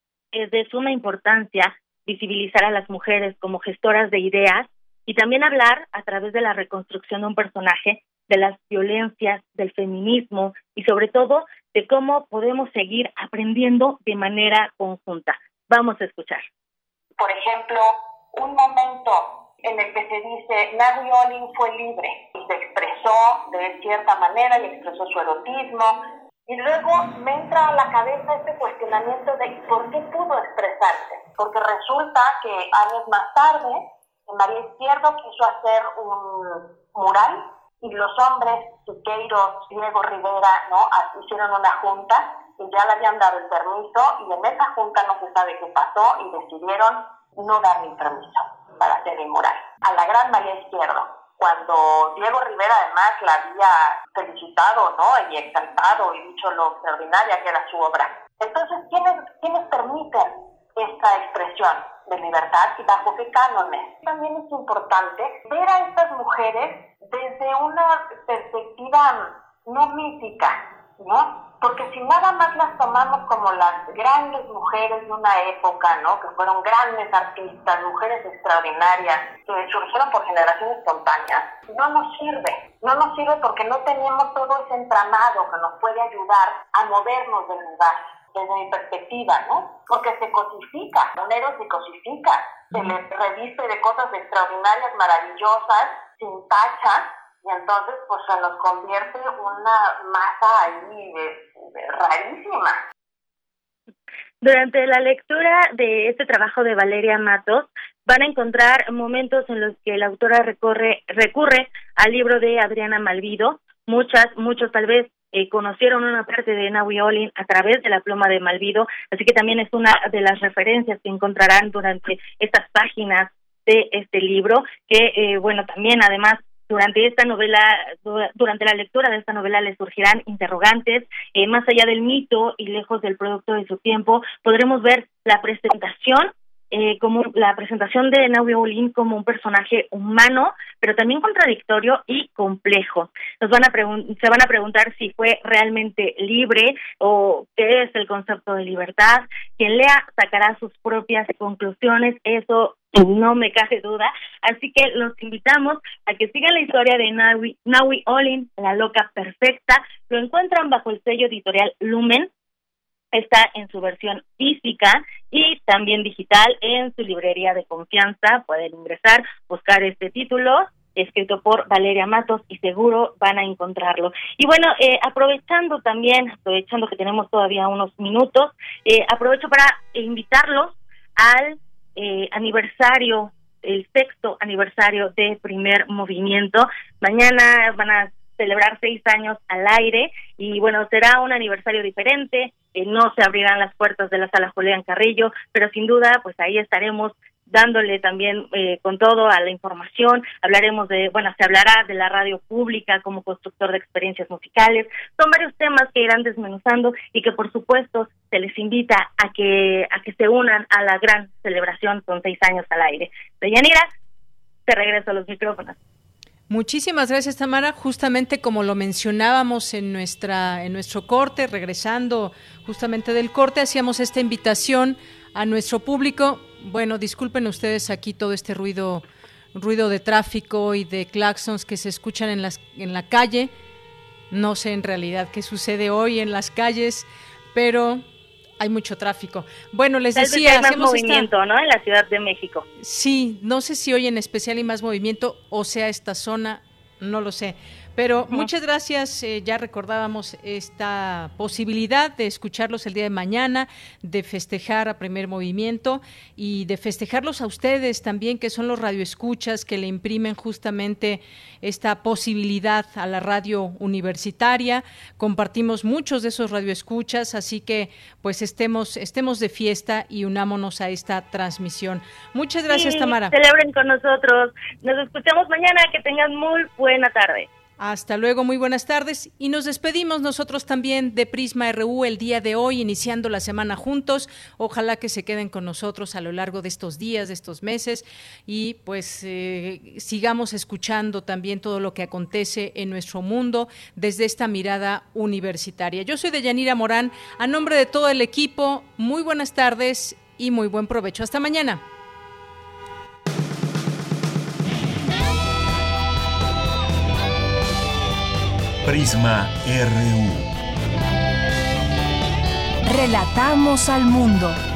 es de suma importancia visibilizar a las mujeres como gestoras de ideas y también hablar a través de la reconstrucción de un personaje de las violencias, del feminismo y sobre todo de cómo podemos seguir aprendiendo de manera conjunta. Vamos a escuchar. Por ejemplo, un momento en el que se dice Nahui Olin fue libre y se expresó de cierta manera y expresó su erotismo, y luego me entra a la cabeza este cuestionamiento de por qué pudo expresarse, porque resulta que años más tarde María Izquierdo quiso hacer un mural y los hombres, Siqueiros, Diego Rivera, ¿no?, hicieron una junta y ya le habían dado el permiso, y en esa junta no se sabe qué pasó y decidieron no dar ni permiso para hacer el mural a la gran María Izquierdo, cuando Diego Rivera además la había felicitado, ¿no?, y exaltado y dicho lo extraordinaria que era su obra. Entonces, ¿quiénes, ¿quiénes permiten esta expresión de libertad y bajo qué cánones? También es importante ver a estas mujeres desde una perspectiva no mítica, ¿no? Porque si nada más las tomamos como las grandes mujeres de una época, ¿no?, que fueron grandes artistas, mujeres extraordinarias, que surgieron por generación espontánea, no nos sirve. No nos sirve porque no tenemos todo ese entramado que nos puede ayudar a movernos del lugar, desde mi perspectiva, ¿no? Porque se cosifica, un héroe se cosifica, se le reviste de cosas extraordinarias, maravillosas, sin tacha, y entonces pues se nos convierte una masa ahí de, de rarísima. Durante la lectura de este trabajo de Valeria Matos van a encontrar momentos en los que la autora recorre, recurre al libro de Adriana Malvido. Muchas, muchos tal vez eh, conocieron una parte de Nahui Olin a través de la pluma de Malvido, así que también es una de las referencias que encontrarán durante estas páginas de este libro, que, eh, bueno, también además Durante esta novela, durante la lectura de esta novela les surgirán interrogantes, eh, más allá del mito y lejos del producto de su tiempo, podremos ver la presentación Eh, como la presentación de Nahui Olin como un personaje humano, pero también contradictorio y complejo. Nos van a pregun- se van a preguntar si fue realmente libre o qué es el concepto de libertad. Quien lea sacará sus propias conclusiones, eso no me cabe duda. Así que los invitamos a que sigan la historia de Nahui, Nahui Olin, la loca perfecta. Lo encuentran bajo el sello editorial Lumen. Está en su versión física y también digital en su librería de confianza. Pueden ingresar, buscar este título, escrito por Valeria Matos, y seguro van a encontrarlo. Y bueno, eh, aprovechando también, aprovechando que tenemos todavía unos minutos, eh, aprovecho para invitarlos al eh, aniversario, el sexto aniversario de Primer Movimiento. Mañana van a celebrar seis años al aire y bueno, será un aniversario diferente, eh, no se abrirán las puertas de la Sala Julián Carrillo, pero sin duda pues ahí estaremos dándole también eh, con todo a la información. Hablaremos de, bueno, se hablará de la radio pública como constructor de experiencias musicales. Son varios temas que irán desmenuzando y que por supuesto se les invita a que a que se unan a la gran celebración con seis años al aire. Deyanira, te regreso a los micrófonos. Muchísimas gracias, Tamara. Justamente como lo mencionábamos en nuestra en nuestro corte, regresando justamente del corte, hacíamos esta invitación a nuestro público. Bueno, disculpen ustedes aquí todo este ruido ruido de tráfico y de claxons que se escuchan en las en la calle. No sé en realidad qué sucede hoy en las calles, pero hay mucho tráfico. Bueno, les Tal decía, vez hay más hacemos movimiento, esta... ¿no? En la Ciudad de México. Sí, no sé si hoy en especial hay más movimiento o sea esta zona, no lo sé. Pero uh-huh. muchas gracias, eh, ya recordábamos esta posibilidad de escucharlos el día de mañana, de festejar a Primer Movimiento y de festejarlos a ustedes también, que son los radioescuchas que le imprimen justamente esta posibilidad a la radio universitaria. Compartimos muchos de esos radioescuchas, así que pues estemos, estemos de fiesta y unámonos a esta transmisión. Muchas gracias, sí, Tamara. Celebren con nosotros. Nos escuchamos mañana, que tengan muy buena tarde. Hasta luego, muy buenas tardes y nos despedimos nosotros también de Prisma R U el día de hoy, iniciando la semana juntos. Ojalá que se queden con nosotros a lo largo de estos días, de estos meses y pues eh, sigamos escuchando también todo lo que acontece en nuestro mundo desde esta mirada universitaria. Yo soy Deyanira Morán, a nombre de todo el equipo, muy buenas tardes y muy buen provecho. Hasta mañana. Prisma R U. Relatamos al mundo.